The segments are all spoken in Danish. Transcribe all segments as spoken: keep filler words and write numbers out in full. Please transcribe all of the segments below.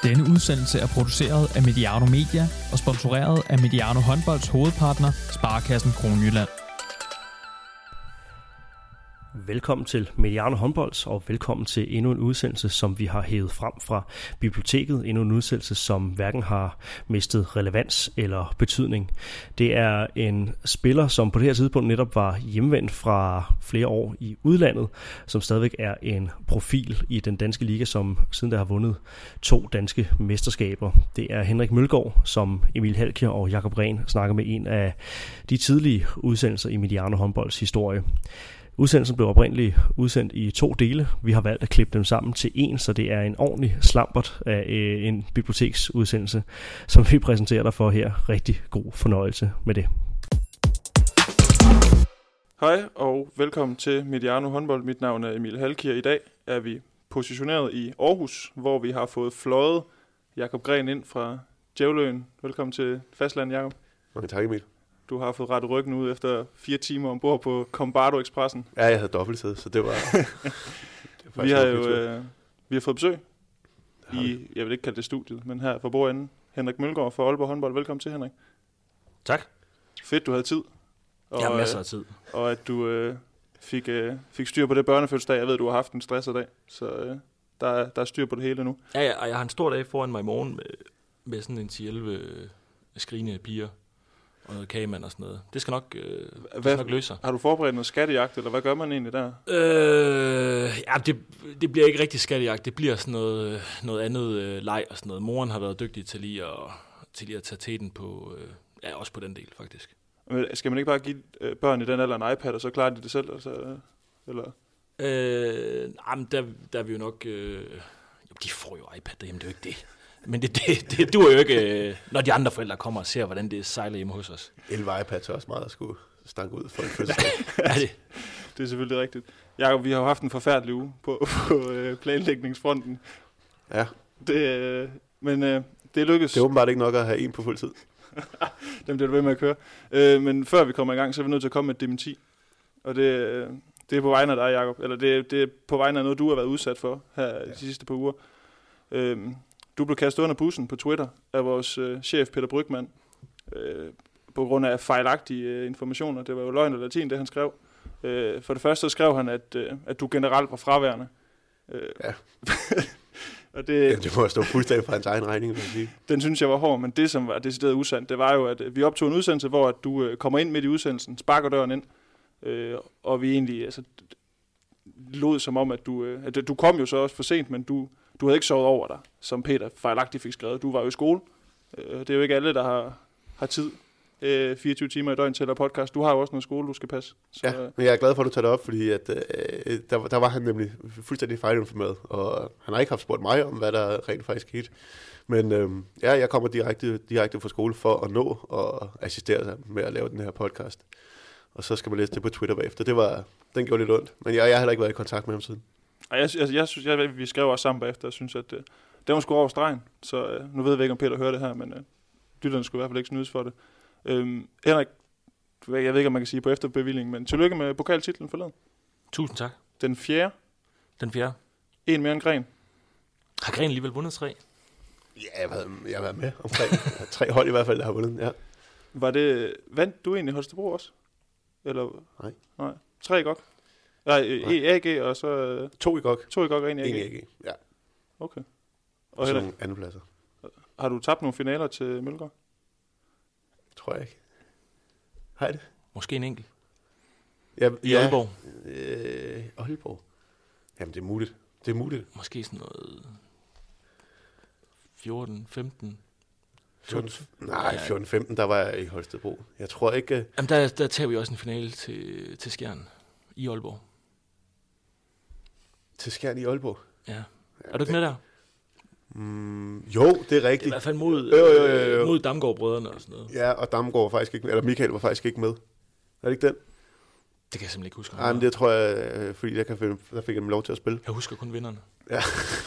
Denne udsendelse er produceret af Mediano Media og sponsoreret af Mediano Håndbolds hovedpartner, Sparekassen Kronjylland. Velkommen til Mediano Håndbolds, og velkommen til endnu en udsendelse, som vi har hævet frem fra biblioteket. Endnu en udsendelse, som hverken har mistet relevans eller betydning. Det er en spiller, som på det her tidspunkt netop var hjemvendt fra flere år i udlandet, som stadigvæk er en profil i den danske liga, som siden der har vundet to danske mesterskaber. Det er Henrik Mølgaard, som Emil Halkier og Jakob Rehn snakker med en af de tidlige udsendelser i Mediano Håndbolds historie. Udsendelsen blev oprindeligt udsendt i to dele. Vi har valgt at klippe dem sammen til en, så det er en ordentlig slampert af øh, en biblioteksudsendelse, som vi præsenterer dig for her. Rigtig god fornøjelse med det. Hej og velkommen til Mediano Håndbold. Mit navn er Emil Halkier. I dag er vi positioneret i Aarhus, hvor vi har fået fløjet Jakob Green ind fra Djævløen. Velkommen til fastland, Jakob. Mange tak, Emil. Du har fået rettet ryggen ud efter fire timer ombord på Combardo Expressen. Ja, jeg havde dobbeltsæde, så det var... det var vi har jo øh, vi har fået besøg i, jeg vil ikke kalde det studiet, men her for bordenden. Henrik Mølgaard fra Aalborg Håndbold. Velkommen til, Henrik. Tak. Fedt, du havde tid. Og, jeg har masser af tid. Og at du øh, fik, øh, fik styr på det børnefødselsdag. Jeg ved, du har haft en stresset dag, så øh, der, er, der er styr på det hele nu. Ja, ja, og jeg har en stor dag foran mig i morgen med, med sådan en ti elleve skrigende piger. Og noget kagemand og sådan noget. Det skal nok, øh, det skal nok løse sig. Har du forberedt noget skattejagt, eller hvad gør man egentlig der? Øh, ja, det, det bliver ikke rigtig skattejagt. Det bliver sådan noget, noget andet øh, leg og sådan noget. Moren har været dygtig til lige at, til lige at tage teten på, øh, ja, også på den del faktisk. Men skal man ikke bare give øh, børn i den alder en iPad, og så klarer de det selv? Altså, eller? Øh, jamen, der, der er vi jo nok... Øh, jo, de får jo iPad derhjemme, det er jo ikke det. Men det, det, det duer jo ikke, når de andre forældre kommer og ser, hvordan det sejler hjemme hos os. elleve iPads er også meget at skulle stanke ud for en fødselsdag. Ja, det. det er selvfølgelig rigtigt. Jakob, vi har jo haft en forfærdelig uge på, på øh, planlægningsfronten. Ja. Det, øh, men øh, det lykkes. Det er åbenbart ikke nok at have en på fuld tid. Dem bliver du ved med at køre. Øh, men før vi kommer i gang, så er vi nødt til at komme med et dementi. Og det, øh, det er på vegne af dig, Jakob. Eller det, det er på vegne af noget, du har været udsat for her ja. de sidste par uger. Øh, Du blev kastet under bussen på Twitter af vores øh, chef Peter Brygman øh, på grund af fejlagtige øh, informationer. Det var jo løgn og latin, det han skrev. Øh, for det første så skrev han, at, øh, at du generelt var fraværende. Øh, ja. og det, ja, det må stå fuldstændig fra hans egen regning, vil jeg sige. Den synes jeg var hård, men det som var decideret usandt, det var jo, at vi optog en udsendelse, hvor at du øh, kommer ind midt i udsendelsen, sparker døren ind, øh, og vi egentlig altså, lod som om, at du, øh, at du kom jo så også for sent, men du... Du havde ikke sovet over dig, som Peter fejlagtigt fik skrevet. Du var jo i skole. Det er jo ikke alle, der har, har tid fireogtyve timer i døgn til at podcast. Du har jo også noget skole, du skal passe. Så, ja, men jeg er glad for, at du tager det op, fordi at, øh, der, der var han nemlig fuldstændig fejlinformeret, og han har ikke haft spurgt mig om, hvad der rent faktisk skete. Men øh, ja, jeg kommer direkte, direkte fra skole for at nå og assistere med at lave den her podcast. Og så skal man læse det på Twitter bagefter. Det var, den gjorde lidt ondt, men jeg, jeg har heller ikke været i kontakt med ham siden. Jeg, jeg, jeg synes, jeg, vi skrev også sammen bagefter, og synes, at uh, det var sgu over stregen. Så uh, nu ved vi ikke, om Peter hører det her, men uh, lytterne skulle i hvert fald ikke snydes for det. Um, Henrik, jeg ved ikke, om man kan sige på efterbevilling, men tillykke med pokaltitlen forleden. Tusind tak. Den fjerde. Den fjerde. En mere end Gren. Har Gren alligevel vundet tre? Ja, jeg har været, jeg har været med om tre. tre hold i hvert fald, der har vundet, ja. Var det, vandt du egentlig i Holstebro også? Eller? Nej. Nej. Tre i godt. Nej, i A G og så... To i G O G. To i G O G og en i A G. En i A G, ja. Okay. Og, og så nogle andenpladser. Har du tabt nogle finaler til Mølgaard? Tror jeg ikke. Har det? Måske en enkelt. Ja, I ja, Aalborg? Øh, Aalborg? Jamen, det er muligt. Det er muligt. Måske sådan noget... fjorten, femten... fjorten, nej, fjorten femten, der var jeg i Holstebro. Jeg tror ikke... Uh... Jamen, der, der tager vi også en finale til, til Skjern i Aalborg. Til Skjern i Aalborg? Ja. ja er du ikke med der? Mm, jo, det er rigtigt. Det er i hvert fald mod, jo, jo, jo, jo. mod Damgaard-brødrene og sådan noget. Ja, og Damgaard var faktisk ikke med, eller Michael var faktisk ikke med. Er det ikke den? Det kan jeg simpelthen ikke huske. Nej, men det tror jeg, fordi jeg kan finde, der fik jeg dem lov til at spille. Jeg husker kun vinderne. Ja.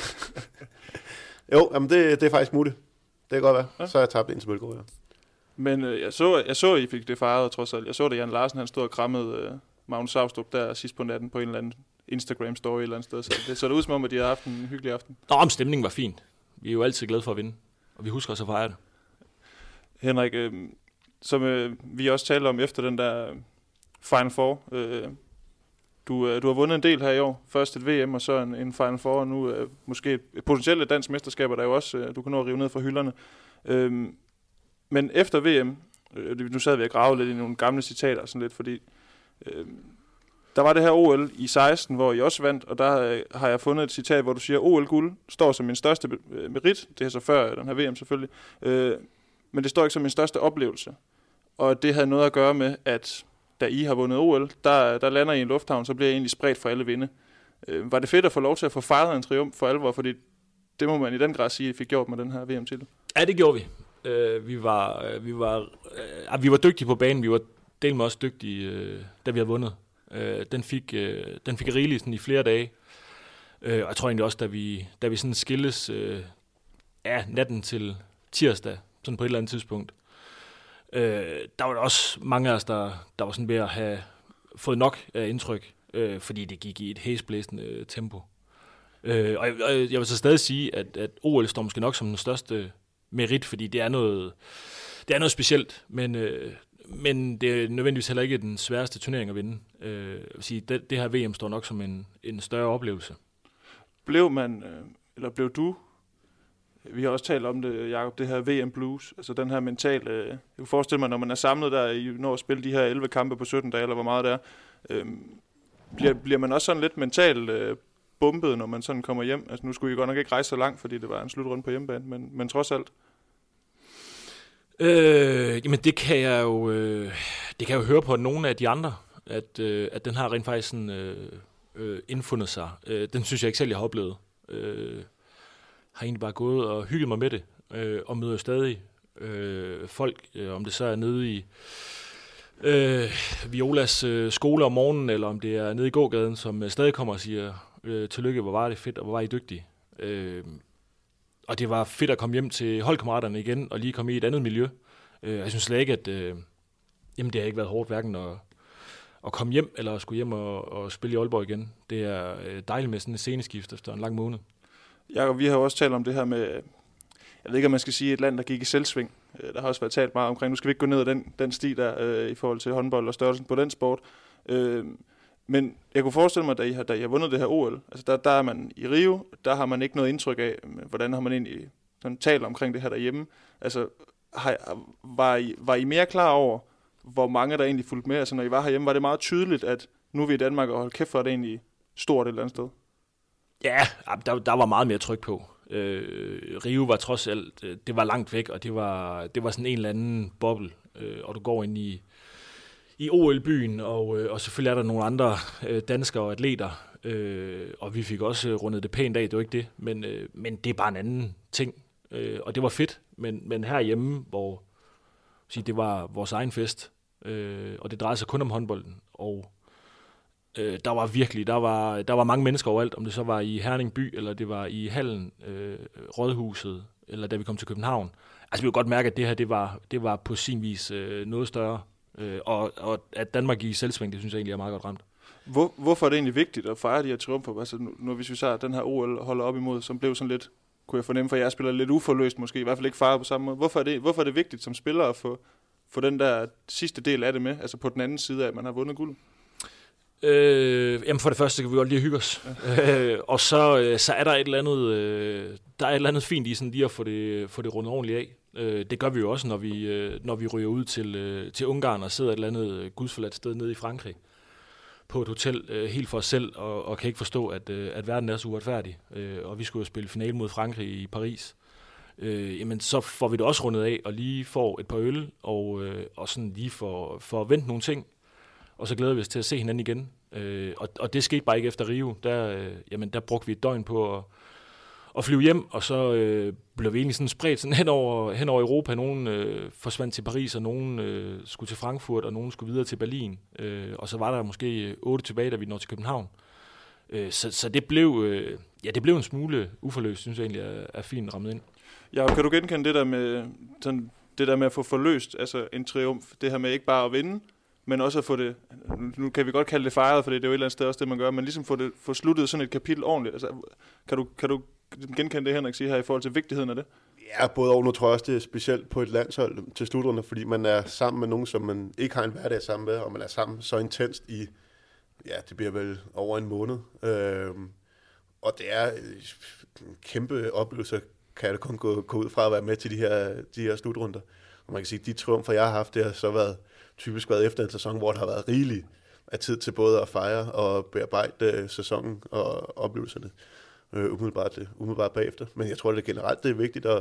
jo, jamen det, det er faktisk muligt. Det kan godt være. Ja. Så har jeg tabt ind til Mølgaard, ja. Men øh, jeg så, jeg så, I fik det fejret, trods alt. Jeg så, at Jan Larsen, han stod og krammede øh, Magnus Saustrup der sidst på natten på en eller anden Instagram-story et eller andet sted. Så det så det ud som om, at de havde haft en hyggelig aften. Nå, om stemningen var fin. vi er jo altid glade for at vinde, og vi husker også at fejre det. Henrik, øh, som øh, vi også talte om efter den der Final Four, øh, du, øh, du har vundet en del her i år. Først et V M, og så en, en Final Four, og nu øh, måske et potentielt et dansk mesterskaber, der jo også, øh, du kan nå at rive ned fra hylderne. Øh, men efter V M, øh, nu sad vi og gravede lidt i nogle gamle citater, sådan lidt, fordi øh, der var det her O L i seksten, hvor I også vandt, og der øh, har jeg fundet et citat, hvor du siger, O L-guld står som min største øh, merit, det er så før den her V M selvfølgelig, øh, men det står ikke som min største oplevelse. Og det havde noget at gøre med, at da I har vundet O L, der, der lander I i en lufthavn, så bliver I egentlig spredt for alle vinde. Øh, var det fedt at få lov til at få fejret en triumf for alvor, fordi det må man i den grad sige, I fik gjort med den her V M-titel? Ja, det gjorde vi. Uh, vi, var, uh, vi, var, uh, vi var dygtige på banen, vi var del med også dygtige, uh, da vi havde vundet. Uh, den, fik, uh, den fik rigeligt sådan, i flere dage. Uh, og jeg tror egentlig også, da vi, da vi sådan skilles uh, ja, natten til tirsdag, sådan på et eller andet tidspunkt, uh, der var der også mange af os, der, der var sådan ved at have fået nok af indtryk, uh, fordi det gik i et hæsblæsende tempo. Uh, og, jeg, og jeg vil så stadig sige, at, at O L står måske nok som den største merit, fordi det er noget, det er noget specielt, men, øh, men det er nødvendigvis heller ikke den sværeste turnering at vinde. Øh, jeg vil sige, det, det her V M står nok som en, en større oplevelse. Blev man, øh, eller blev du, vi har også talt om det, Jacob, det her V M Blues, altså den her mentale, øh, jeg kan forestille mig, når man er samlet der, I når at spille de her elleve kampe på sytten dage, eller hvor meget det er, øh, bliver, bliver man også sådan lidt mentalt øh, bumpet, når man sådan kommer hjem? Altså nu skulle I godt nok ikke rejse så langt, fordi det var en slutrunde på hjemmebane, men, men trods alt. Øh, jamen det kan jeg jo, øh, det kan jeg jo høre på nogle af de andre, at, øh, at den har rent faktisk sådan, øh, øh, indfundet sig. Øh, den synes jeg ikke selv, jeg har oplevet. Øh, har egentlig bare gået og hygget mig med det, øh, og møder stadig øh, folk, øh, om det så er nede i øh, Violas øh, skole om morgenen, eller om det er nede i gågaden, som øh, stadig kommer og siger, Øh, tillykke, hvor var det fedt, og hvor var I dygtige. Øh, og det var fedt at komme hjem til holdkammeraterne igen, og lige komme i et andet miljø. Øh, jeg synes slet ikke, at øh, jamen, det har ikke været hårdt, hverken at, at komme hjem, eller at skulle hjem og, og spille i Aalborg igen. Det er dejligt med sådan en sceneskift efter en lang måned. Jakob, vi har jo også talt om det her med, jeg ved ikke, om man skal sige et land, der gik i selvsving. Der har også været talt meget omkring, nu skal vi ikke gå ned ad den, den sti der, øh, i forhold til håndbold og størrelsen på den sport. Øh, Men jeg kunne forestille mig, da I har, da I har vundet det her O L, altså der, der er man i Rio, der har man ikke noget indtryk af, hvordan har man egentlig sådan talt omkring det her derhjemme. Altså, har, var, I, var I mere klar over, hvor mange der egentlig fulgte med? Altså, når I var herhjemme, var det meget tydeligt, at nu er vi i Danmark, og hold kæft for, at det egentlig stort et eller andet sted? Ja, der, der var meget mere tryk på. Øh, Rio var trods alt, det var langt væk, og det var, det var sådan en eller anden boble, øh, og du går ind i i O L-byen, og, øh, og selvfølgelig er der nogle andre øh, danskere og atleter, øh, og vi fik også rundet det pænt af, det var ikke det, men, øh, men det er bare en anden ting, øh, og det var fedt, men, men herhjemme, hvor sige, det var vores egen fest, øh, og det drejede sig kun om håndbolden, og øh, der var virkelig, der var, der var mange mennesker overalt, om det så var i Herning by, eller det var i hallen, øh, Rådhuset, eller da vi kom til København. Altså vi kunne godt mærke, at det her, det var, det var på sin vis øh, noget større. Øh, og, og at Danmark gik i selvsving, det synes jeg egentlig er meget godt ramt. Hvor, hvorfor er det egentlig vigtigt at fejre de her triumfer? Altså nu, nu hvis vi så den her O L holder op imod, som blev sådan lidt, kunne jeg fornemme, for jeg spiller lidt uforløst måske, i hvert fald ikke fejret på samme måde. Hvorfor er det, hvorfor er det vigtigt som spiller at få, få den der sidste del af det med, altså på den anden side af, at man har vundet guld? Øh, jamen for det første, så kan vi godt lige hygge os. Ja. Øh, og så, øh, så er der et eller andet, øh, der er et eller andet fint i sådan lige at få det, få det rundet ordentligt af. Øh, det gør vi jo også, når vi, øh, når vi ryger ud til, øh, til Ungarn og sidder et eller andet gudsforladt sted nede i Frankrig på et hotel øh, helt for os selv, og, og kan ikke forstå, at, øh, at verden er så uretfærdig. Øh, og vi skulle jo spille finale mod Frankrig i Paris. Øh, jamen så får vi det også rundet af, og lige får et par øl, og, øh, og sådan lige får, får vendt nogle ting. Og så glæder vi os til at se hinanden igen. Øh, og, og det skete bare ikke efter Rio. Der, øh, jamen, der brugte vi et døgn på at, at flyve hjem, og så øh, blev vi egentlig sådan spredt sådan hen, over, hen over Europa. Nogen øh, forsvandt til Paris, og nogen øh, skulle til Frankfurt, og nogen skulle videre til Berlin. Øh, og så var der måske otte tilbage, da vi nåede til København. Øh, så, så det blev, øh, ja, det blev en smule uforløst, synes jeg egentlig er, er fint rammet ind. Ja, kan du genkende det der med, sådan, det der med at få forløst altså en triumf? Det her med ikke bare at vinde, men også at få det, nu kan vi godt kalde det fejret, for det er jo et eller andet sted også det, man gør, men ligesom få, det, få sluttet sådan et kapitel ordentligt. Altså, kan, du, kan du genkende det, Henrik siger her, i forhold til vigtigheden af det? Ja, både og. Nu tror jeg også, det er specielt på et landshold til slutrunder, fordi man er sammen med nogen, som man ikke har en hverdag sammen med, og man er sammen så intenst i, ja, det bliver vel over en måned. Øhm, og det er en kæmpe oplevelse, kan det kun gå, gå ud fra at være med til de her, de her slutrunder. Og man kan sige, at de triumfer, jeg har haft, det har så været typisk været efter en sæson, hvor der har været rigeligt af tid til både at fejre og bearbejde sæsonen og oplevelserne øh, umiddelbart, umiddelbart bagefter. Men jeg tror, det generelt det er vigtigt at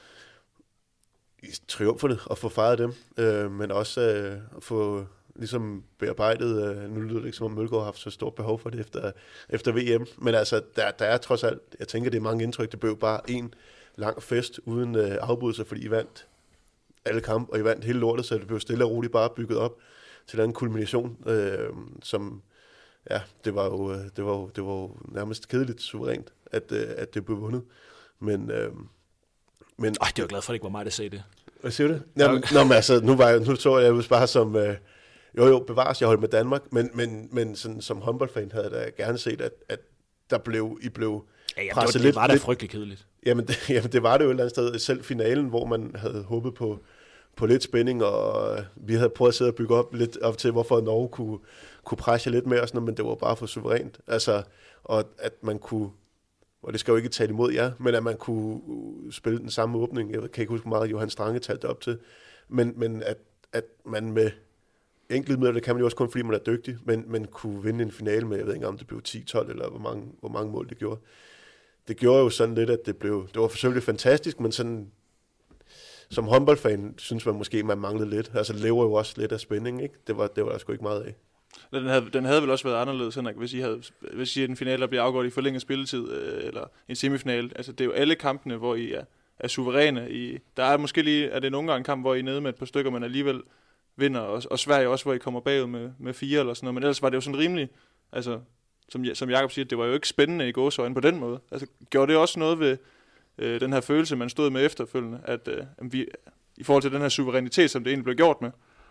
i triumferne at få fejret dem, øh, men også øh, at få ligesom bearbejdet, øh, nu lyder det ikke som om Mølgaard har haft så stort behov for det efter, efter V M, men altså, der, der er trods alt, jeg tænker, det er mange indtryk, det blev bare en lang fest uden øh, afbrydelser, fordi I vandt alle kampe, og I vandt hele lortet, så det blev stille og roligt bare bygget op til den kulmination, øh, som, ja, det var jo, det var jo, det var jo nærmest kedeligt suverænt, at, øh, at det blev vundet, men... Øh, men Ej, det var glad for, at det ikke var mig, der sagde det. Hvad siger du? Jamen, nå, men altså, nu, var jeg, nu så jeg jo bare som, øh, jo jo, bevares, jeg holdt med Danmark, men, men, men sådan, som håndboldfan havde jeg da gerne set, at, at der blev, I blev ja, jamen, presset det var, lidt. Det var da lidt, frygtelig kedeligt. Jamen det, jamen, det var det jo et eller andet sted. Selv finalen, hvor man havde håbet på, på lidt spænding, og vi havde prøvet at sidde og bygge op lidt op til, hvorfor Norge kunne, kunne presse lidt mere, og sådan noget, men det var bare for suverænt. Altså, og at man kunne... og det skal jo ikke tale imod jer, men at man kunne spille den samme åbning. Jeg kan ikke huske, hvor meget Johan Strange talte op til. Men, men at, at man med enkelte midler, det kan man jo også kun, fordi man er dygtig, men, men kunne vinde en finale med, jeg ved ikke om det blev ti tolv, eller hvor mange, hvor mange mål det gjorde. Det gjorde jo sådan lidt, at det blev, det var selvfølgelig fantastisk, men sådan, som håndboldfan, synes man måske, man manglede lidt. Altså det lever jo også lidt af spænding, ikke? Det var, det var der sgu ikke meget af. Den havde, den havde vel også været anderledes, Henrik, hvis I havde, hvis I en finale, der bliver afgjort i forlænget spilletid, øh, eller en semifinale. Altså, det er jo alle kampene, hvor I er, er suveræne. I, der er måske lige, er det nogle gange en kamp, hvor I er nede med et par stykker, men alligevel vinder, og, og Sverige også, hvor I kommer bagud med, med fire eller sådan noget. Men ellers var det jo sådan rimelig, altså, som, som Jakob siger, det var jo ikke spændende i gåseøjne på den måde. Altså, gjorde det også noget ved øh, den her følelse, man stod med efterfølgende, at øh, vi, i forhold til den her suverænitet, som det egentlig blev gjort med?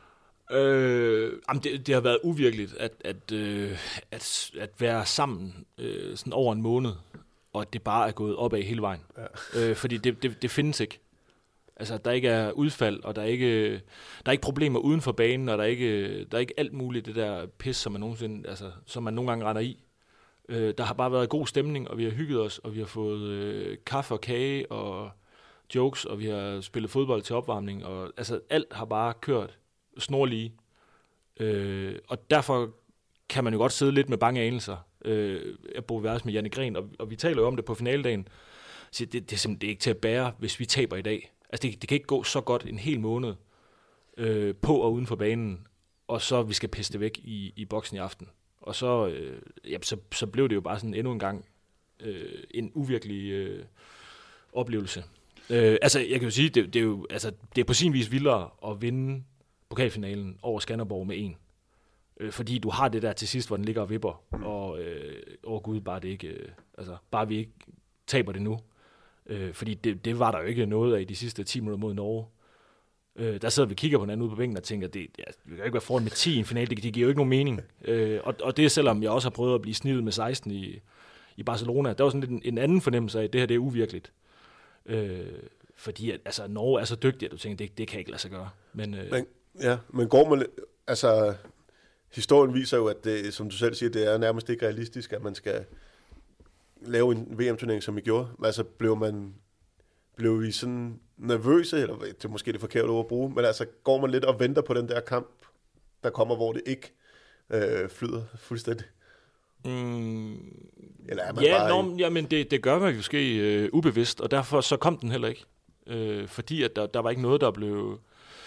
Øh, jamen det, det har været uvirkeligt at, at, øh, at, at være sammen øh, sådan over en måned, og at det bare er gået opad hele vejen. Ja. Øh, fordi det, det, det findes ikke. Altså, der ikke er udfald, og der er ikke, der er ikke problemer uden for banen, og der er ikke, der er ikke alt muligt det der pis, som man nogensinde, altså, som man nogle gange render i. Øh, der har bare været god stemning, og vi har hygget os, og vi har fået øh, kaffe og kage og jokes, og vi har spillet fodbold til opvarmning, og altså alt har bare kørt snorlige. Øh, og derfor kan man jo godt sidde lidt med bange anelser. Øh, jeg bor værelse med Janne Gren, og, og vi taler jo om det på finaledagen. Så det, det er simpelthen det er ikke til at bære, hvis vi taber i dag. Altså det, det kan ikke gå så godt en hel måned øh, på og uden for banen, og så vi skal pisse det væk i, i boksen i aften. Og så, øh, jamen, så, så blev det jo bare sådan endnu en gang øh, en uvirkelig øh, oplevelse. Øh, altså jeg kan jo sige, det, det er jo altså, det er på sin vis vildere at vinde pokalfinalen over Skanderborg med en. Øh, fordi du har det der til sidst, hvor den ligger og vipper, og øh, åh gud, bare det ikke, øh, altså bare vi ikke taber det nu. Øh, fordi det, det var der jo ikke noget af i de sidste ti minutter mod Norge. Øh, der sidder vi og kigger på hinanden ude på bænken og tænker, det, ja, vi kan jo ikke være foran med ti i en finale, det, det giver jo ikke nogen mening. Øh, og, og det er selvom jeg også har prøvet at blive snivet med seksten i, i Barcelona. Der var sådan lidt en, en anden fornemmelse af, at det her det er uvirkeligt. Øh, fordi at, altså, Norge er så dygtig, at du tænker, det, det kan ikke lade sig gøre. Men, øh, men, ja, men går man, altså historien viser jo, at det, som du selv siger, det er nærmest ikke realistisk, at man skal lave en V M-turnering, som I gjorde. Altså blev man, blev vi sådan nervøse, eller det er måske det forkerte ord at bruge, men altså går man lidt og venter på den der kamp, der kommer, hvor det ikke øh, flyder fuldstændig? Mm, eller er man ja, bare nå, jamen det, det gør man måske øh, ubevidst, og derfor så kom den heller ikke. Øh, fordi at der, der var ikke noget, der blev,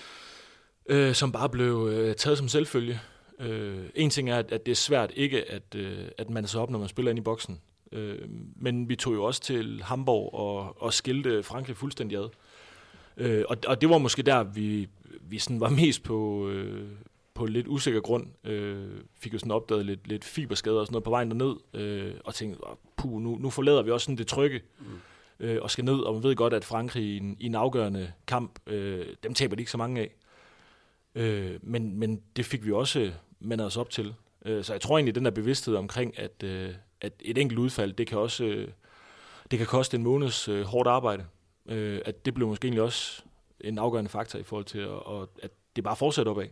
øh, som bare blev øh, taget som selvfølge. Øh, en ting er, at, at det er svært ikke at, øh, at man så op, når man spiller ind i boksen. Øh, men vi tog jo også til Hamburg og, og skilte Frankrig fuldstændig ad. Øh, og, og det var måske der, vi, vi sådan var mest på, øh, på lidt usikker grund. Øh, fik jo sådan opdaget lidt, lidt fiberskader og sådan noget på vejen derned, øh, og tænkte, puh, nu, nu forlader vi også sådan det trygge, mm. øh, og skal ned, og man ved godt, at Frankrig i en, i en afgørende kamp, øh, dem taber de ikke så mange af. Øh, men, men det fik vi også mandet os op til. Øh, så jeg tror egentlig, den der bevidsthed omkring, at, øh, at et enkelt udfald, det kan også, øh, det kan koste en måneds øh, hårdt arbejde. Øh, at det blev måske egentlig også en afgørende faktor i forhold til, at, og, at det bare fortsætter opad.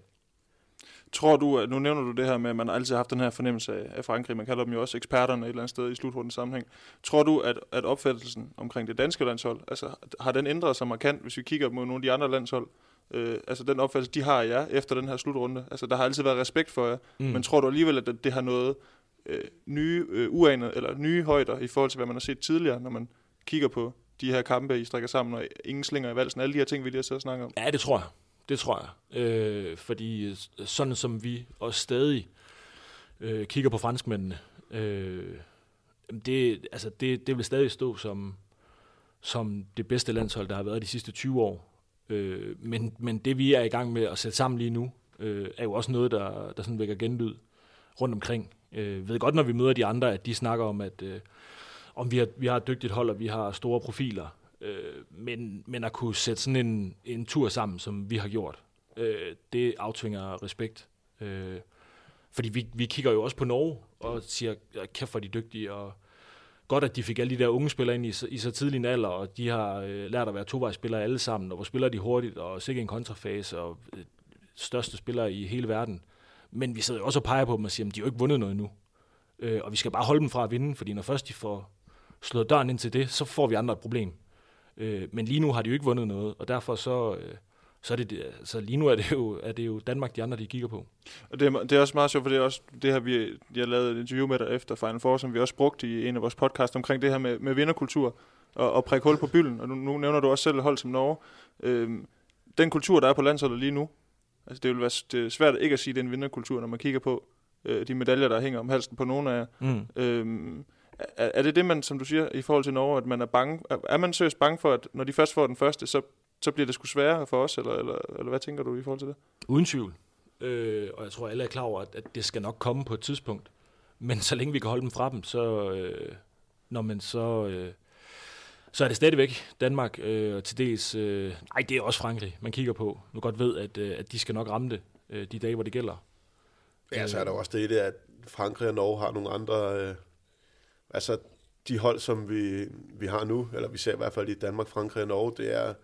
Tror du, at nu nævner du det her med, at man altid har haft den her fornemmelse af, af Frankrig, man kalder dem jo også eksperterne et eller andet sted i slutrundens sammenhæng. Tror du, at, at opfattelsen omkring det danske landshold, altså har den ændret sig markant, hvis vi kigger mod nogle af de andre landshold? Øh, altså den opfattelse, de har af jer efter den her slutrunde. Altså der har altid været respekt for jer, mm. men tror du alligevel, at det, det har noget øh, nye, øh, uanede, eller nye højder i forhold til, hvad man har set tidligere, når man kigger på de her kampe, I strikker sammen, og ingen slinger i valsen, alle de her ting, vi lige har siddet og snakket om? Ja, det tror jeg. Det tror jeg. Øh, fordi sådan som vi også stadig øh, kigger på franskmændene, øh, det, altså det, det vil stadig stå som, som det bedste landshold, der har været de sidste tyve år. Øh, men, men det vi er i gang med at sætte sammen lige nu, øh, er jo også noget, der, der sådan vækker genlyd rundt omkring. Øh, ved godt, når vi møder de andre, at de snakker om, at øh, om vi har, vi har et dygtigt hold, og vi har store profiler. Øh, men, men at kunne sætte sådan en, en tur sammen, som vi har gjort, øh, det aftvinger respekt. Øh, fordi vi, vi kigger jo også på Norge og siger, kæft hvor de dygtige, og godt, at de fik alle de der unge spillere ind i, i så tidlig en alder, og de har øh, lært at være tovejsspillere alle sammen, og hvor spiller de hurtigt, og sikkert en kontrafase, og øh, største spillere i hele verden. Men vi sidder jo også og peger på dem og siger, at de har jo ikke vundet noget endnu. Øh, og vi skal bare holde dem fra at vinde, fordi når først de får slået døren ind til det, så får vi andre et problem. Øh, men lige nu har de jo ikke vundet noget, og derfor så, øh, så er det, så lige nu er det jo, er det jo Danmark, de andre, de kigger på. Og det er, det er også meget sjovt, for det er også det her, vi de har lavet et interview med dig efter Final Four, som vi også brugte i en af vores podcast omkring det her med, med vinderkultur og, og prikke hul på bylden. Og nu, nu nævner du også selv et hold som Norge. Øhm, den kultur, der er på landsholdet lige nu, altså det vil være det er svært ikke at sige, at det er en vinderkultur, når man kigger på øh, de medaljer, der hænger om halsen på nogle af jer. Mm. Øhm, er, er det det, man, som du siger, i forhold til Norge, at man er bange? Er, er man seriøst bange for, at når de først får den første, så, så bliver det sgu sværere for os, eller, eller, eller hvad tænker du i forhold til det? Uden tvivl. Øh, og jeg tror, alle er klar over, at, at det skal nok komme på et tidspunkt. Men så længe vi kan holde dem fra dem, så, øh, når man så, øh, så er det stadigvæk Danmark, øh, og til dels, øh, ej, det er også Frankrig, man kigger på. Nu godt ved, at, øh, at de skal nok ramme det, øh, de dage, hvor det gælder. Ja, så er der også det i det, at Frankrig og Norge har nogle andre, øh, altså de hold, som vi, vi har nu, eller vi ser i hvert fald i Danmark, Frankrig og Norge, det er,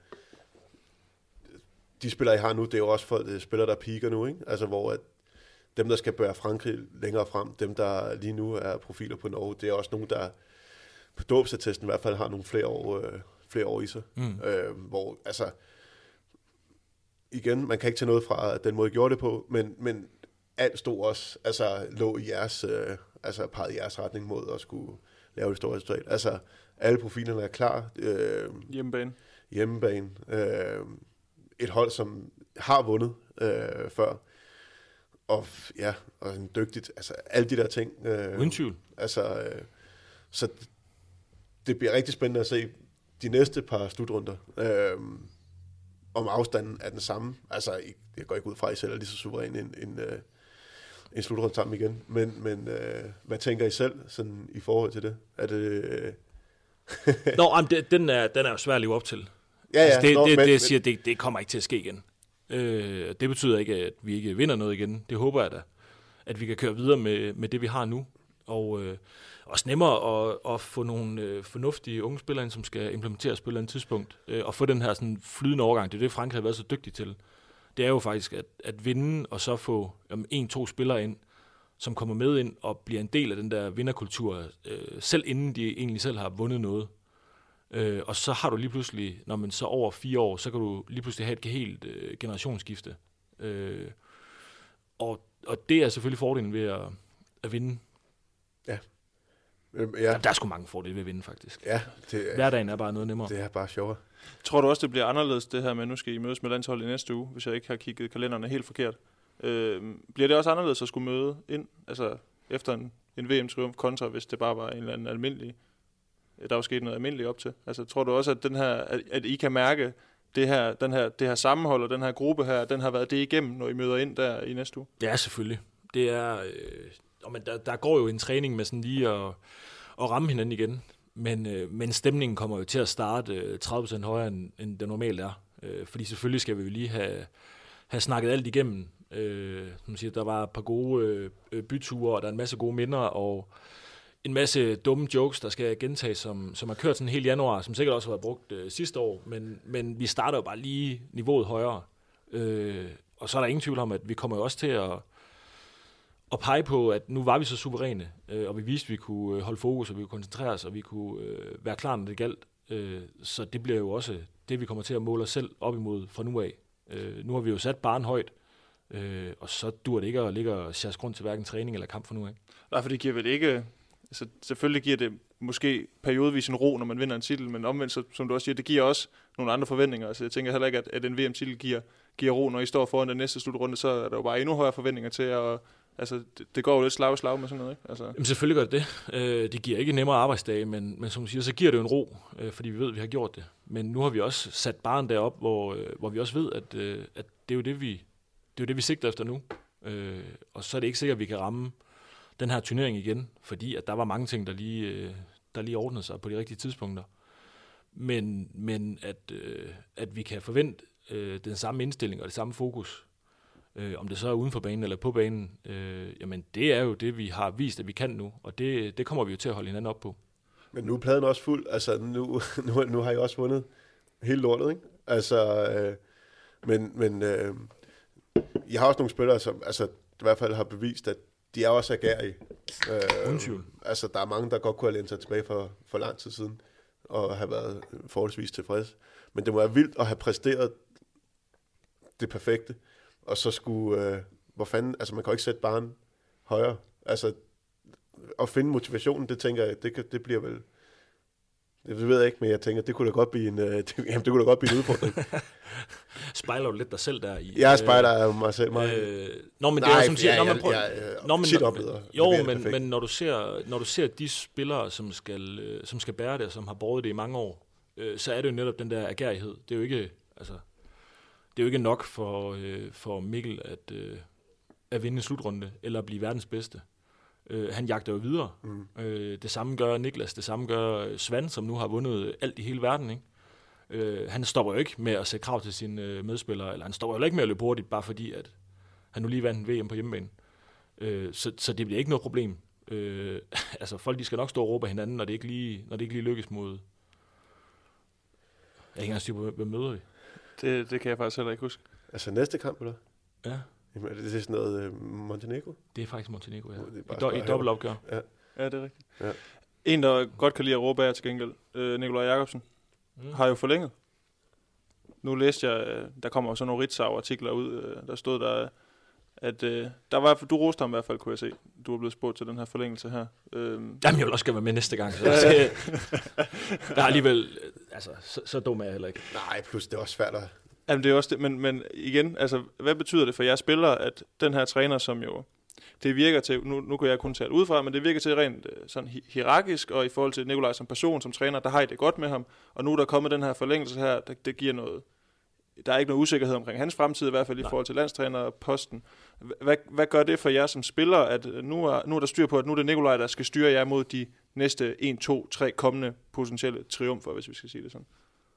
de spillere, I har nu, det er jo også for det spillere, der piker nu, ikke? Altså hvor at dem, der skal bære Frankrig længere frem, dem, der lige nu er profiler på Norge, det er også nogen, der på dåbsattesten i hvert fald har nogle flere år, øh, flere år i sig. Mm. Øh, hvor, altså, igen, man kan ikke tage noget fra den måde, I gjorde det på, men, men alt stod også, altså lå i jeres, øh, altså peget i jeres retning mod at skulle lave et stort resultat. Altså, alle profilerne er klar. Øh, hjemmebane. Hjemmebane. Øh, et hold, som har vundet øh, før. Og ja, og en dygtigt, altså alle de der ting. Øh, Uden tvivl. Altså, øh, så det, det bliver rigtig spændende at se de næste par slutrunder. Øh, om afstanden er den samme. Altså, jeg går ikke ud fra, at I selv er lige så suveræn en, en, øh, en slutrunde sammen igen. Men, men øh, hvad tænker I selv sådan, i forhold til det? Er det... Øh... Nå, jamen, det, den, er, den er jo svær at leve op til. Ja, ja. Altså, det, Nå, det, men, det siger, det, det kommer ikke til at ske igen. Øh, det betyder ikke, at vi ikke vinder noget igen. Det håber jeg da, at vi kan køre videre med, med det, vi har nu. Og øh, også nemmere at, at få nogle øh, fornuftige unge spillere ind, som skal implementeres på et eller andet tidspunkt. Øh, og få den her sådan, flydende overgang. Det er det, Frankrig har været så dygtig til. Det er jo faktisk at, at vinde, og så få um, en, to spillere ind, som kommer med ind og bliver en del af den der vinderkultur, øh, selv inden de egentlig selv har vundet noget. Øh, og så har du lige pludselig, når man så over fire år, så kan du lige pludselig have et helt øh, generationsskifte. Øh, og, og det er selvfølgelig fordelen ved at, at vinde. Ja. Øhm, ja. Der er sgu mange fordele ved at vinde, faktisk. Ja, det, hverdagen er bare noget nemmere. Det er bare sjovere. Tror du også, det bliver anderledes, det her med, nu skal I mødes med landsholdet i næste uge, hvis jeg ikke har kigget kalenderne helt forkert? Øh, bliver det også anderledes at skulle møde ind, altså efter en, en V M-triumf kontra, hvis det bare var en eller anden almindelig, der var sket noget almindeligt op til? Altså tror du også, at, den her, at, at I kan mærke, det her, den her, det her sammenhold og den her gruppe her, den har været det igennem, når I møder ind der i næste uge? Ja, selvfølgelig. Det er, øh, men der, der går jo en træning med sådan lige at, at ramme hinanden igen. Men, øh, men stemningen kommer jo til at starte øh, tredive procent højere, end, end det normalt er. Øh, fordi selvfølgelig skal vi jo lige have, have snakket alt igennem. Øh, som siger, der var et par gode øh, byture, og der er en masse gode minder, og en masse dumme jokes, der skal gentages, som, som har kørt sådan hele januar, som sikkert også har været brugt øh, sidste år, men, men vi starter jo bare lige niveauet højere. Øh, og så er der ingen tvivl om, at vi kommer jo også til at, at pege på, at nu var vi så suveræne, øh, og vi viste, at vi kunne holde fokus, og vi kunne koncentrere os, og vi kunne øh, være klar, når det galt. Øh, så det bliver jo også det, vi kommer til at måle os selv op imod fra nu af. Øh, nu har vi jo sat barren højt, øh, og så dur det ikke at ligge og sjaske grund til hverken træning eller kamp for nu af. Nej, for det giver vel ikke... Altså, selvfølgelig giver det måske periodvis en ro, når man vinder en titel, men omvendt, så, som du også siger, det giver også nogle andre forventninger. Altså, jeg tænker heller ikke, at, at en V M-titel giver, giver ro, når I står foran den næste slutrunde, så er der jo bare endnu højere forventninger til at... Altså, det, det går jo lidt slag og slag med sådan noget, ikke? Altså. Jamen selvfølgelig gør det det. Øh, det giver ikke nemmere arbejdsdage, men, men som du siger, så giver det jo en ro, øh, fordi vi ved, at vi har gjort det. Men nu har vi også sat barren derop, hvor, øh, hvor vi også ved, at, øh, at det er jo det, vi, det er jo det, vi sigter efter nu. Øh, og så er det ikke sikkert, at vi kan ramme den her turnering igen, fordi at der var mange ting, der lige, øh, der lige ordnede sig på de rigtige tidspunkter. Men, men at, øh, at vi kan forvente øh, den samme indstilling og det samme fokus, øh, om det så er uden for banen eller på banen, øh, jamen det er jo det, vi har vist, at vi kan nu, og det, det kommer vi jo til at holde hinanden op på. Men nu er pladen også fuld, altså nu, nu, nu har I også vundet hele lortet, ikke? Altså, øh, men, men øh, I har også nogle spillere, som altså, i hvert fald har bevist, at de er også agerige. Øh, altså, der er mange, der godt kunne have lænet sig tilbage for, for lang tid siden, og have været forholdsvis tilfreds. Men det må være vildt at have præsteret det perfekte, og så skulle, øh, hvor fanden, altså man kan jo ikke sætte barren højere. Altså, at finde motivationen, det tænker jeg, det, det bliver vel, det ved jeg ikke, men jeg tænker, det kunne da godt blive en, øh, det, jamen, det kunne da godt blive en udfordring. Spejler du lidt dig selv der i? Jeg spejler øh, mig selv meget. Øh, nå, men det er jo som siger, ja, når man prøver, jeg, jeg, jeg, når man, tit oplever. Jo, men, men når du ser, når du ser de spillere, som skal, øh, som skal bære det, og som har båret det i mange år, øh, så er det jo netop den der agerighed. Det er jo ikke, altså, det er jo ikke nok for, øh, for Mikkel at, øh, at vinde en slutrunde, eller at blive verdens bedste. Øh, han jagter jo videre. Mm. Øh, det samme gør Niklas, det samme gør Svend, som nu har vundet alt i hele verden, ikke? Øh, han stopper jo ikke med at sætte krav til sine øh, medspillere, eller han stopper jo ikke med at løbe hurtigt, bare fordi, at han nu lige vandt en V M på hjemmebane. Øh, så, så det bliver ikke noget problem. Øh, altså, folk de skal nok stå og råbe af hinanden, når det ikke lige, når det ikke lige lykkes mod... Jeg kan ikke engang sige, hvem møder vi? Det, det kan jeg faktisk heller ikke huske. Altså næste kamp, eller? Ja. Jamen, er det, det er sådan noget uh, Montenegro? Det er faktisk Montenegro, ja. Det I, do, i dobbeltopgør. Ja. Ja, det er rigtigt. Ja. En, der godt kan lide at råbe af til gengæld, øh, Nikolaj Jakobsen, mm. har jo forlænget. Nu læste jeg, der kommer jo sådan nogle Ritzau-artikler ud, der stod der, at øh, der var, du roste ham i hvert fald, kunne jeg se. Du er blevet spurgt til den her forlængelse her. Øhm. Jamen, jeg vil også gerne være med næste gang. Så skal, der er alligevel, altså, så, så dum er jeg heller ikke. Nej, plus det er også svært at... Jamen, det er også det, men, men igen, altså, hvad betyder det for jeres spillere, at den her træner, som jo, det virker til, nu, nu kan jeg kun tale udefra, men det virker til rent sådan hierarkisk, og i forhold til Nikolaj som person, som træner, der har I det godt med ham, og nu er der kommet den her forlængelse her, det, det giver noget, der er ikke noget usikkerhed omkring hans fremtid, i hvert fald i Nej. forhold til landstrænerposten. Hvad, hvad gør det for jer som spillere, at nu er, nu er der styr på, at nu er det Nikolaj, der skal styre jer mod de næste en, to, tre kommende potentielle triumfer, hvis vi skal sige det sådan?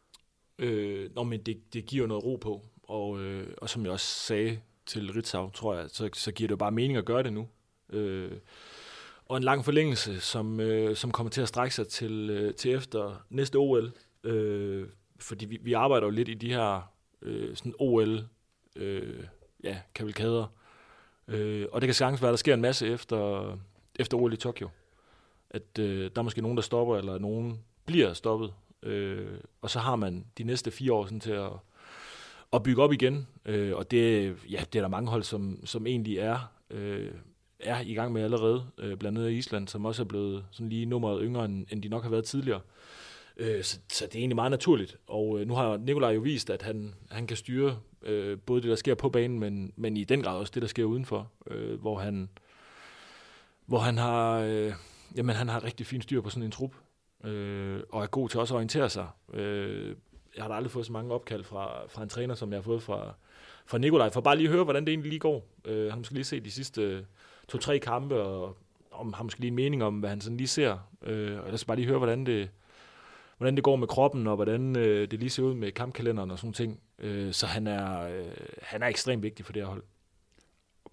Øh, nå, men det, det giver jo noget ro på, og, øh, og som jeg også sagde til Ritzau, tror jeg, så, så giver det jo bare mening at gøre det nu. Øh, og en lang forlængelse, som, øh, som kommer til at strække sig til, øh, til efter næste O L, øh, fordi vi, vi arbejder jo lidt i de her øh, sådan O L øh, ja, kavalkader, øh, og det kan sagtens være, at der sker en masse efter, efter O L i Tokyo. At øh, der er måske nogen, der stopper, eller nogen bliver stoppet. Øh, og så har man de næste fire år sådan til at, at bygge op igen, øh, og det, ja, det er der mange hold, som, som egentlig er, øh, er i gang med allerede, øh, blandt andet Island, som også er blevet sådan lige nummeret yngre, end, end de nok har været tidligere. Øh, så, så det er egentlig meget naturligt, og øh, nu har Nikolaj jo vist, at han, han kan styre øh, både det, der sker på banen, men, men i den grad også det, der sker udenfor, øh, hvor han, hvor han har, øh, jamen, han har rigtig fint styr på sådan en trup. Øh, og er god til også at orientere sig. Øh, jeg har da aldrig fået så mange opkald fra, fra en træner, som jeg har fået fra, fra Nikolaj, for bare lige at høre, hvordan det egentlig lige går. Øh, han har måske lige set de sidste to-tre kampe, og om, har måske lige en mening om, hvad han sådan lige ser. Øh, og jeg skal bare lige høre, hvordan det, hvordan det går med kroppen, og hvordan øh, det lige ser ud med kampkalenderen og sådan ting. Øh, så han er, øh, han er ekstremt vigtig for det her hold.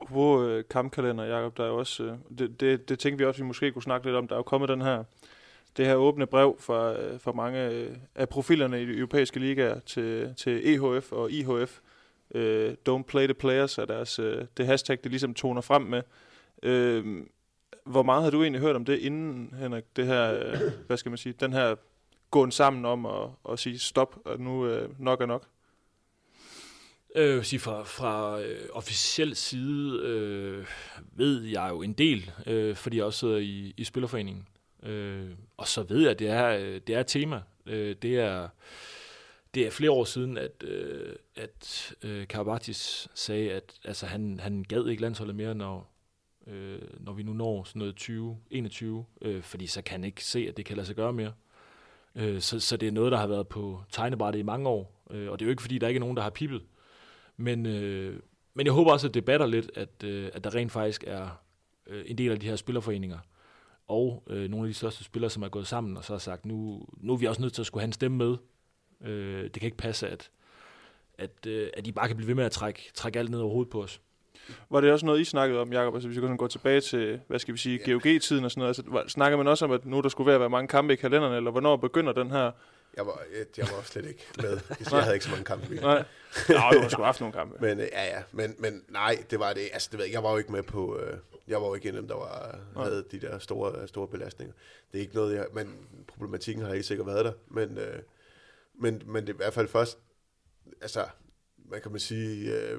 Hvor øh, kampkalender, Jacob, der er jo også, øh, det, det, det tænkte vi også, vi måske kunne snakke lidt om. Der er jo kommet den her, det her åbne brev fra, øh, fra mange øh, af profilerne i de europæiske ligaer til, til E H F og I H F. Øh, Don't play the players er deres, øh, det hashtag, det ligesom toner frem med. Øh, hvor meget har du egentlig hørt om det inden, Henrik? Det her, øh, hvad skal man sige, den her gåen sammen om at, at sige stop, og nu øh, nok er nok? Øh, sige fra fra øh, officiel side øh, ved jeg jo en del, øh, fordi jeg også sidder i, i Spillerforeningen. Øh, og så ved jeg, at det er, det er et tema. Øh, det, er, det er flere år siden, at, øh, at øh, Karabatis sagde, at altså, han, han gad ikke landsholdet mere, når, øh, når vi nu når sådan noget tyve enogtyve, øh, fordi så kan han ikke se, at det kan lade sig gøre mere. Øh, så, så det er noget, der har været på tegnebrættet i mange år, øh, og det er jo ikke, fordi der ikke er nogen, der har pippet. Men, øh, men jeg håber også, at det batter lidt, at, øh, at der rent faktisk er øh, en del af de her spillerforeninger, og øh, nogle af de største spillere, som er gået sammen, og så har sagt, nu, nu er vi også nødt til at skulle have en stemme med. Øh, det kan ikke passe, at, at, øh, at de bare kan blive ved med at trække, trække alt ned over hovedet på os. Var det også noget, I snakkede om, Jacob? Altså, hvis vi kan gå tilbage til, hvad skal vi sige, G O G-tiden og sådan noget. Altså, snakker man også om, at nu der skulle være, være mange kampe i kalenderen, eller hvornår begynder den her? Jeg var, jeg var slet ikke med. Jeg havde ikke så mange kampe. Nej, Nå, du har sgu haft nogle kampe. Men ja, ja. Men, men nej, det var det. Altså, det ved jeg, jeg var jo ikke med på... Øh, jeg var jo ikke en af dem, der var, havde de der store, store belastninger. Det er ikke noget, jeg... Men problematikken har ikke sikkert været der. Men, øh, men, men det er i hvert fald først... Altså, hvad kan man sige... Øh,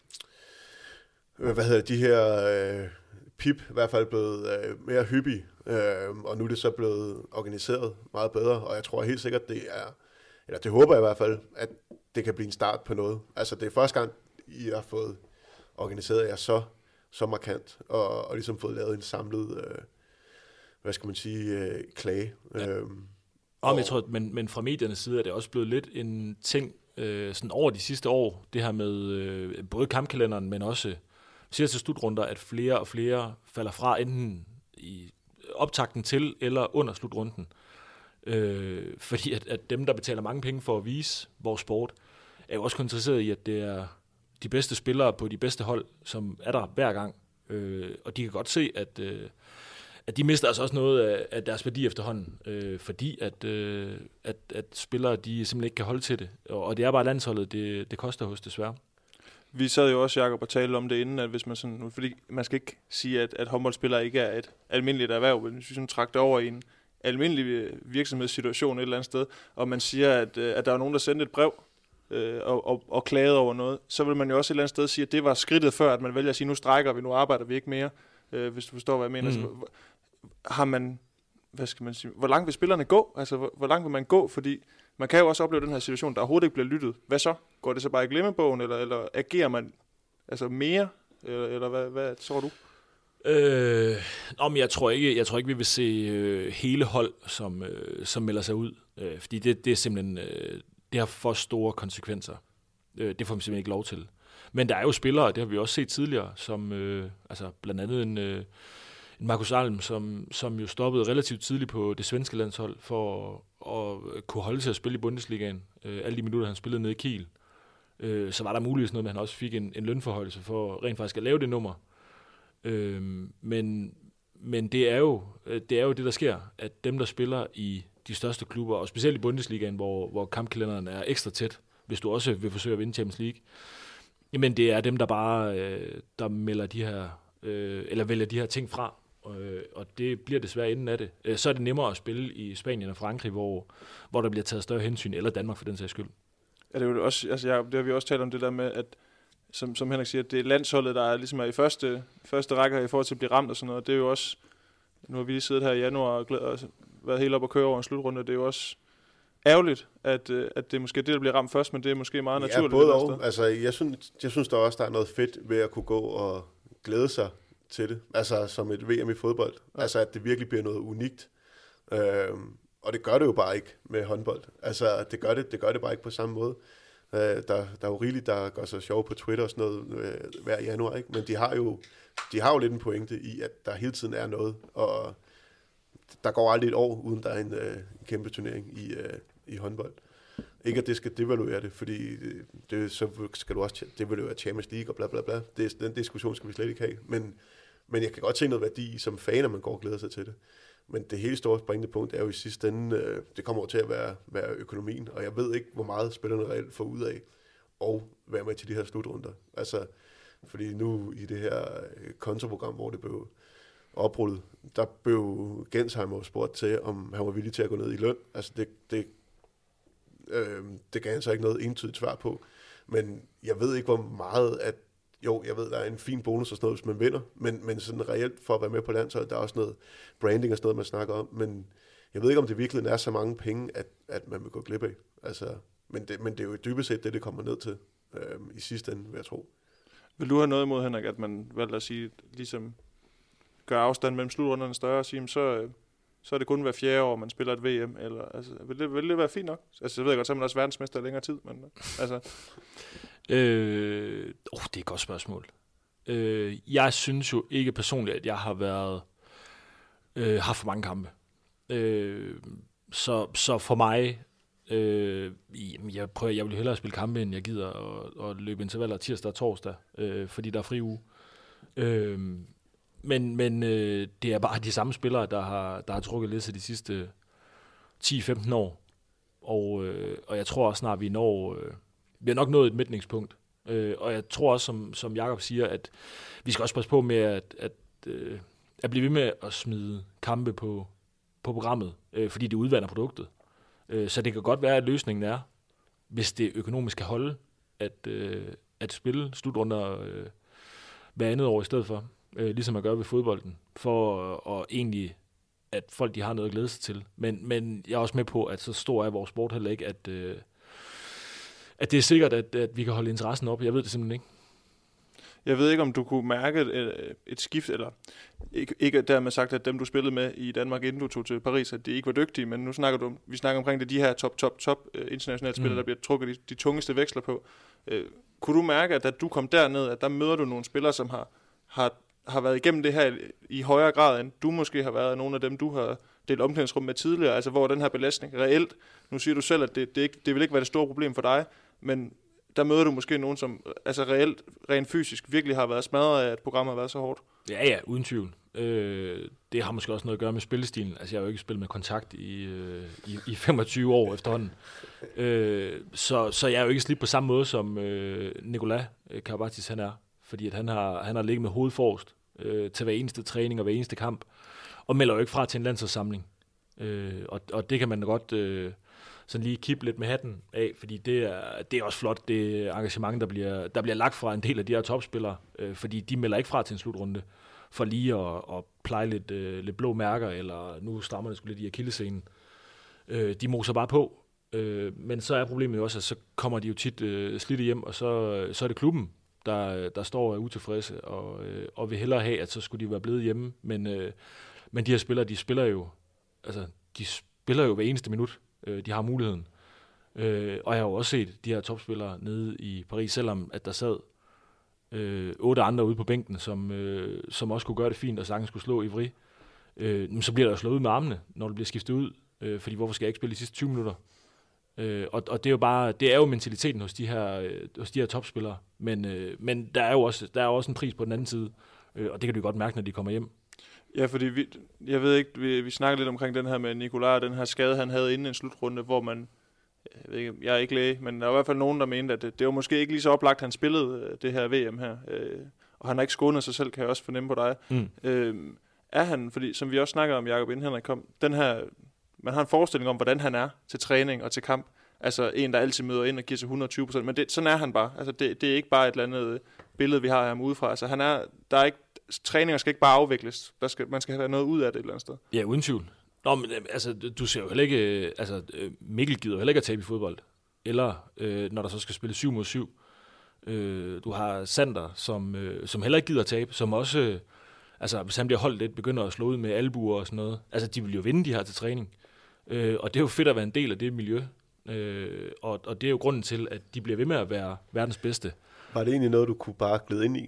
hvad hedder de her... Øh, pip i hvert fald blevet øh, mere hyppig, øh, og nu er det så blevet organiseret meget bedre, og jeg tror helt sikkert, det er, eller det håber jeg i hvert fald, at det kan blive en start på noget. Altså det er første gang, I har fået organiseret jer så, så markant, og, og ligesom fået lavet en samlet, øh, hvad skal man sige, øh, klage. Ja. Øhm, og, jeg tror, men, men fra mediernes side er det også blevet lidt en ting, øh, sådan over de sidste år, det her med øh, både kampkalenderen, men også siger til slutrunder, at flere og flere falder fra enten i optakten til eller under slutrunden. Øh, fordi at, at dem, der betaler mange penge for at vise vores sport, er jo også interesseret i, at det er de bedste spillere på de bedste hold, som er der hver gang. Øh, og de kan godt se, at, øh, at de mister altså også noget af, af deres værdi efterhånden, øh, fordi at, øh, at, at spillere de simpelthen ikke kan holde til det. Og, og det er bare landsholdet, det, det koster hos, desværre. Vi sad jo også, Jacob, og talte om det inden, at hvis man sådan, fordi man skal ikke sige, at, at håndboldspillere ikke er et almindeligt erhverv, men hvis vi sådan trækker det over i en almindelig virksomhedssituation et eller andet sted, og man siger, at, at der er nogen, der sendte et brev øh, og, og, og klagede over noget, så vil man jo også et eller andet sted sige, at det var skridtet før, at man vælger at sige, nu strækker vi, nu arbejder vi ikke mere, øh, hvis du forstår, hvad jeg mener. Mm. Altså, har man, hvad skal man sige, hvor langt vil spillerne gå? Altså, hvor, hvor langt vil man gå? Fordi man kan jo også opleve den her situation, der overhovedet ikke bliver lyttet. Hvad så? Går det så bare i glemmebogen, eller, eller agerer man altså mere? Eller, eller hvad, hvad tror du? Øh, nå, men jeg tror ikke, jeg tror ikke, vi vil se øh, hele hold, som, øh, som melder sig ud. Øh, fordi det, det er simpelthen, øh, det har for store konsekvenser. Øh, det får man simpelthen ikke lov til. Men der er jo spillere, det har vi også set tidligere, som øh, altså blandt andet en... Øh, Markus Alm, som, som jo stoppede relativt tidligt på det svenske landshold for at, at kunne holde til at spille i Bundesligaen. Øh, alle de minutter, han spillede nede i Kiel. Øh, så var der muligvis noget, at han også fik en, en lønforhøjelse for rent faktisk at lave det nummer. Øh, men men det, er jo, det er jo det, der sker, at dem, der spiller i de største klubber, og specielt i Bundesligaen, hvor, hvor kampkalenderen er ekstra tæt, hvis du også vil forsøge at vinde Champions League, jamen det er dem, der bare øh, der melder de her, øh, eller vælger de her ting fra. Og det bliver desværre inden af det. Så er det nemmere at spille i Spanien og Frankrig, hvor, hvor der bliver taget større hensyn, eller Danmark for den sags skyld. Ja, det, er jo også, altså, ja, det har vi også talt om det der med, at som, som Henrik siger, at det er landsholdet, der er, ligesom er i første, første række i forhold til at blive ramt og sådan noget. Det er jo også, nu har vi lige siddet her i januar og, glæder, og været helt op og køre over en slutrunde, det er jo også ærgerligt, at, at det er måske det, der bliver ramt først, men det er måske meget naturligt. Ja, både og. Altså, jeg synes, jeg synes der også, der er noget fedt ved at kunne gå og glæde sig til det, altså som et V M i fodbold, ja. Altså at det virkelig bliver noget unikt, øhm, og det gør det jo bare ikke med håndbold, altså det gør det, det gør det bare ikke på samme måde. Øh, der, der er jo rigeligt, der gør sig sjov på Twitter og sådan noget øh, hver januar, ikke? Men de har jo, de har jo lidt en pointe i, at der hele tiden er noget, og der går aldrig et år, uden der er en, øh, en kæmpe turnering i, øh, i håndbold. Ikke at det skal devaluere det, fordi det, det, så skal du også devaluere Champions League og bla bla bla. Det, den diskussion skal vi slet ikke have. Men, men jeg kan godt se noget værdi som fan, at man går og glæder sig til det. Men det helt store springende punkt er jo i sidste ende, øh, det kommer til at være, være økonomien, og jeg ved ikke, hvor meget spillerne reelt får ud af og være med til de her slutrunder. Altså, fordi nu i det her kontoprogram, hvor det blev oprullet, der blev Gensheimer spurgt til, om han var villig til at gå ned i løn. Altså, det, det, øh, det gav han så ikke noget entydigt svar på. Men jeg ved ikke, hvor meget at jo, jeg ved, der er en fin bonus og sådan noget, hvis man vinder, men, men sådan reelt for at være med på landsholdet, der er også noget branding og sådan noget, man snakker om, men jeg ved ikke, om det virkelig er så mange penge, at, at man vil gå glip af. Altså, men, det, men det er jo dybest set det, det kommer ned til øh, i sidste ende, vil jeg tro. Vil du have noget imod, Henrik, at man valgte at sige, ligesom gør afstand mellem slutrunderne større og sige, så, øh, så er det kun hver fjerde år, man spiller et V M, eller altså, vil det, vil det være fint nok? Altså, jeg ved godt, så er man også verdensmester i længere tid, men altså... Øh, oh, det er et godt spørgsmål. Øh, jeg synes jo ikke personligt, at jeg har været øh, haft for mange kampe. Øh, så, så for mig, øh, jeg prøver, jeg vil hellere spille kampe, end jeg gider at, at løbe intervaller tirsdag og torsdag, øh, fordi der er fri uge. Øh, men men øh, det er bare de samme spillere, der har, der har trukket lidt til de sidste ti femten år. Og, øh, og jeg tror også snart, vi når... Øh, Vi har nok nået et mætningspunkt, øh, og jeg tror også, som, som Jakob siger, at vi skal også passe på med at, at, øh, at blive ved med at smide kampe på, på programmet, øh, fordi det udvander produktet. Øh, så det kan godt være, at løsningen er, hvis det økonomisk kan holde, at, øh, at spille slutrunder øh, hver andet år i stedet for, øh, ligesom man gør ved fodbolden, for at, og egentlig, at folk de har noget at glæde sig til. Men, men jeg er også med på, at så stor er vores sport heller ikke, at... Øh, at det er sikkert, at, at vi kan holde interessen op. Jeg ved det simpelthen ikke. Jeg ved ikke, om du kunne mærke et, et skift, eller ikke, ikke dermed sagt, at dem, du spillede med i Danmark, inden du tog til Paris, at de ikke var dygtige, men nu snakker du om, vi snakker omkring det, de her top, top, top uh, internationale spillere, mm. der bliver trukket de, de tungeste veksler på. Uh, kunne du mærke, at da du kom derned, at der møder du nogle spillere, som har, har, har været igennem det her i højere grad, end du måske har været nogle af dem, du har delt omklædningsrum med tidligere, altså hvor den her belastning reelt, nu siger du selv, at det, det, ikke, det vil ikke være det store problem for dig, men der møder du måske nogen, som altså reelt, rent fysisk, virkelig har været smadret af, at programmet har været så hårdt. Ja, ja, uden tvivl. Øh, det har måske også noget at gøre med spillestilen. Altså, jeg har jo ikke spillet med kontakt i, øh, i, i femogtyve år efterhånden. Øh, så, så jeg er jo ikke slidt på samme måde, som øh, Nicolas Karabatic han er. Fordi at han, har, han har ligget med hovedet forrest øh, til hver eneste træning og hver eneste kamp. Og melder jo ikke fra til en landsholdssamling. Øh, og, og det kan man godt... Øh, sådan lige kippe lidt med hatten af, fordi det er, det er også flot, det engagement, der bliver, der bliver lagt fra en del af de her topspillere, øh, fordi de melder ikke fra til en slutrunde, for lige at, at pleje lidt, øh, lidt blå mærker, eller nu strammer det sgu lidt i akillescenen. Øh, de moser bare på, øh, men så er problemet jo også, at så kommer de jo tit øh, slidte hjem, og så, så er det klubben, der, der står utilfredse, og, øh, og vil hellere have, at så skulle de være blevet hjemme, men, øh, men de her spillere, de spiller jo, altså, de spiller jo hver eneste minut, de har muligheden. Øh, og jeg har jo også set de her topspillere nede i Paris, selvom at der sad øh, otte andre ude på bænken, som, øh, som også kunne gøre det fint, og sagtens skulle slå Ivry. Øh, så bliver der jo slået ud med armene, når du bliver skiftet ud, øh, fordi hvorfor skal jeg ikke spille de sidste tyve minutter? Øh, og, og det er jo bare, det er jo mentaliteten hos de her, øh, hos de her topspillere, men, øh, men der er jo også, der er også en pris på den anden side, øh, og det kan du jo godt mærke, når de kommer hjem. Ja, fordi vi, jeg ved ikke, vi, vi snakker lidt omkring den her med Nicolas, den her skade, han havde inden en slutrunde, hvor man, jeg ved ikke, jeg er ikke læge, men der var i hvert fald nogen, der mente, at det, det var måske ikke lige så oplagt, han spillede det her V M her, øh, og han har ikke skånet sig selv, kan jeg også fornemme på dig. Mm. Øh, er han, fordi som vi også snakkede om, Jakob, inden Henrik kom, den her, man har en forestilling om, hvordan han er til træning og til kamp, altså en, der altid møder ind og giver sig hundrede og tyve procent, men det, sådan er han bare, altså det, det er ikke bare et eller andet billede, vi har af ham udefra, altså han er, der er ikke, træninger skal ikke bare afvikles. Der skal, man skal have noget ud af det et eller andet sted. Ja, uden tvivl. Nå, men altså, du ser jo heller ikke... Altså, Mikkel gider jo heller ikke at tabe i fodbold. Eller, øh, når der så skal spille syv mod syv. Øh, du har Sander, som, øh, som heller ikke gider at tabe, som også... Øh, altså, hvis han bliver holdt lidt, begynder at slå ud med albuer og sådan noget. Altså, de vil jo vinde de her til træning. Øh, og det er jo fedt at være en del af det miljø. Øh, og, og det er jo grunden til, at de bliver ved med at være verdens bedste. Var det egentlig noget, du kunne bare glide ind i?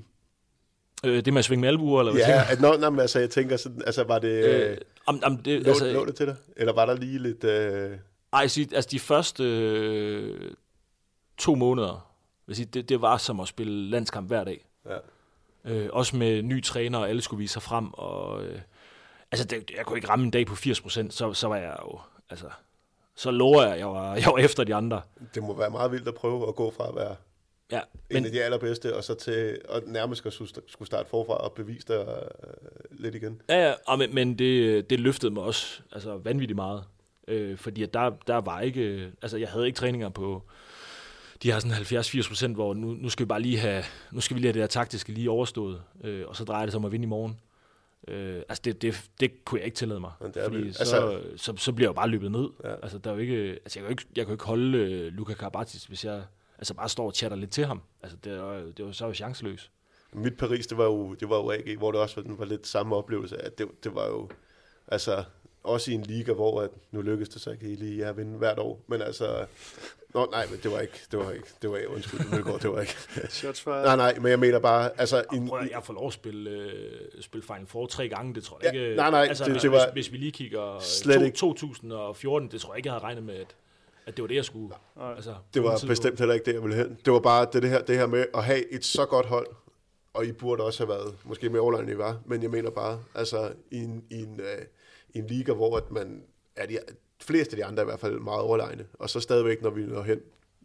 Øh, det med at svinge med albuer, eller hvad ja, at, nå, nå, men altså, jeg tænker sådan, altså, var det... Øh, om, om det lå, altså, lå det til dig? Eller var der lige lidt... Øh... Ej, altså de første øh, to måneder, vil sige, det, det var som at spille landskamp hver dag. Ja. Øh, også med ny træner, og alle skulle vise sig frem. Og, øh, altså, det, jeg kunne ikke ramme en dag på firs procent, så, så var jeg jo... Altså, så lover jeg, jeg var, jeg var efter de andre. Det må være meget vildt at prøve at gå fra at være ja, en men, af de allerbedste, og så til at nærmest skulle starte forfra og bevise dig øh, lidt igen. Ja, ja, og, men, men det, det løftede mig også altså, vanvittigt meget. Øh, fordi at der, der var ikke... Altså, jeg havde ikke træninger på... De har sådan halvfjerds til firs procent, hvor nu, nu skal vi bare lige have... Nu skal vi lige have det her taktiske lige overstået. Øh, og så drejer det sig om at vinde i morgen. Øh, altså, det, det, det kunne jeg ikke tillade mig. Fordi så, altså, så, så bliver jeg jo bare løbet ned. Ja. Altså, der er jo ikke... Altså, jeg kan jo ikke, jeg kan jo ikke holde uh, Luka Karabatic, hvis jeg altså bare står og chatter lidt til ham. Altså, det var, det var så jo chanceløs. Mit Paris, det var jo, det var jo A G, hvor det også var, var lidt samme oplevelse. At det, det var jo... Altså... Også i en liga, hvor at nu lykkedes det så ikke lige at vinde hvert år. Men altså... Nå, nej, men det var ikke... Det var ikke... Det var ikke... Undskyld, Mølgaard, det var ikke... Shots fired. Nej, nej, men jeg mener bare... Altså, en, prøv, jeg får lov at spille, øh, spille Final Four tre gange, det tror jeg ja, ikke... Nej, nej, altså, det, hvis, det var... Hvis, hvis vi lige kigger to, to tusind og fjorten, det tror jeg ikke, jeg havde regnet med, at, at det var det, jeg skulle... Altså, det var bestemt heller ikke det, jeg ville hen. Det var bare det, det, her, det her med at have et så godt hold, og I burde også have været måske mere overlegnet, end I var, men jeg mener bare, altså, i en, i en, øh, i en liga, hvor at man... er de fleste af de andre i hvert fald meget overlegne. Og så stadigvæk, når vi når hen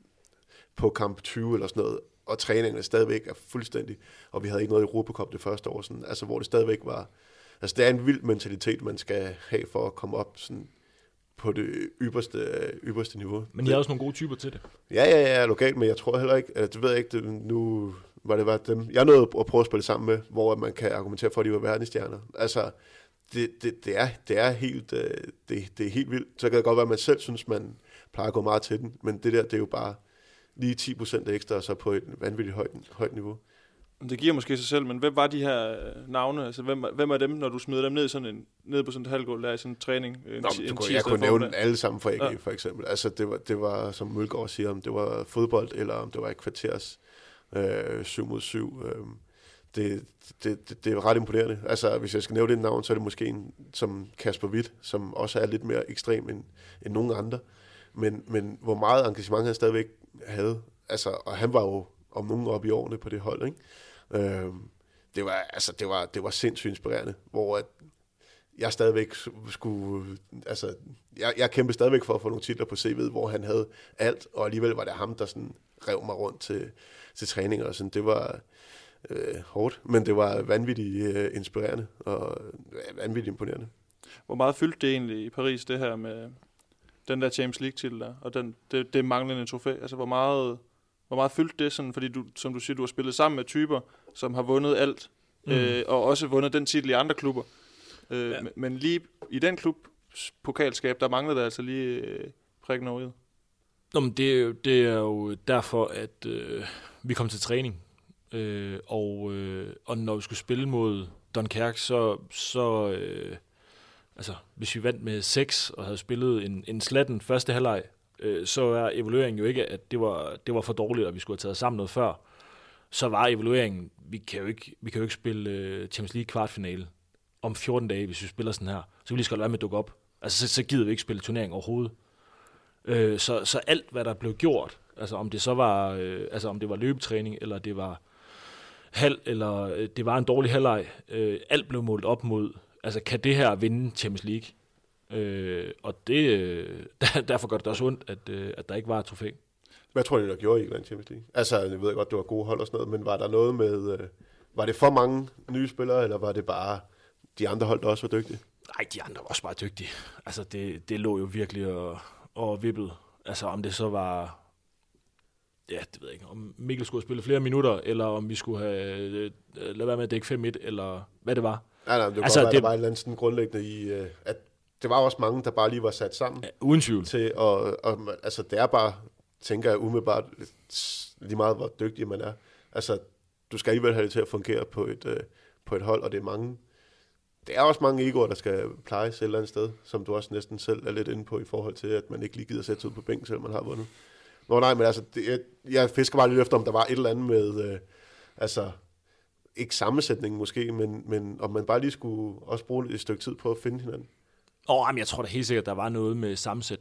på kamp tyve eller sådan noget, og træningerne stadigvæk er fuldstændig, og vi havde ikke noget i Europacup det første år, sådan, altså hvor det stadigvæk var, altså det er en vild mentalitet, man skal have for at komme op sådan, på det ypperste, ypperste niveau. Men I har også nogle gode typer til det. Ja, ja, ja, lokalt, men jeg tror heller ikke, det ved jeg ikke, det, nu var det bare dem, jeg nåede at prøve at spille sammen med, hvor man kan argumentere for, at de var verdensstjerner. Altså, Det, det, det, er, det, er helt, det, det er helt vildt. Så kan det godt være, at man selv synes, man plejer at gå meget til den. Men det der, det er jo bare lige ti procent ekstra, og så på et vanvittigt højt, højt niveau. Det giver måske sig selv, men hvem var de her navne? Altså, hvem, hvem er dem, når du smider dem ned, sådan en, ned på sådan et halvgulv, der i sådan en træning? En, Nå, en kunne, jeg kunne nævne dem alle sammen for A G, ja. For eksempel. Altså, det var, det var som Mølgaard siger, om det var fodbold, eller om det var et kvarters øh, syv mod syv. Øh, Det, det, det, det er ret imponerende. Altså, hvis jeg skal nævne det navn, så er det måske en som Kasper Witt, som også er lidt mere ekstrem end, end nogen andre. Men, men hvor meget engagement han stadigvæk havde. Altså, og han var jo om nogen op i årene på det hold, ikke? Øhm, det var, altså, det var, det var sindssygt inspirerende, hvor at jeg stadigvæk skulle, altså, jeg, jeg kæmpede stadigvæk for at få nogle titler på C V'et, hvor han havde alt, og alligevel var det ham, der sådan rev mig rundt til, til træninger og sådan. Det var Øh, hårdt, men det var vanvittigt øh, inspirerende og øh, vanvittigt imponerende. Hvor meget fyldte det egentlig i Paris, det her med den der Champions League-titel der, og den, det, det manglende trofæ? Altså, hvor meget, hvor meget fyldte det sådan, fordi du, som du siger, du har spillet sammen med typer, som har vundet alt, mm. øh, og også vundet den titel i andre klubber. Øh, ja. men, men lige i den klub pokalskab, der manglede der altså lige øh, prikken over i. Nå, men det, er jo, det er jo derfor, at øh, vi kom til træning. Øh, og, øh, og når vi skulle spille mod Dunkerque, så, så øh, altså, hvis vi vandt med seks og havde spillet en, en slatten første halvleg, øh, så er evalueringen jo ikke, at det var, det var for dårligt, og vi skulle have taget sammen noget før. Så var evalueringen, vi kan jo ikke, vi kan jo ikke spille øh, Champions League kvartfinale om fjorten dage, hvis vi spiller sådan her. Så vi lige skal lade være med at dukke op. Altså, så, så gider vi ikke spille turnering overhovedet. Øh, så, så alt, hvad der blev gjort, altså om det så var, øh, altså om det var løbetræning, eller det var halv, eller øh, det var en dårlig halvleg, øh, alt blev målt op mod, altså kan det her vinde Champions League? Øh, og det, øh, der, derfor gør det også ondt, at, øh, at der ikke var et trofæ. Hvad tror du, der gjorde I ikke vandt Champions League? Altså, jeg ved godt, det var gode hold og sådan noget, men var der noget med, øh, var det for mange nye spillere, eller var det bare de andre hold, der også var dygtige? Nej, de andre var også bare dygtige. Altså, det, det lå jo virkelig og, og vippede. Altså, om det så var, ja, det ved jeg ikke, om Mikkel skulle spille flere minutter, eller om vi skulle have, øh, lade være med at dække fem et, eller hvad det var. Nej, nej, det var altså, godt være, det, der var et eller andet sådan grundlæggende i, øh, at det var også mange, der bare lige var sat sammen. Ja, uden tvivl. Til, og, og, altså, det er bare, tænker jeg umiddelbart, lige meget hvor dygtig man er. Altså, du skal alligevel have det til at fungere på et, øh, på et hold, og det er mange. Det er også mange egoer, der skal plejes et eller andet sted, som du også næsten selv er lidt inde på, i forhold til, at man ikke lige gider sætte sig ud på bænken, selvom man har vundet. Nå nej, men altså, det, jeg, jeg fisker bare lidt efter, om der var et eller andet med, øh, altså, ikke sammensætningen måske, men, men om man bare lige skulle også bruge et stykke tid på at finde hinanden. Åh, oh, jeg tror da helt sikkert, der var noget med sammensætning.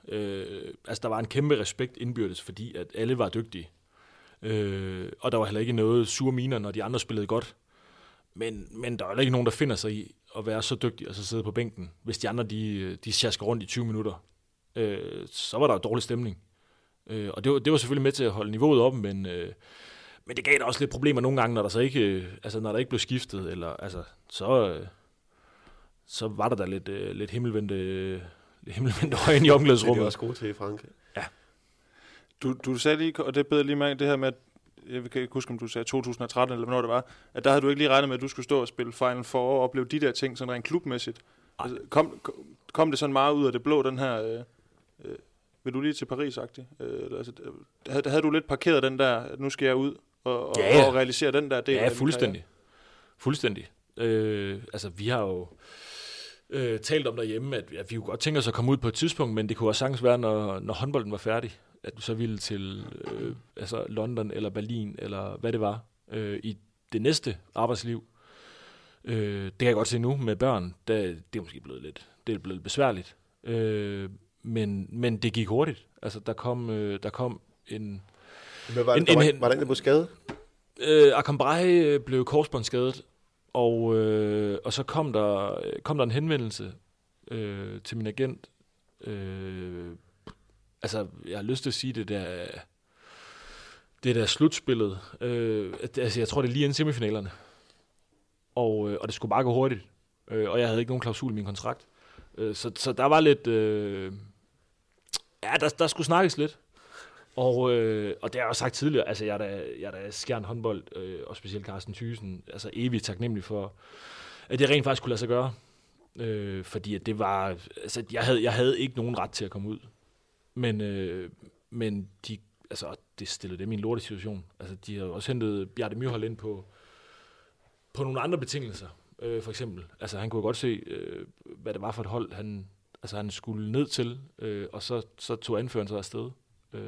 Øh, altså, der var en kæmpe respekt indbyrdes, fordi at alle var dygtige. Øh, og der var heller ikke noget sure miner, når de andre spillede godt. Men, men der er heller ikke nogen, der finder sig i at være så dygtig og så sidde på bænken. Hvis de andre, de, de sjasker rundt i tyve minutter, øh, så var der dårlig stemning. Øh, og det var, det var selvfølgelig med til at holde niveauet op, men, øh, men det gav da også lidt problemer nogle gange, når der så ikke, øh, altså når der ikke blev skiftet, eller altså, så, øh, så var der da lidt, øh, lidt himmelvendte, øh, himmelvendte øjne i omklædningsrummet. Det er også gode til i Frankrig. Ja. Du, du sagde lige, og det beder lige mærke, det her med, at jeg kan ikke huske, om du sagde to tusind og tretten, eller hvornår det var, at der havde du ikke lige regnet med, at du skulle stå og spille Final Four og opleve de der ting, sådan rent klubmæssigt. Altså, kom, kom det sådan meget ud af det blå, den her, øh, øh, vil du lige til Paris-agtig? Øh, altså, havde, havde du lidt parkeret den der, at nu skal jeg ud og, og, ja, ja. og realisere den der del? Ja, af fuldstændig. Fuldstændig. Øh, altså, vi har jo øh, talt om derhjemme, at, at vi kunne godt tænke os at komme ud på et tidspunkt, men det kunne også sagtens være, når, når håndbolden var færdig, at du så ville til øh, altså London eller Berlin, eller hvad det var, øh, i det næste arbejdsliv. Øh, det kan jeg godt se nu med børn. Der, det er måske blevet lidt, det er blevet besværligt. Øh, men, men det gik hurtigt. Altså, der kom, øh, der kom en... Men var, en, der var, en, var der en, der blev skadet? Øh, Akam Brahe blev korsbåndsskadet, og, øh, og så kom der, kom der en henvendelse øh, til min agent. Øh, altså, jeg har lyst til at sige det der, det der slutspillet. Øh, altså, jeg tror, det er lige inden semifinalerne. Og, øh, og det skulle bare gå hurtigt. Øh, og jeg havde ikke nogen klausul i min kontrakt. Øh, så, så der var lidt... Øh, ja, der, der skulle snakkes lidt. Og, øh, og det har jeg også sagt tidligere, altså jeg er da, jeg er da skjern håndbold, øh, og specielt Carsten Thyssen, altså evigt taknemmelig for, at det rent faktisk kunne lade sig gøre. Øh, fordi at det var, altså jeg havde, jeg havde ikke nogen ret til at komme ud. Men, øh, men de, altså det stillede dem i en lortig situation. Altså de har også hentet Bjarte Myrhold ind på, på nogle andre betingelser, øh, for eksempel. Altså han kunne godt se, øh, hvad det var for et hold, han, altså, han skulle ned til, øh, og så, så tog anføreren sig afsted. Øh,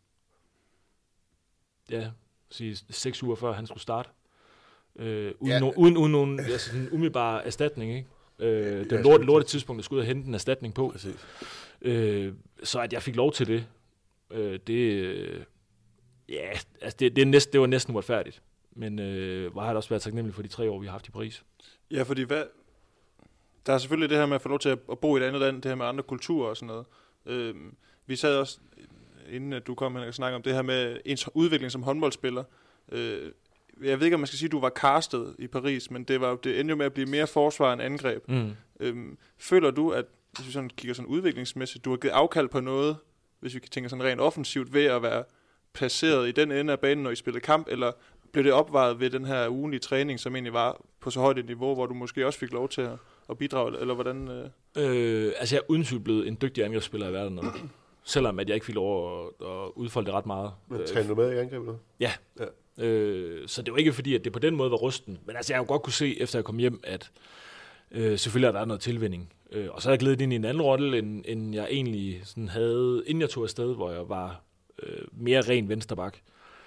ja, sige seks uger før han skulle starte. Øh, uden, ja. no, uden, uden nogen altså, sådan umiddelbar erstatning, ikke? Øh, det var lort, lort et tidspunkt, der skulle ud og hente en erstatning på. Øh, så at jeg fik lov til det, øh, det, øh, ja, altså det, det, næsten, det var næsten uretfærdigt. Men øh, hvor har jeg også været taknemmelig for de tre år, vi har haft i Paris. Ja, fordi hvad, der er selvfølgelig det her med at få lov til at, at bo i et andet land, det her med andre kulturer og sådan noget. Øh, vi sad også, inden at du kom hen og snakke om det her med ens udvikling som håndboldspiller. Øh, jeg ved ikke, om man skal sige, at du var castet i Paris, men det, var, det endte jo med at blive mere forsvar end angreb. Mm. Øhm, føler du, at hvis vi sådan kigger sådan udviklingsmæssigt, du har givet afkald på noget, hvis vi tænker sådan rent offensivt, ved at være placeret i den ende af banen, når I spillede kamp, eller blev det opvejet ved den her ugenlige træning, som egentlig var på så højt et niveau, hvor du måske også fik lov til at, at bidrage, eller hvordan? Øh? Øh, altså jeg er uden tvivl blevet en dygtig angrebsspiller i verden nu. Selvom at jeg ikke fik lov at, at udfolde det ret meget. Men træner du med i angrebet? Ja. ja. Øh, så det var ikke fordi, at det på den måde var rusten. Men altså, jeg har jo godt kunne se, efter jeg kom hjem, at øh, selvfølgelig er der noget tilvænning. Øh, og så er jeg glædet ind i en anden rolle, end, end jeg egentlig sådan havde, inden jeg tog afsted, hvor jeg var øh, mere ren vensterbak.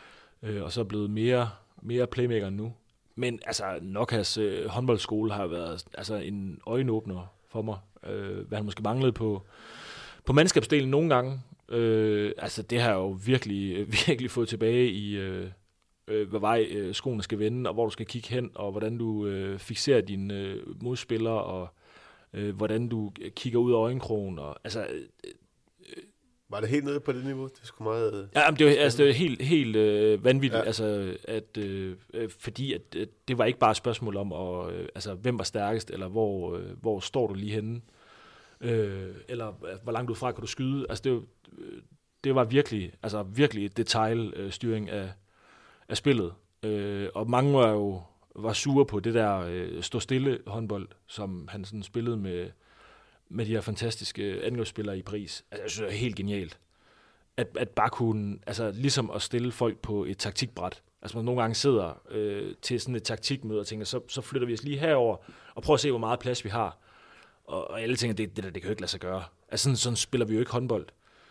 Øh, og så er blevet mere, mere playmaker nu. Men altså, Nokas øh, håndboldskole har været altså, en øjenåbner for mig. Øh, hvad han måske manglede på, på mandskabsdelen nogle gange. Øh, altså, det har jeg jo virkelig, virkelig fået tilbage i... Øh, øh, hvad vej øh, skoene skal vende, og hvor du skal kigge hen, og hvordan du øh, fikserer dine øh, modspillere, og øh, hvordan du kigger ud af øjenkrogen. Og, altså, øh, øh, var det helt nede på det niveau? Det er sgu meget... Øh, ja, men det var, altså, det var helt, helt øh, vanvittigt, ja. altså, at, øh, fordi at, at det var ikke bare et spørgsmål om, at, øh, altså, hvem var stærkest, eller hvor, øh, hvor står du lige henne, øh, eller hvor langt udefra kan du skyde. Altså, det, det var virkelig, altså, virkelig detailstyring af af spillet, øh, og mange var jo var sure på det der øh, stå stille håndbold, som han sådan spillede med med de her fantastiske angrebsspillere i Paris. Altså, jeg synes, det er helt genialt, at, at bare kunne, altså ligesom at stille folk på et taktikbræt. Altså man nogle gange sidder øh, til sådan et taktikmøde og tænker, så, så flytter vi os lige herover og prøver at se, hvor meget plads vi har. Og, og alle tænker, det, det der, det kan jo ikke lade sig gøre. Altså sådan, sådan spiller vi jo ikke håndbold.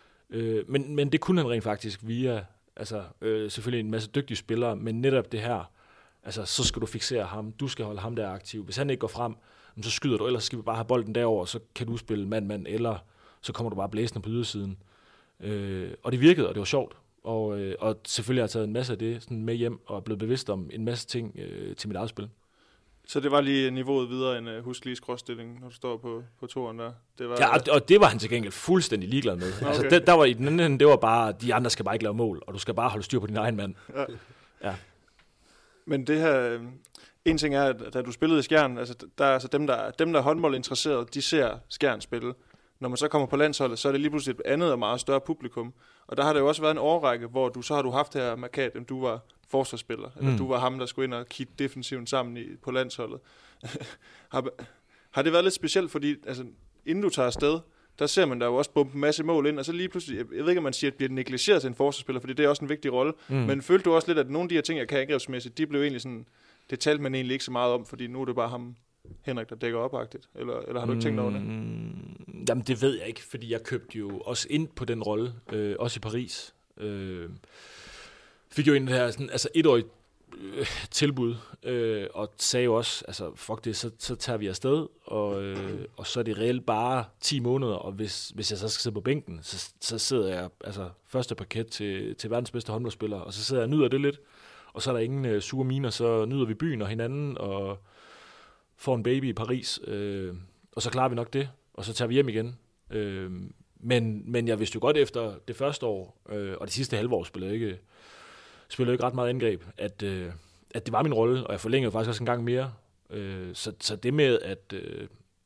Øh, men, men det kunne han rent faktisk via Altså øh, selvfølgelig en masse dygtige spillere, men netop det her, altså så skal du fiksere ham, du skal holde ham der aktiv. Hvis han ikke går frem, så skyder du, ellers skal vi bare have bolden derover, så kan du spille mand-mand, eller så kommer du bare blæsende på ydersiden. Øh, og det virkede, og det var sjovt. Og, øh, og selvfølgelig har jeg taget en masse af det sådan med hjem, og er blevet bevidst om en masse ting øh, til mit eget spil. Så det var lige niveauet videre end uh, husk lige skråstillingen, når du står på, på toren der? Det var, ja, og, og det var han til gengæld fuldstændig ligeglad med. Okay. Altså, det, der var i den anden, det var bare, de andre skal bare ikke lave mål, og du skal bare holde styr på din egen mand. Ja. Ja. Men det her, en ting er, at da du spillede i Skjern, altså, der er altså dem, der, dem, der er håndboldinteresserede, de ser Skjern spille. Når man så kommer på landsholdet, så er det lige pludselig et andet og meget større publikum. Og der har det jo også været en årrække, hvor du så har du haft her markat, at du var forsvarsspiller, mm. eller du var ham, der skulle ind og kigge defensiven sammen i, på landsholdet. har, har det været lidt specielt, fordi altså, inden du tager afsted, der ser man der jo også bombe en masse mål ind, og så lige pludselig, jeg ved ikke, om man siger, at bliver negligeret til en forsvarsspiller, fordi det er også en vigtig rolle, mm. men følte du også lidt, at nogle af de her ting, jeg kan angrebsmæssigt, de blev egentlig sådan, det talte man egentlig ikke så meget om, fordi nu er det bare ham, Henrik, der dækker opagtigt, eller, eller har du ikke tænkt over det? Mm, jamen, det ved jeg ikke, fordi jeg købte jo også ind på den rolle, øh, også i Paris. Øh, fik jo en her, sådan, altså etårig øh, tilbud, øh, og sagde jo også, altså fuck det, så, så tager vi afsted, og, øh, og så er det reelt bare ti måneder, og hvis, hvis jeg så skal sidde på bænken, så, så sidder jeg, altså første parket til, til verdens bedste håndboldspiller, og så sidder jeg og nyder det lidt, og så er der ingen øh, sure miner, så nyder vi byen og hinanden, og får en baby i Paris, øh, og så klarer vi nok det, og så tager vi hjem igen. Øh, men, men jeg vidste jo godt efter det første år, øh, og det sidste halve år spillede jeg ikke, spillede jeg ikke ret meget angreb, at, øh, at det var min rolle, og jeg forlængede faktisk også en gang mere. Øh, så, så det med, at, øh,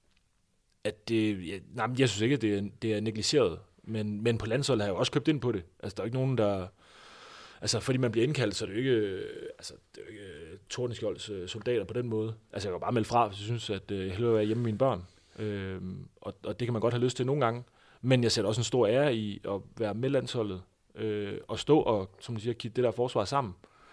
at det, ja, nej, jeg synes ikke, at det er, det er negligeret, men, men på landsholdet har jeg jo også købt ind på det. Altså, der er ikke nogen, der... Altså, fordi man bliver indkaldt, så er det jo ikke, øh, altså, det er jo ikke øh, Tordenskjolds øh, soldater på den måde. Altså, jeg kan bare melde fra, hvis jeg synes, at øh, jeg hellere vil være hjemme med mine børn. Øh, og, og det kan man godt have lyst til nogle gange. Men jeg sætter også en stor ære i at være med landsholdet. Øh, og stå og, som du siger, kigge det der forsvar sammen.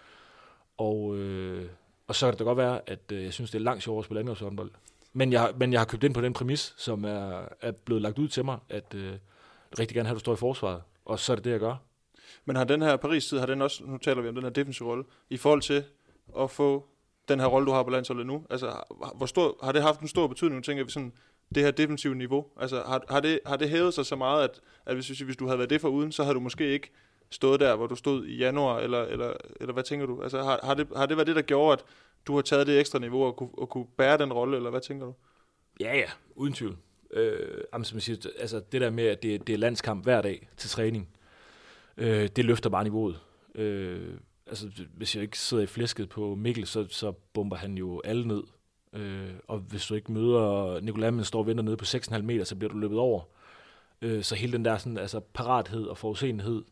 Og, øh, og så kan det da godt være, at øh, jeg synes, det er langt sjovere at spille angrebshåndbold. Men jeg, men jeg har købt ind på den præmis, som er, er blevet lagt ud til mig, at øh, rigtig gerne have, at du står i forsvaret. Og så er det det, jeg gør. Men har den her Paris-tid, har den også, nu taler vi om den her defensive rolle, i forhold til at få den her rolle, du har på landsholdet nu? Altså, hvor stor, har det haft en stor betydning, nu tænker vi sådan, det her defensive niveau? Altså, har, har, det, har det hævet sig så meget, at, at hvis, hvis du havde været det foruden, så havde du måske ikke stået der, hvor du stod i januar, eller, eller, eller hvad tænker du? Altså, har, har, det, har det været det, der gjorde, at du har taget det ekstra niveau og kunne, og kunne bære den rolle, eller hvad tænker du? Ja, ja, uden tvivl. Øh, som jeg siger, altså, det der med, at det, det er landskamp hver dag til træning, Øh, det løfter bare niveauet. Øh, altså, hvis jeg ikke sidder i flæsket på Mikkel, så, så bomber han jo alle ned. Øh, og hvis du ikke møder Nicolai, men står og venter nede på seks komma fem meter, så bliver du løbet over. Øh, så hele den der sådan, altså, parathed og forudsenhed,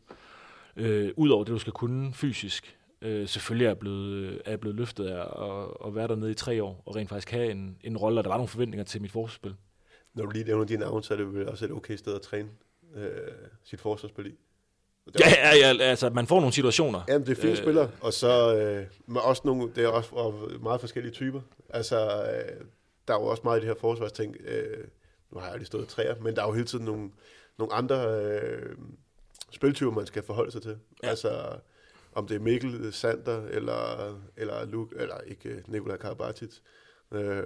øh, ud over det, du skal kunne fysisk, øh, selvfølgelig er blevet, er blevet løftet af at, at være dernede i tre år, og rent faktisk have en, en rolle, og der var nogle forventninger til mit forsvarsspil. Når du lige nævner dine navn, så er det vel også et okay sted at træne øh, sit forsvarsspil i. Ja, ja, ja, altså man får nogle situationer. Jamen, det er fine øh, spillere, og så øh, også nogle, det er også meget forskellige typer. Altså, øh, der er jo også meget i det her forsvarsting. Øh, nu har jeg lige stået træer, men der er jo hele tiden nogle, nogle andre øh, spiltyper, man skal forholde sig til. Ja. Altså, om det er Mikkel, Sander, eller, eller Luke, eller ikke Nikolaj Karabatic. Øh,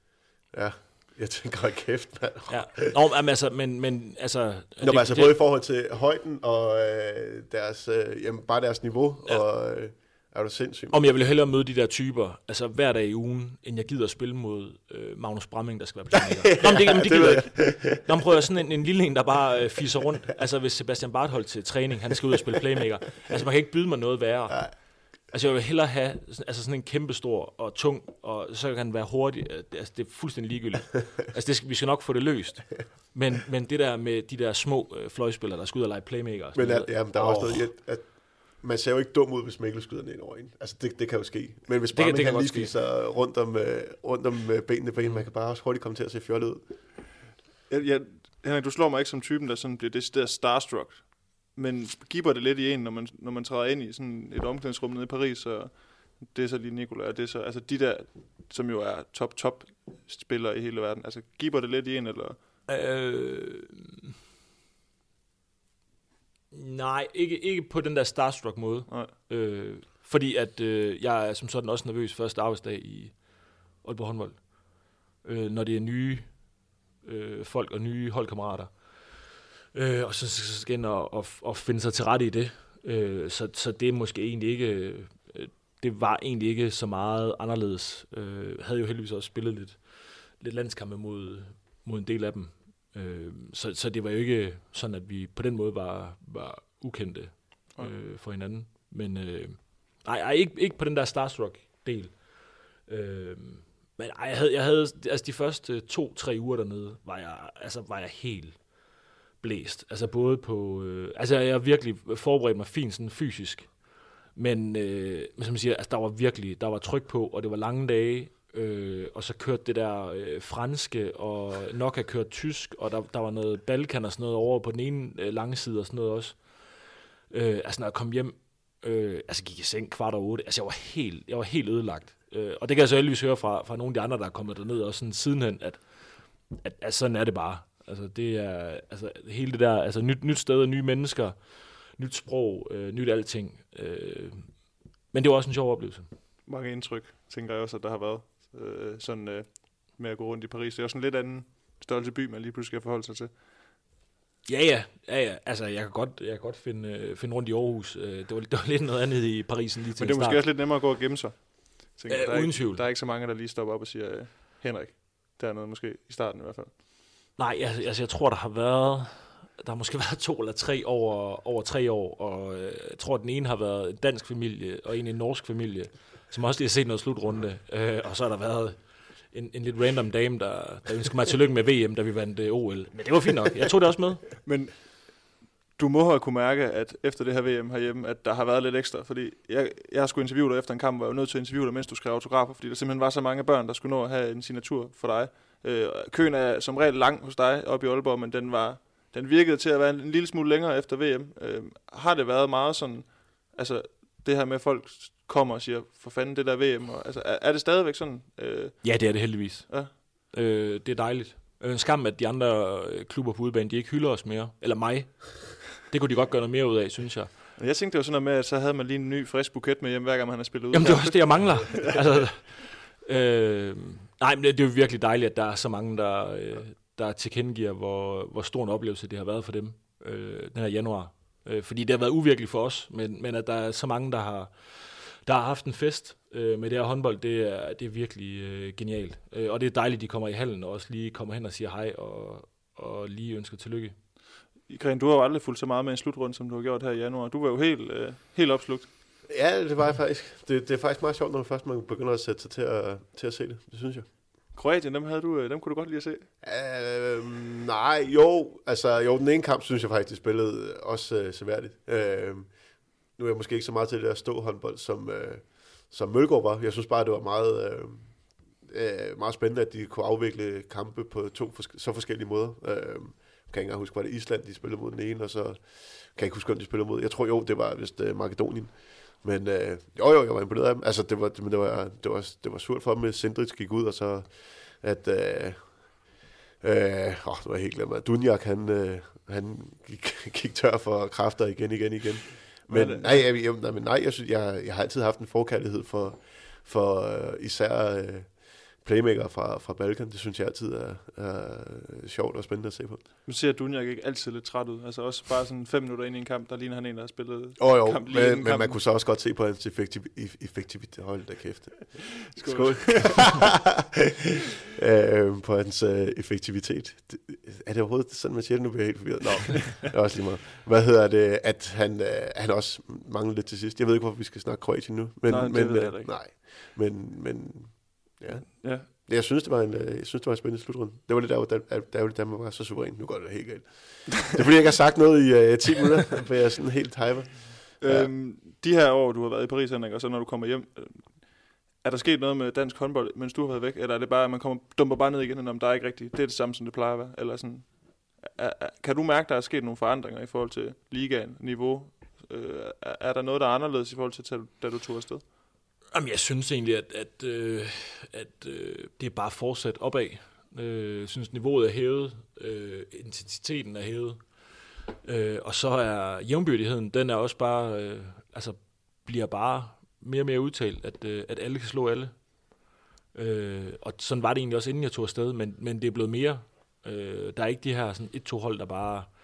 ja. Jeg tænker, hold kæft, mand. Ja. Nå, men altså, men, men altså... Nå, det, men altså det, både i forhold til højden og øh, deres, øh, jamen, bare deres niveau, ja. Og øh, er du sindssygt. Om jeg vil hellere møde de der typer, altså hver dag i ugen, end jeg gider at spille mod øh, Magnus Bramming, der skal være playmaker. Nå, men det, men det gider jeg ikke. Nå, men prøv at sådan en, en lille en, der bare øh, fiser rundt. Altså hvis Sebastian Barthold til træning, han skal ud og spille playmaker. Altså man kan ikke byde mig noget værre. Ja. Altså, jeg vil hellere have altså sådan en kæmpestor og tung, og så kan han være hurtig. Altså, det er fuldstændig ligegyldigt. Altså, det skal, vi skal nok få det løst. Men, men det der med de der små øh, fløjspillere, der skal ud og lege playmaker. Men at, ja, der er oh. også noget, at man ser jo ikke dum ud, hvis Mikkel skyder den ind over en. Altså, det, det kan jo ske. Men hvis bare man kan lige fiser rundt om, øh, rundt om øh, benene på en, man kan bare også hurtigt komme til at se fjollet ud. Ja, ja, Henrik, du slår mig ikke som typen, der sådan bliver decideret starstruck. Men giver det lidt i en, når man, når man træder ind i sådan et omklædningsrum nede i Paris, og det er så lige Nicolai, og det er så, altså de der, som jo er top-top spillere i hele verden, altså giver det lidt i en, eller? Øh, nej, ikke, ikke på den der starstruck måde. Nej. Øh, fordi at øh, jeg er som sådan også nervøs første arbejdsdag i Aalborg håndbold. Øh, når det er nye øh, folk og nye holdkammerater. Øh, og så, så skal ind og, og, og finde sig til rette i det. Øh, så, så det er måske egentlig ikke, øh, det var egentlig ikke så meget anderledes. Øh, havde jo heldigvis også spillet lidt, lidt landskampe mod, mod en del af dem. Øh, så, så det var jo ikke sådan, at vi på den måde var, var ukendte øh, for hinanden. Men øh, nej, ej, ikke, ikke på den der starstruck-del. Øh, men ej, jeg havde, jeg havde, altså de første to-tre uger dernede, var jeg, altså var jeg helt blæst. Altså både på, øh, altså jeg har virkelig forberedt mig fint sådan fysisk, men øh, som man siger, altså der var virkelig, der var tryk på, og det var lange dage, øh, og så kørte det der øh, franske, og nok har kørt tysk, og der, der var noget Balkan og sådan noget over på den ene øh, lange side og sådan noget også. Øh, altså når jeg kom hjem, øh, altså gik i seng kvart over otte, altså jeg var helt, jeg var helt ødelagt. Øh, og det kan jeg så heldigvis høre fra, fra nogle af de andre, der er kommet derned, også sådan sidenhen, at, at, at sådan er det bare. Altså det er, altså hele det der, altså nyt, nyt sted, nye mennesker, nyt sprog, øh, nyt alting. Øh, men det var også en sjov oplevelse. Mange indtryk, tænker jeg også, at der har været øh, sådan øh, med at gå rundt i Paris. Det er også en lidt anden størrelse by, man lige pludselig skal forholde sig til. Ja, ja, ja, ja. Altså, jeg kan godt, jeg kan godt finde, øh, finde rundt i Aarhus. Det var, det var lidt noget andet i Paris lige til Men det er måske start. også lidt nemmere at gå og gemme sig. Tænker, Æh, der, er uden ikke, tvivl. der er ikke så mange, der lige stopper op og siger, øh, Henrik, der er noget måske i starten i hvert fald. Nej, altså jeg tror, der har været, der har måske været to eller tre over, over tre år, og øh, jeg tror, den ene har været en dansk familie, og en en norsk familie, som også lige har set noget slutrunde, øh, og så har der været en, en lidt random dame, der, der ønskede mig tillykke med V M, da vi vandt øh, O L. Men det var fint nok, jeg tog det også med. Men du må have kunne mærke, at efter det her V M herhjemme, at der har været lidt ekstra, fordi jeg, jeg har skulle interviewe dig efter en kamp, og jeg var nødt til at interviewe dig, mens du skrev autografer, fordi der simpelthen var så mange børn, der skulle nå at have en signatur for dig. Øh, køen er som regel lang hos dig oppe i Aalborg, men den var den virkede til at være en, en lille smule længere efter V M. Øh, har det været meget sådan, altså det her med, at folk kommer og siger, for fanden det der V M, og, altså er, er det stadigvæk sådan? Øh, Ja, det er det heldigvis. Ja. Øh, det er dejligt. Øh, En skam, at de andre øh, klubber på udebane, de ikke hylder os mere. Eller mig. Det kunne de godt gøre noget mere ud af, synes jeg. jeg tænkte det var sådan noget med, at så havde man lige en ny frisk buket med hjem, hver gang man har spillet ud. Jamen, det er også det, jeg mangler. altså, øh, nej, men det, det er jo virkelig dejligt, at der er så mange, der, øh, der tilkendegiver, hvor, hvor stor en oplevelse det har været for dem øh, den her januar. Øh, fordi det har været uvirkeligt for os, men, men at der er så mange, der har, der har haft en fest øh, med det her håndbold, det er, det er virkelig øh, genialt. Øh, og det er dejligt, at de kommer i hallen og også lige kommer hen og siger hej og, og lige ønsker tillykke. Gren, du har jo aldrig fulgt så meget med en slutrunde, som du har gjort her i januar. Du var jo helt, øh, helt opslugt. Ja, det var jeg faktisk. Det, det er faktisk meget sjovt, når man først man begynder at sætte sig til at, til at se det. Det synes jeg. Kroatien, dem, havde du, dem kunne du godt lide at se? Øh, nej, jo. Altså, jo, den ene kamp, synes jeg faktisk, de spillede også øh, seværdigt. Øh, nu er jeg måske ikke så meget til det at stå håndbold, som, øh, som Mølgaard var. Jeg synes bare, det var meget, øh, øh, meget spændende, at de kunne afvikle kampe på to fors- så forskellige måder. Øh, jeg kan ikke engang huske, var det Island, de spillede mod den ene, og så kan jeg ikke huske, hvem de spillede mod. Jeg tror jo, det var vist øh, Makedonien. Men øh, jo, jo, jeg var imponeret af dem. Altså, det var, det, det var, det var, det var surt for dem, at Sindrich gik ud, og så at øh, øh, åh, det var helt glemt, at Dunjak, han, øh, han gik, gik tør for kræfter igen, igen, igen. Men nej, jeg, jeg, nej, men nej jeg, synes, jeg, jeg har altid haft en forkærlighed for, for øh, især øh, playmaker fra, fra Balkan. Det synes jeg altid er, er sjovt og spændende at se på. Nu ser Dunjak ikke altid lidt træt ud. Altså også bare sådan fem minutter ind i en kamp, der ligner han en, der har spillet oh, jo, kamp lige men, inden men man kampen. kunne så også godt se på hans effektiv- effektivitet. Hold da kæft. Skål. Skål. øh, på hans øh, effektivitet. Det, er det overhovedet sådan, man siger det? Nu bliver jeg helt forvirret. Nå, det er også lige meget. Hvad hedder det? At han, øh, han også mangler lidt til sidst. Jeg ved ikke, hvorfor vi skal snakke Kroatien nu. Men, Nej, det men, ved jeg øh, ikke. Nej, men, men ja. Ja. Jeg synes, det var en, øh, jeg synes, det var en spændende slutrunde. Det var det der, der, der, der var så suveræn. Nu går det helt galt. Det er fordi, jeg ikke har sagt noget i øh, ti minutter, for jeg er sådan helt hyper. Ja. Øhm, de her år, du har været i Paris, Henrik, og så når du kommer hjem, øh, er der sket noget med dansk håndbold, mens du har været væk? Eller er det bare, at man kommer, dumper bare ned igen, om der er ikke rigtigt? Det er det samme, som det plejer at være? Eller sådan, er, er, kan du mærke, der er sket nogle forandringer i forhold til ligaen, niveau? Øh, er, er der noget, der er anderledes i forhold til, da du tog afsted? Jamen, jeg synes egentlig, at, at, øh, at øh, det er bare fortsat opad. Øh, jeg synes, niveauet er hævet, øh, intensiteten er hævet, øh, og så er jævnbyrdigheden, den er også bare, øh, altså bliver bare mere og mere udtalt, at, øh, at alle kan slå alle. Øh, og sådan var det egentlig også, inden jeg tog afsted, men, men det er blevet mere. Øh, der er ikke de her sådan et-to hold, der bare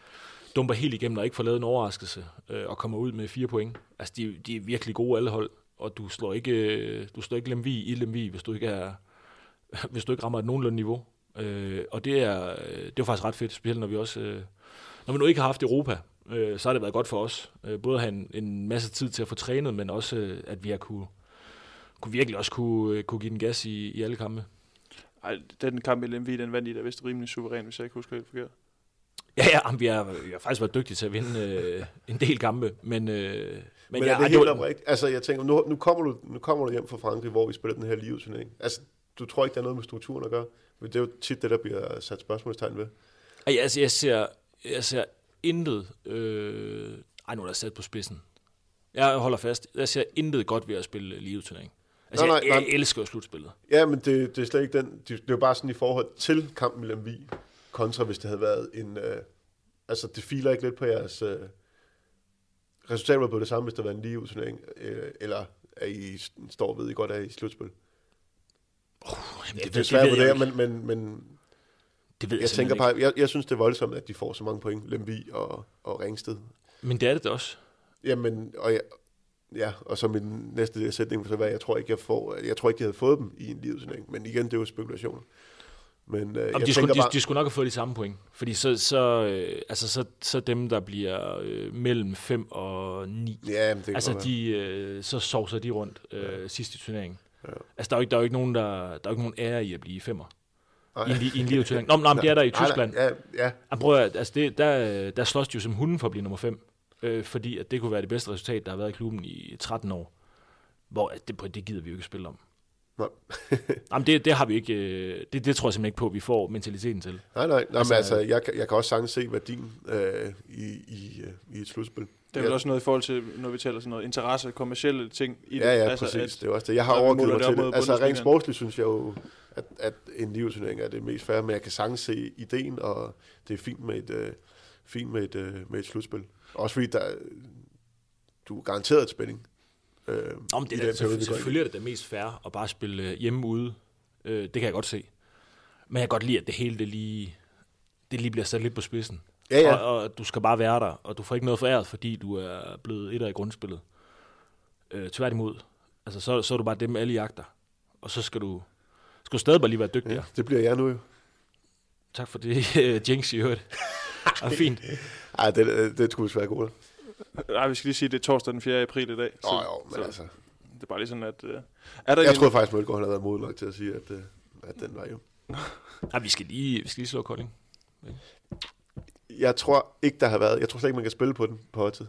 dumper helt igennem og ikke får lavet en overraskelse, øh, og kommer ud med fire point. Altså, de, de er virkelig gode alle hold, og du slår ikke, øh, du slår ikke Lemvig i Lemvig, hvis du ikke er, hvis du ikke rammer et nogenlunde niveau. Øh, og det er, det er jo faktisk ret fedt, specielt når vi også, øh, når vi nu ikke har haft Europa, øh, så har det været godt for os. Øh, både at have en, en masse tid til at få trænet, men også, øh, at vi har kunne, kunne virkelig også kunne, øh, kunne give den gas i, i alle kampe. Ej, den kamp i Lemvig, den vandt I da vist rimelig suveræn, hvis jeg ikke husker helt forkert. Ja, ja, vi har, vi har faktisk været dygtige til at vinde øh, en del kampe, men... Øh, men, men ja, er det helt oprigtigt? Altså, jeg tænker, nu, nu, kommer du, nu kommer du hjem fra Frankrig, hvor vi spiller den her liveturnering. Altså, du tror ikke, der er noget med strukturen at gøre? Det er jo tit det, der bliver sat spørgsmålstegn ved. Ej, altså, jeg ser, jeg ser intet... Øh, ej, nu er der sat på spidsen. Jeg holder fast. Jeg ser intet godt ved at spille liveturnering. Altså, nej, nej, jeg, jeg elsker jo slutspillet. Ja, men det, det er slet ikke den... Det, det er jo bare sådan i forhold til kampen i Lemvig, kontra hvis det havde været en... Øh, altså, det filer ikke lidt på jeres... Øh, resultatet var på det samme, hvis der var en liveturnering, øh, eller er I står ved I godt af i slutspil? Oh, jamen, det, det, det er svært det, på det, det her, men, men, men det ved jeg, jeg tænker ikke. bare, jeg, jeg synes, det er voldsomt, at de får så mange point, Lemvig og, og Ringsted. Men det er det da også. Jamen, og jeg, ja, og så min næste sætning, så var, jeg tror ikke, jeg får, jeg tror ikke, de havde fået dem i en liveturnering, men igen, det er jo spekulationer. Men øh, Jamen, jeg de, skulle, bare, de, de skulle nok have fået de samme point, fordi så, så, øh, altså, så, så dem, der bliver øh, mellem fem og ni, ja, det altså de, øh, så sovser de rundt øh, ja. sidste turnering. Ja. Altså, der er jo ikke, der er jo ikke nogen, der, der er jo ikke nogen ære i at blive femmer. I en, i en liveturnering. Nå, men det er der i Tyskland. Ja, ja. Jamen, prøv at, altså det, der, der slås de jo som hunden for at blive nummer fem, øh, fordi at det kunne være det bedste resultat, der har været i klubben i tretten år, hvor at det, det gider vi jo ikke spille om. Jamen, det, det har vi ikke, det, det tror jeg simpelthen ikke på, at vi får mentaliteten til. Nej, nej, nej altså, men altså, jeg, jeg kan også sagtens se værdien øh, i, i, i et slutspil. Det er vel også noget i forhold til, når vi taler sådan noget interesse, kommercielle ting i det. Ja, ja, altså, præcis. At, det er også det. Jeg har overgivet mig til det. Altså, rent sportsligt synes jeg jo, at, at en liveturnering er det mest fair, men jeg kan sagtens se ideen, og det er fint med et, øh, fint med et, øh, med et slutspil. Også fordi, der, du er garanteret et spænding. Øh, Om det er selvfølgelig, selvfølgelig er det det mest fair at bare spille hjemme ude. Øh, det kan jeg godt se. Men jeg kan godt lide, at det hele det lige, det lige bliver sat lidt på spidsen. Ja, ja. Og, og du skal bare være der, og du får ikke noget foræret, fordi du er blevet etter i grundspillet. Øh, tværtimod. Altså, så, så er du bare dem, alle jagter. Og så skal du, skal du stadig bare lige være dygtigere. Ja, det bliver jeg nu jo. Tak for det, Jinx, i øvrigt. Det er fint. Ej, det, det, det skulle være godt. Nej, vi skal lige sige, at det er torsdag den fjerde april i dag. Åh, oh, jo, men så, altså... Det er bare lige sådan, at... Uh, er der jeg en... troede faktisk, Mølgaard han havde været modig nok til at sige, at, uh, at den var jo... Nej, vi skal lige, vi skal lige slå Kolding. Jeg tror ikke, der har været... Jeg tror slet ikke, man kan spille på den på højtid.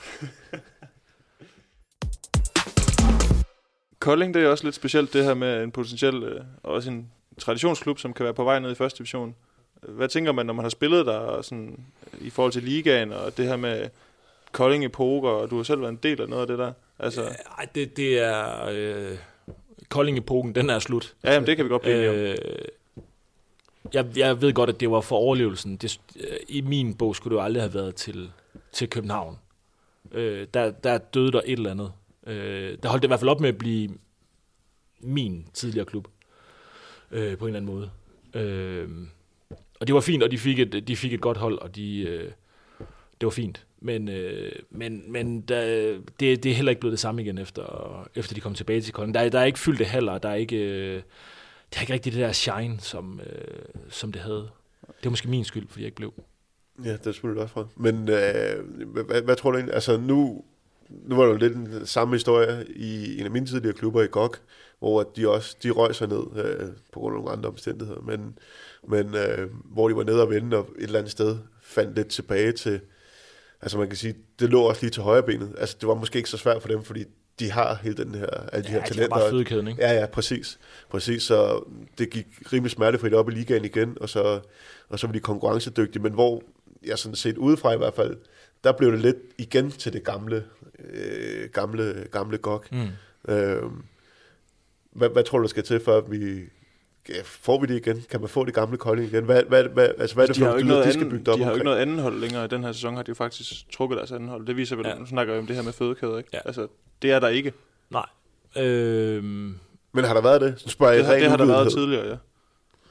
Kolding, det er også lidt specielt, det her med en potentiel... Uh, også en traditionsklub, som kan være på vej ned i første division. Hvad tænker man, når man har spillet der sådan, i forhold til ligaen, og det her med Kolding i poker, og du har selv været en del af noget af det der? Altså... Nej, det, det er... Øh, Kolding-epoken, den er slut. Ja, jamen, det kan vi godt blive øh, jeg, jeg ved godt, at det var for overlevelsen. Det, øh, I min bog skulle det jo aldrig have været til, til København. Øh, der, der døde der et eller andet. Øh, der holdt det i hvert fald op med at blive min tidligere klub. Øh, på en eller anden måde. Øh, og det var fint, og de fik et, de fik et godt hold, og de, øh, det var fint. Men, øh, men, men der, det, det er heller ikke blevet det samme igen, efter, efter de kom tilbage til Kolding. Der, der er ikke fyldte haller, der er ikke, øh, der er ikke rigtig det der shine, som, øh, som det havde. Det var måske min skyld, fordi jeg ikke blev. Ja, det er selvfølgelig også fra. Men øh, hvad, hvad tror du egentlig? Altså nu, nu var der jo lidt den samme historie i en af mine tidligere klubber i G O G, hvor de også de røg sig ned øh, på grund af nogle andre omstændigheder, men, men øh, hvor de var nede og vende og et eller andet sted fandt lidt tilbage til. Altså man kan sige, det lå også lige til højre benet. Altså det var måske ikke så svært for dem, fordi de har hele den her, alle de ja, her talenter. Ja, de har bare fødekæden, ikke? Ja, ja, præcis. Præcis, så det gik rimelig smertefrit op i ligaen igen, og så, og så var de konkurrencedygtige, men hvor jeg sådan set udefra i hvert fald, der blev det lidt igen til det gamle, øh, gamle, gamle G O G. Mm. Øh, hvad, hvad tror du, der skal til, for at vi... Ja, får vi det igen? Kan man få det gamle Kolding igen? Hvad, hvad, hvad, altså, hvad er det de for noget, noget, de skal bygge op De har jo omkring? ikke noget andet hold længere. I den her sæson har de jo faktisk trukket deres anden hold. Det viser vel, ja. Nu snakker vi om det her med fødekæder, ikke? Ja. Altså, det er der ikke. Nej. Øhm... Men har der været det? Så spørger det jeg har, det har der været uvidenhed. tidligere, ja.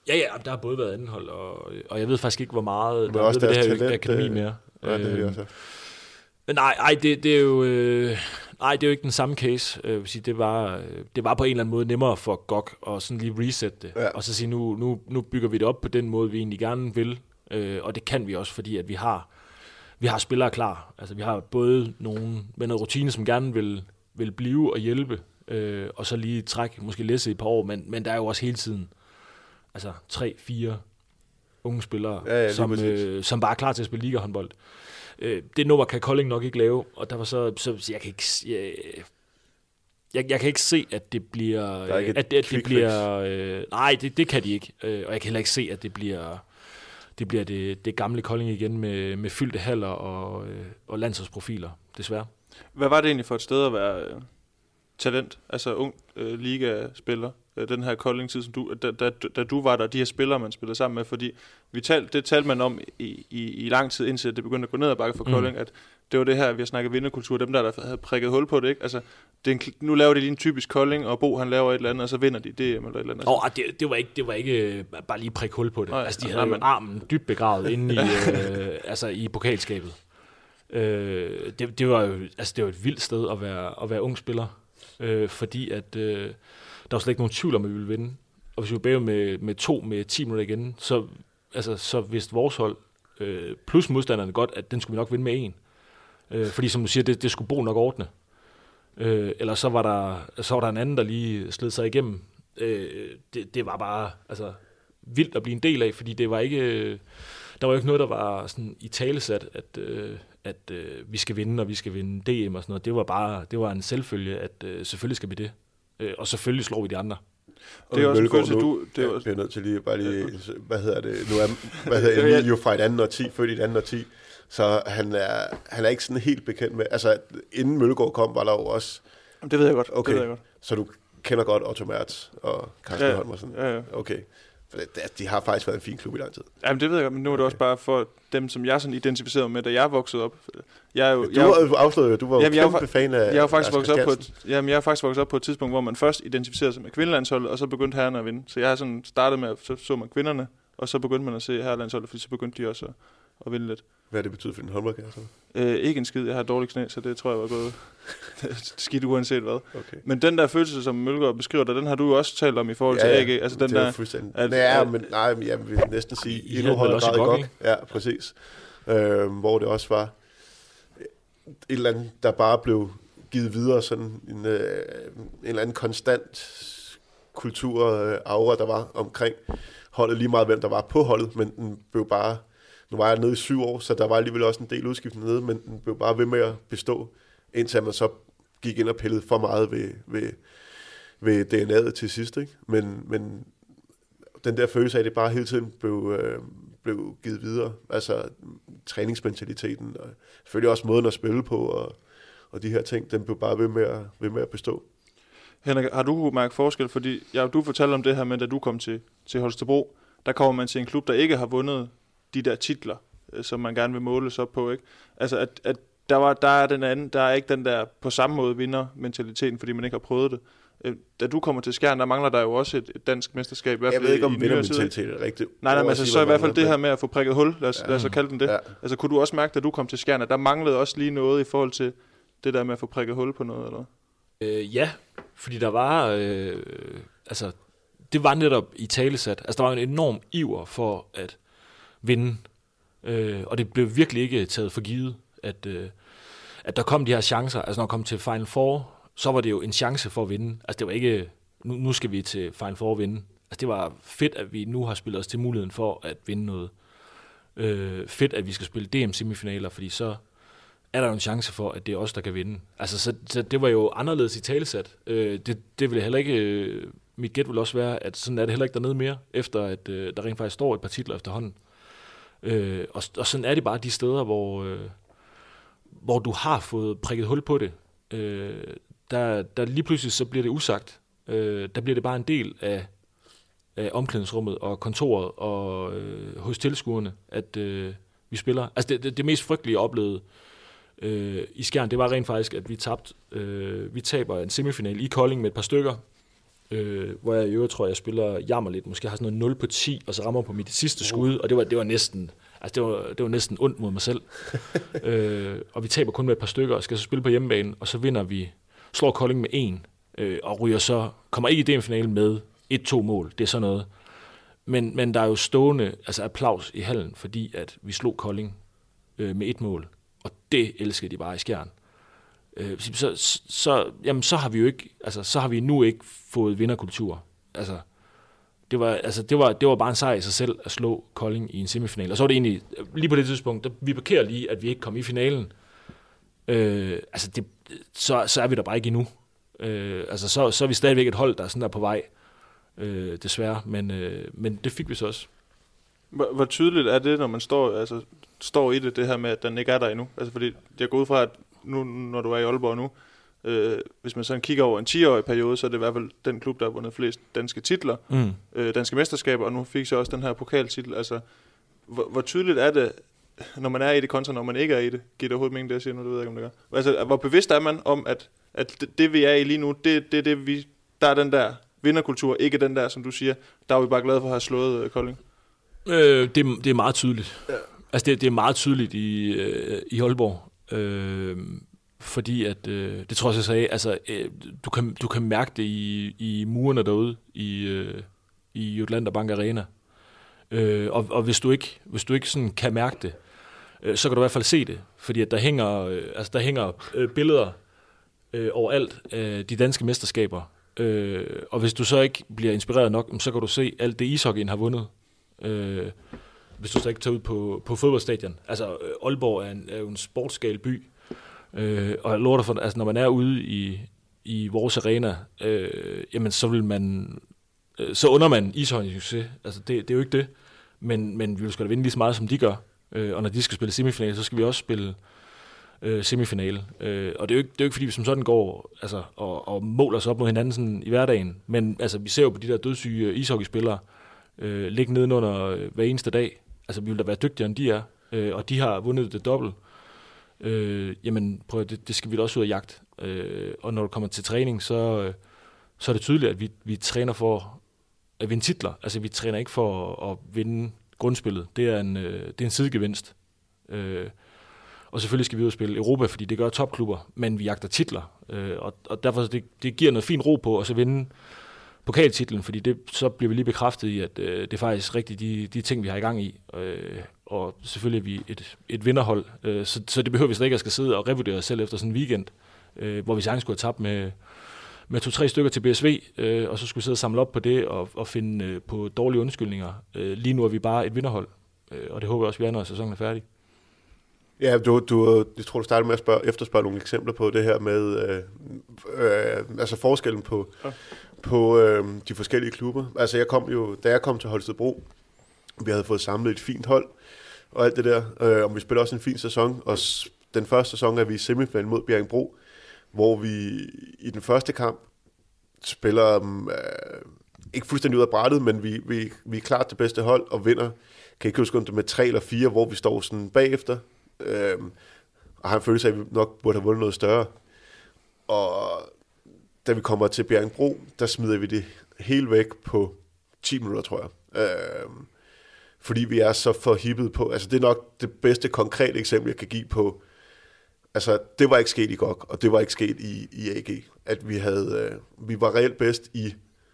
Ja, ja, der har både været andenhold, og, og jeg ved faktisk ikke, hvor meget der er ved det her talent, akademi mere. Ja, det er øh, også. Nej, ej, det, det er jo øh, nej, det er jo ikke den samme case. Øh, vil sige, det var det var på en eller anden måde nemmere for G O G at sådan lige reset det, ja. Og så sige nu nu nu bygger vi det op på den måde, vi egentlig gerne vil, øh, og det kan vi også, fordi at vi har vi har spillere klar. Altså vi har både nogen med noget rutine, som gerne vil vil blive og hjælpe, øh, og så lige trække måske læse i et par år, men men der er jo også hele tiden altså tre, fire unge spillere, ja, ja, som øh, som bare er klar til at spille ligahåndbold. Det nummer kan Kolding nok ikke lave, og der var så, så jeg kan ikke jeg, jeg, jeg kan ikke se, at det bliver at, at det bliver øh, nej, det, det kan de ikke, øh, og jeg kan heller ikke se, at det bliver det bliver det, det gamle Kolding igen med med fyldte haller og øh, og landsholdsprofiler, desværre. Hvad var det egentlig for et sted at være øh, talent, altså ung øh, ligaspiller? Den her Kolding-tid, som du, da, da, da du var der, de her spillere, man spillede sammen med, fordi vi tal, det talte man om i, i, i lang tid, indtil det begyndte at gå ned ad bakke for mm. Kolding, at det var det her, vi har snakket vinderkultur, dem der, der havde prikket hul på det, ikke? Altså, det en, nu laver de lige en typisk Kolding, og Bo, han laver et eller andet, og så vinder de det eller et eller andet. Åh, oh, det, det, var ikke, det var ikke bare lige prikke hul på det. Nej, altså, de havde nej, armen dybt begravet inde i, øh, altså, i pokalskabet. Øh, det, det, var jo, altså, det var et vildt sted at være, at være ung spiller, øh, fordi at øh, der var slet ikke nogen tvivl om, at vi ville vinde. Og hvis vi var bagud med, med to med ti minutter igen, så, altså, så vidste vores hold, øh, plus modstanderne godt, at den skulle vi nok vinde med en. Øh, fordi som du siger, det, det skulle Bo nok ordne. Øh, eller så var, der, så var der en anden, der lige sled sig igennem. Øh, det, det var bare altså, vildt at blive en del af, fordi det var ikke, der var ikke noget, der var sådan i talesat, at, øh, at øh, vi skal vinde, og vi skal vinde D M og sådan noget. Det var bare det var en selvfølge, at øh, selvfølgelig skal vi det. Og selvfølgelig slår vi de andre. Og det er også en følelse, du... Det er også... Jeg er nødt til lige, bare lige, hvad hedder det, nu er, hvad hedder Emilio fra et andet årti, født i et andet årti, så han er, han er ikke sådan helt bekendt med, altså inden Møllegaard kom, var der jo også... Det ved jeg godt, okay. Det ved jeg godt. Så du kender godt Otto Mertz og Carsten ja, Holm og sådan? Ja, ja. Okay. For det, de har faktisk været en fin klub i lang tid. Jamen det ved jeg godt, men nu er det okay. Også bare for dem, som jeg sådan identificerede med, da jeg voksede op. Jeg er jo, ja, du jeg, var afsløret jo, du var jo kæmpe jeg, fan af... Jeg er faktisk vokset op på et, jamen, jeg er faktisk vokset op på et tidspunkt, hvor man først identificerede sig med kvindelandsholdet, og så begyndte herrerne at vinde. Så jeg har sådan startet med, at så, så man kvinderne, og så begyndte man at se herrelandsholdet, fordi så begyndte de også at, at vinde lidt. Hvad det betyder for din håndboldkarriere så? Øh, ikke en skid, jeg har dårlig knæ, så det tror jeg var gået skidt uanset hvad. Okay. Men den der følelse, som Mølgaard beskriver dig, den har du jo også talt om i forhold ja, til A G. Altså den det er der, fuldstændig. At, ja, men nej, jeg vil næsten sige, I endnu højere grad godt. Ja, præcis. Øh, hvor det også var et eller andet, der bare blev givet videre, sådan en, øh, en eller anden konstant kultur, øh, aura, der var omkring holdet, lige meget hvem der var på holdet, men den blev bare, nu var jeg nede i syv år, så der var alligevel også en del udskiftning nede, men den blev bare ved med at bestå, indtil man så gik ind og pillede for meget ved, ved, ved D N A'et til sidst, ikke? Men, men den der følelse af, at det bare hele tiden blev, øh, blev givet videre, altså træningsmentaliteten, og selvfølgelig også måden at spille på, og, og de her ting, den blev bare ved med at, ved med at bestå. Henrik, har du kunnet mærke forskel? Fordi ja, du fortalte om det her med, da du kom til, til Holstebro, der kommer man til en klub, der ikke har vundet de der titler, som man gerne vil måles op på, ikke? Altså, at, at der, var, der, er den anden, der er ikke den der på samme måde vinder-mentaliteten, fordi man ikke har prøvet det. Da du kommer til Skjern, der mangler der jo også et, et dansk mesterskab. I hvert fald jeg ved ikke, om vindermentalitet er rigtigt. Nej, nej, men altså, så i hvert fald det her med at få prikket hul, lad os, ja. lad os så kalde den det. Ja. Altså, kunne du også mærke, da du kom til Skjern, at der manglede også lige noget i forhold til det der med at få prikket hul på noget, eller? Øh, ja, fordi der var, øh, altså, det var netop i talesat. Altså, der var en enorm iver for at vinde, øh, og det blev virkelig ikke taget for givet, at, øh, at der kom de her chancer. Altså, når der kom til Final Four, så var det jo en chance for at vinde. Altså, det var ikke, nu, nu skal vi til Final Four vinde. Altså, det var fedt, at vi nu har spillet os til muligheden for at vinde noget. Øh, fedt, at vi skal spille D M-semifinaler, fordi så er der jo en chance for, at det er os, der kan vinde. Altså, så, så det var jo anderledes i talesat. Øh, det, det ville heller ikke... Øh, mit gæt vil også være, at sådan er det heller ikke dernede mere, efter at øh, der rent faktisk står et par titler efterhånden. Øh, og, og sådan er det bare de steder, hvor, øh, hvor du har fået prikket hul på det. Øh, der, der lige pludselig så bliver det usagt. Øh, der bliver det bare en del af, af omklædningsrummet og kontoret og øh, hos tilskuerne, at øh, vi spiller. Altså det, det, det mest frygtelige jeg oplevede øh, i Skjern, det var rent faktisk, at vi tabte. Øh, vi taber en semifinal i Kolding med et par stykker. øh, hvor jeg i øvrigt tror, jeg spiller jammerligt. Måske har sådan noget nul på ti, og så rammer på mit sidste skud, og det var, det var næsten... Altså, det var, det var næsten ondt mod mig selv. øh, og vi taber kun med et par stykker, og skal så spille på hjemmebane, og så vinder vi, slår Kolding med en, øh, og ryger så, kommer ikke i D M-finalen med et to mål. Det er sådan noget. Men, men der er jo stående altså applaus i hallen, fordi at vi slog Kolding øh, med et mål, og det elskede de bare i Skjern. Øh, så, så, jamen, så har vi jo ikke, altså, så har vi nu ikke fået vinderkultur. Altså, Det var, altså, det, var, det var bare en sejr i sig selv at slå Kolding i en semifinal. Og så var det egentlig, lige på det tidspunkt, der, vi parkerer lige, at vi ikke kom i finalen. Øh, altså, det, så, så er vi der bare ikke endnu. Øh, altså, så, så er vi stadigvæk et hold, der er sådan der på vej, øh, desværre. Men, øh, men det fik vi så også. Hvor, hvor tydeligt er det, når man står, altså, står i det, det her med, at den ikke er der endnu? Altså, fordi jeg går ud fra, at nu, når du er i Aalborg nu, Øh, hvis man sådan kigger over en ti-årig periode, så er det i hvert fald den klub, der har vundet flest danske titler, mm. øh, danske mesterskaber, og nu fik så også den her pokaltitel. Altså, hvor, hvor tydeligt er det, når man er i det, kontra når man ikke er i det? Giver det overhovedet mening, det jeg siger nu? Det ved jeg ikke, om det gør. Altså, hvor bevidst er man om, at, at det, det, vi er i lige nu, det, det, det vi, der er den der vinderkultur, ikke den der, som du siger, der er vi bare glade for at have slået uh, Kolding? Øh, det, det er meget tydeligt. Ja. Altså, det, det er meget tydeligt i, øh, i Aalborg. Øh, Fordi at, øh, det tror jeg, jeg sagde, altså, øh, du, kan, du kan mærke det i, i murene derude i, øh, i Jutlander Bank Arena. Øh, og og hvis du ikke, hvis du ikke sådan kan mærke det, øh, så kan du i hvert fald se det. Fordi at der hænger, øh, altså, der hænger øh, billeder øh, overalt af de danske mesterskaber. Øh, og hvis du så ikke bliver inspireret nok, så kan du se alt det ishockeyen har vundet. Øh, hvis du så ikke tager ud på, på fodboldstadion. Altså, Aalborg er, en, er jo en sportsgal by. Øh, og jeg lover dig for, altså når man er ude i, i vores arena, øh, jamen så vil man, øh, så under man ishockey succes. Altså det, det er jo ikke det, men, men vi vil skal vinde lige så meget som de gør. Øh, og når de skal spille semifinale, så skal vi også spille øh, semifinale. Øh, og det er jo ikke, det er jo ikke fordi vi som sådan går, altså og, og måler os op mod hinanden sådan i hverdagen. Men altså vi ser jo på de der dødssyge ishockeyspillere øh, ligge nedenunder øh, hver eneste dag. Altså vi vil da være dygtigere end de er, øh, og de har vundet det dobbelt. Øh, jamen prøv, det, det skal vi da også ud af jagt. Øh, og når du kommer til træning, så, øh, så er det tydeligt, at vi, vi træner for at vinde titler. Altså vi træner ikke for at, at vinde grundspillet. Det er en, øh, det er en sidegevinst. Øh, og selvfølgelig skal vi ud og spille Europa, fordi det gør topklubber, men vi jagter titler. Øh, og, og derfor det, det giver noget fint ro på at så vinde pokaltitlen, fordi det, så bliver vi lige bekræftet i, at øh, det er faktisk rigtigt de, de ting, vi har i gang i. Øh, og selvfølgelig er vi et, et vinderhold, øh, så, så det behøver vi slet ikke at skal sidde og revurdere os selv efter sådan en weekend, øh, hvor vi sagtens skulle have tabt med, med to-tre stykker til B S V, øh, og så skulle vi sidde og samle op på det og, og finde øh, på dårlige undskyldninger. Øh, lige nu er vi bare et vinderhold, øh, og det håber jeg også, vi er, når sæsonen er færdig. Ja, du, du, jeg tror, du startede med at spørge, efterspørge nogle eksempler på det her med øh, øh, altså forskellen på, ja. på øh, de forskellige klubber. Altså jeg kom jo, da jeg kom til Holstebro, vi havde fået samlet et fint hold og alt det der, øh, og vi spiller også en fin sæson, og den første sæson er vi i semifinalen mod Bjerringbro, hvor vi i den første kamp spiller øh, ikke fuldstændig ud af brættet, men vi, vi, vi er klart det bedste hold og vinder, kan ikke huske, om det med tre eller fire, hvor vi står sådan bagefter, øh, og har en følelse af, at vi nok burde have vundet noget større. Og da vi kommer til Bjerringbro, der smider vi det helt væk på ti minutter, tror jeg. Øh, fordi vi er så forhippet på, altså det er nok det bedste konkrete eksempel, jeg kan give på, altså det var ikke sket i G O G, og det var ikke sket i, i A G, at vi havde, øh, vi var reelt bedst i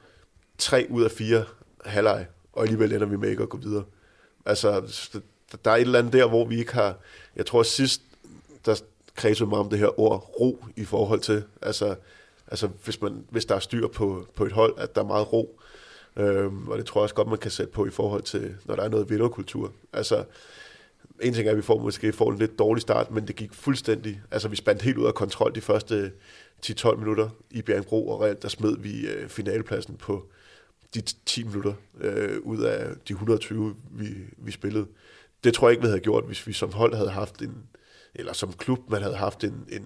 tre ud af fire halvleg, og alligevel ender vi med ikke at gå videre. Altså der er et eller andet der, hvor vi ikke har, jeg tror sidst, der kredsede mig om det her ord ro i forhold til, altså, altså hvis, man, hvis der er styr på, på et hold, at der er meget ro. Øhm, og det tror jeg også godt, man kan sætte på i forhold til, når der er noget vinderkultur. Altså, en ting er, at vi får måske får en lidt dårlig start, men det gik fuldstændig, altså vi spændte helt ud af kontrol de første ti til tolv minutter i Bjerringbro, og reelt der smed vi øh, finalepladsen på de ti minutter øh, ud af de et hundrede og tyve, vi, vi spillede. Det tror jeg ikke, vi havde gjort, hvis vi som hold havde haft en, eller som klub, man havde haft en, en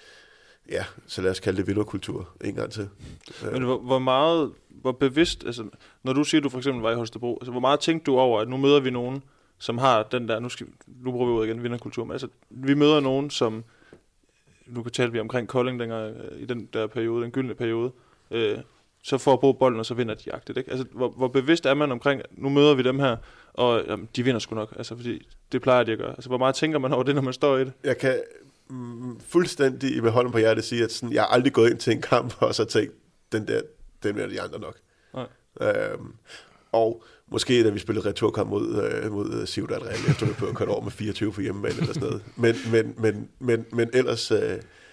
ja, så lad os kalde det vinderkultur en gang til. Men hvor, hvor meget, hvor bevidst, altså når du siger, at du for eksempel var i Holstebro, altså hvor meget tænkte du over, at nu møder vi nogen, som har den der, nu, skal, nu bruger vi ud igen, vinderkultur, men altså vi møder nogen, som, nu kan tale vi omkring Kolding dengang, i den der periode, den gyldne periode, øh, så får brug bolden, og så vinder de jagtet, ikke? Altså, hvor, hvor bevidst er man omkring, nu møder vi dem her, og jamen, de vinder sgu nok, altså, fordi det plejer de at gøre. Altså, hvor meget tænker man over det, når man står i det? Jeg kan mm, fuldstændig med hånden på hjertet sige, at sådan, jeg har aldrig gået ind til en kamp, og så tænkt, den der, den vinder de andre nok. Nej. Øhm, og måske, da vi spillede returkamp mod, øh, mod Ciudad Real, efter vi på at køre over med fireogtyve for hjemmebane eller sådan noget. Men, men, men, men, men ellers... Øh,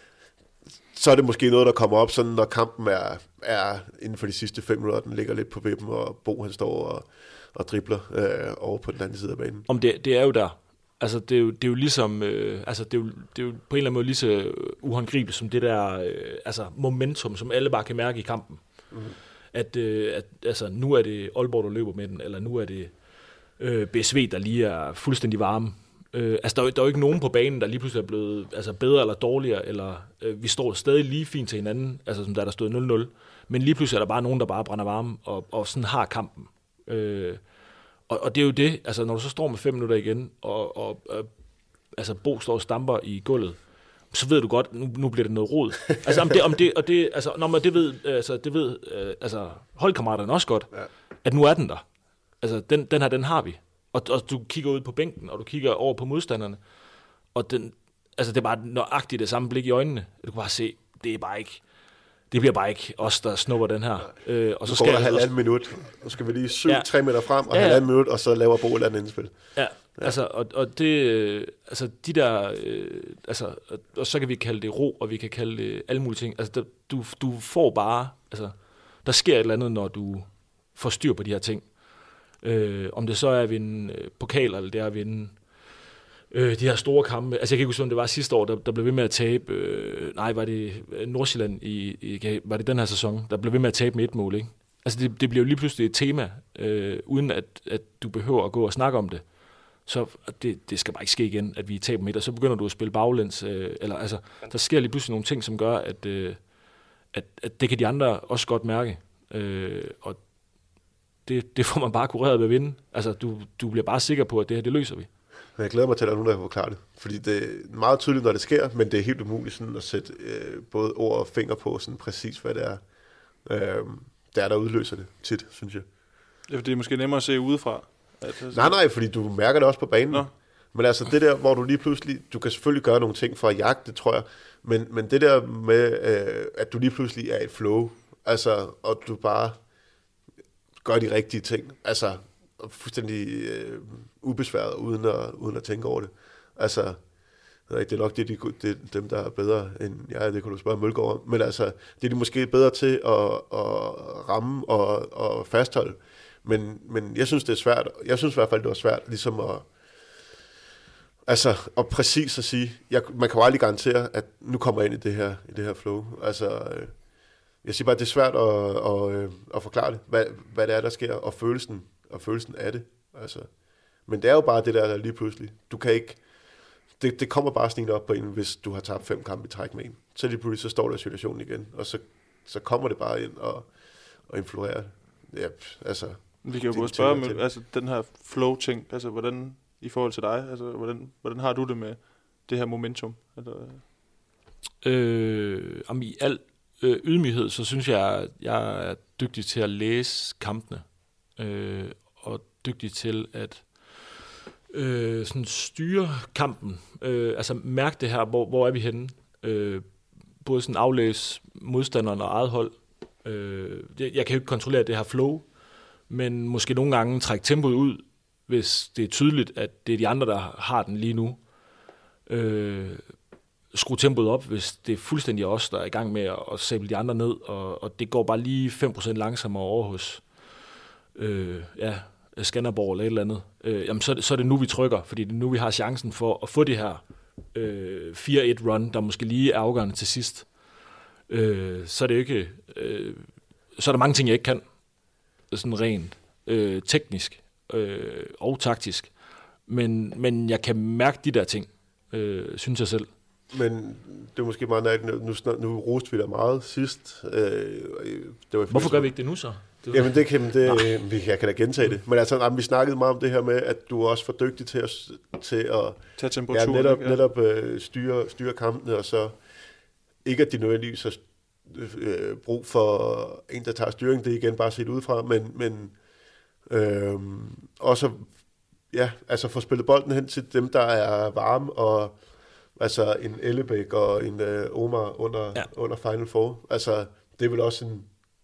så er det måske noget, der kommer op, sådan når kampen er, er inden for de sidste fem minutter, den ligger lidt på vippen, og Bo han står og, og dribler øh, over på den anden side af banen. Om det, det er jo der. Altså, det er jo, det er jo ligesom, øh, altså, det er jo, det er jo på en eller anden måde lige så uhåndgribeligt som det der øh, altså, momentum, som alle bare kan mærke i kampen. Mm. At, øh, at altså, nu er det Aalborg, der løber med den, eller nu er det øh, B S V, der lige er fuldstændig varme. Øh, altså, der er, jo, der er jo ikke nogen på banen, der lige pludselig er blevet altså, bedre eller dårligere, eller øh, vi står stadig lige fint til hinanden, altså som der der stod nul nul, men lige pludselig er der bare nogen, der bare brænder varme, og, og sådan har kampen. Øh, og, og det er jo det, altså når du så står med fem minutter igen, og, og øh, altså Bo står og stamper i gulvet, så ved du godt, nu, nu bliver det noget rod. Altså om det, om det, og det, altså, når man det ved, altså det ved, øh, altså holdkammeraterne også godt, ja. At nu er den der. Altså den, den her, den har vi. Og, og du kigger ud på bænken, og du kigger over på modstanderne, og den, altså det er bare nøjagtigt det samme blik i øjnene. Du kan bare se, det er bare ikke, det bliver bare ikke os, der snupper den her. Øh, og så nu skal går der halvanden også... minut, nu skal vi lige syv, ja. tre meter frem, og ja, ja. halvanden minut, og så laver Bo et eller andet indspil. Ja, ja. altså, og, og det, altså de der, øh, altså, og, og så kan vi kalde det ro, og vi kan kalde det alle mulige ting. Altså, der, du, du får bare, altså, der sker et eller andet, når du får styr på de her ting. Øh, om det så er at vinde øh, pokaler, eller det er at vinde øh, de her store kampe. Altså jeg kan ikke huske, om det var sidste år, der, der blev ved med at tabe, øh, nej, var det Nordsjælland, i, i, var det den her sæson, der blev ved med at tabe med et mål, ikke? Altså det, det bliver jo lige pludselig et tema, øh, uden at, at du behøver at gå og snakke om det. Så det, det skal bare ikke ske igen, at vi taber med et, og så begynder du at spille baglæns, øh, eller altså, der sker lige pludselig nogle ting, som gør, at, øh, at, at det kan de andre også godt mærke, øh, og Det, det får man bare kureret ved at vinde. Altså, du, du bliver bare sikker på, at det her, det løser vi. Jeg glæder mig til, at der er nogen, der kan forklare det. Fordi det er meget tydeligt, når det sker, men det er helt umuligt sådan at sætte øh, både ord og fingre på, sådan præcis hvad det er, øh, det er, der udløser det tit, synes jeg. Ja, det er måske nemmere at se udefra. At, nej, nej, fordi du mærker det også på banen. Nå. Men altså det der, hvor du lige pludselig, du kan selvfølgelig gøre nogle ting for at jagte, tror jeg, men, men det der med, øh, at du lige pludselig er i et flow, altså, og du bare gør de rigtige ting, altså fuldstændig øh, ubesværet, uden at, uden at tænke over det. Altså, det er nok det, de, det, dem, der er bedre end jeg, det kunne du spørge Mølgaard om, men altså, det er de måske bedre til at, at ramme og, og fastholde. Men, men jeg synes, det er svært. Jeg synes i hvert fald, det var svært, ligesom at, altså, at præcis at sige, jeg, man kan jo aldrig garantere, at nu kommer jeg ind i det her, i det her flow. Altså, øh, jeg siger bare, det er svært at, at, at, at forklare det, hvad, hvad det er, der sker, og følelsen, og følelsen af det. Altså, men det er jo bare det der, der lige pludselig. Du kan ikke, det, det kommer bare snigende op på en, hvis du har tabt fem kampe i træk med en. Så lige pludselig, så står der i situationen igen, og så, så kommer det bare ind og, og influerer. Ja, altså, vi kan jo både spørge med altså, den her flow-ting, altså hvordan, i forhold til dig, altså hvordan, hvordan har du det med det her momentum? Eller? Øh, om i al øh, ydmyghed, så synes jeg, jeg er dygtig til at læse kampene, øh, og dygtig til at øh, sådan styre kampen, øh, altså mærke det her, hvor, hvor er vi henne, øh, både sådan aflæse modstanderen og eget hold. Øh, jeg, jeg kan jo ikke kontrollere det her flow, men måske nogle gange trække tempoet ud, hvis det er tydeligt, at det er de andre, der har den lige nu. Øh, skru tempoet op, hvis det er fuldstændig os, der er i gang med at, at sable de andre ned, og, og det går bare lige fem procent langsommere over hos øh, ja, Skanderborg eller et eller andet. Øh, jamen så, så er det nu, vi trykker, fordi det er nu, vi har chancen for at få det her øh, fire et run, der måske lige er afgørende til sidst. Øh, så er det ikke... Øh, så er der mange ting, jeg ikke kan. Sådan rent øh, teknisk øh, og taktisk. Men, men jeg kan mærke de der ting, øh, synes jeg selv. Men det er måske meget nærmest, nu, nu, nu roste vi dig meget sidst. Øh, det var Hvorfor gør vi ikke det nu så? Det Jamen det kan, det, vi, jeg kan da gentage det. Men altså, vi snakkede meget om det her med, at du er også for dygtig til at, til at tage temperaturen, ja, netop, ja. netop øh, styre, styre kampene, og så ikke at de nødvendigvis er øh, brug for en, der tager styring. Det er igen bare set udefra, men, men øh, også ja, altså få spillet bolden hen til dem, der er varme, og altså en Ellebæk og en øh, Omar under, ja. under Final Four. Altså, det er vel også en,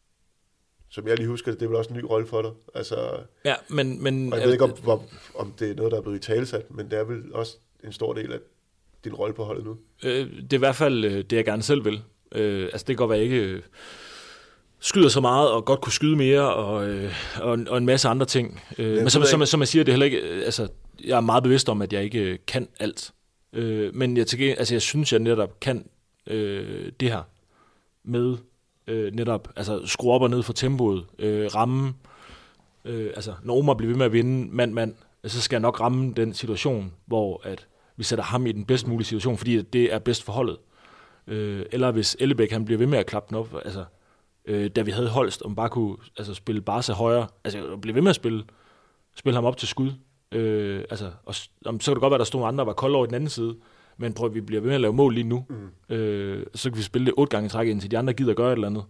som jeg lige husker det, det er vel også en ny rolle for dig. Altså, ja, men... men og jeg ved ikke, om, hvor, om det er noget, der er blevet i talesat, men det er vel også en stor del af din rolle på holdet nu. Øh, det er i hvert fald det, jeg gerne selv vil. Øh, altså, det kan godt være, ikke øh, skyder så meget, og godt kunne skyde mere, og, øh, og, og en masse andre ting. Øh, men som, som, som jeg siger, det er heller ikke... Øh, altså, jeg er meget bevidst om, at jeg ikke kan alt. Øh, men jeg, til, altså, jeg synes, jeg netop kan øh, det her med øh, netop altså, skrue op og ned for tempoet, øh, ramme. Øh, altså, når Omar bliver ved med at vinde mand-mand, så skal jeg nok ramme den situation, hvor at vi sætter ham i den bedst mulige situation, fordi det er bedst for holdet. Øh, eller hvis Ellebæk han bliver ved med at klappe den op, altså, øh, da vi havde Holst, om bare kunne altså, spille Barca højre, altså blive ved med at spille, spille ham op til skud. Øh, altså, og, om, så kan det godt være, at der stod nogle andre, der var kolde over i den anden side, men prøv, vi bliver ved med at lave mål lige nu. Mm. Øh, så kan vi spille det otte gange i træk, indtil de andre gider gøre et eller andet.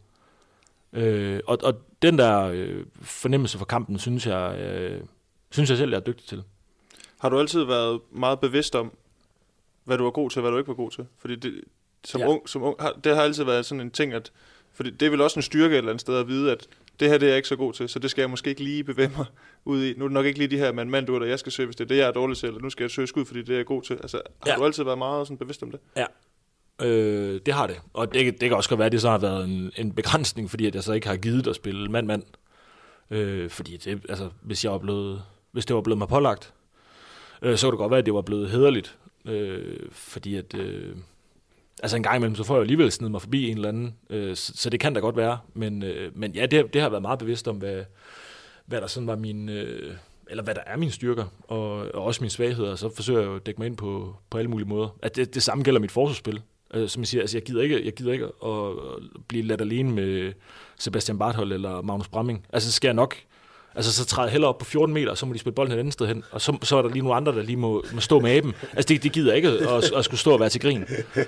Øh, og, og den der øh, fornemmelse for kampen, synes jeg, øh, synes jeg selv, jeg er dygtig til. Har du altid været meget bevidst om, hvad du var god til, og hvad du ikke var god til? Fordi det, som ja. ung, som ung har, det har altid været sådan en ting, at fordi det er vel også en styrke et eller andet sted at vide, at det her det er jeg ikke så god til, så det skal jeg måske ikke lige bevæge mig ud i. Nu er det nok ikke lige de her mand du der jeg skal søge, hvis det er det, jeg er dårlig til, eller nu skal jeg søge skud, fordi det er jeg god til. Altså, har ja. du altid været meget sådan bevidst om det? Ja, øh, det har det. Og det, det kan også godt være, at det så har været en, en begrænsning, fordi at jeg så ikke har givet at spille mand-mand. Øh, fordi det, altså, hvis, jeg var blevet, hvis det var blevet mig pålagt, øh, så kunne det godt være, at det var blevet hæderligt. Øh, fordi at... Øh, Altså en gang imellem, så får jeg alligevel snedet mig forbi en eller anden, øh, så, så det kan da godt være. Men, øh, men ja, det, det har været meget bevidst om, hvad, hvad der sådan var min, øh, eller hvad der er mine styrker, og, og også mine svagheder. Så forsøger jeg jo at dække mig ind på, på alle mulige måder. At det, det samme gælder mit forsvarsspil. Øh, som jeg siger, altså jeg gider ikke, jeg gider ikke at blive ladt alene med Sebastian Barthold eller Magnus Bramming. Altså så skal jeg nok... Altså, så træder jeg hellere op på fjorten meter, og så må de spille bolden et andet sted hen. Og så, så er der lige nogle andre, der lige må, må stå med aben. Altså, det, det gider ikke at, at skulle stå og være til grin.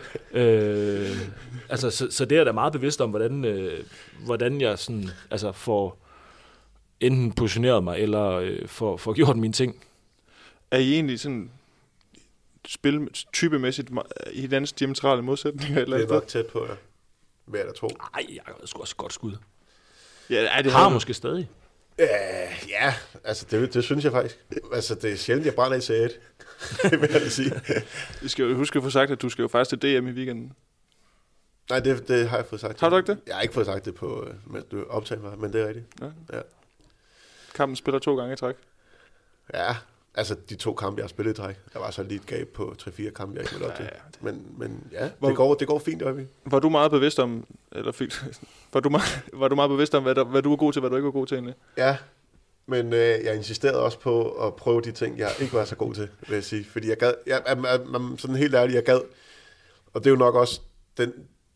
Øh, altså, så, så det er da meget bevidst om, hvordan, øh, hvordan jeg sådan, altså, får enten positioneret mig, eller øh, får, får gjort mine ting. Er I egentlig sådan spil typemæssigt i hinandens diametrale modsætninger? Eller det er nok tæt på, ja. Hvad er der tro? Nej, jeg har sgu også godt skud. Ja, er det har har måske stadig. Uh, ja, altså det, det synes jeg faktisk. Altså det er sjældent, jeg brænder i C et. Det vil jeg sige. Du skal jo huske at få sagt, at du skal jo faktisk til D M i weekenden. Nej, det, det har jeg fået sagt. Har du ikke det? Jeg har ikke fået sagt det på, med du optager mig, men det er rigtigt. Ja. Ja. Kampen spiller to gange i træk. Ja, altså de to kampe, jeg har spillet i træk. Der var så lige et gab på tre fire kampe, jeg ikke ville op til. Ja, ja, det... Men, men ja, Hvor... det, går, det går fint, Øjvind. Var du meget bevidst om, eller fik, var, du meget, var du meget bevidst om, hvad, der, hvad du var god til, hvad du ikke var god til egentlig? Ja, men øh, jeg insisterede også på at prøve de ting, jeg ikke var så god til, vil jeg sige. Fordi jeg gad, jeg er sådan helt ærlig, jeg gad, og det er jo nok også den,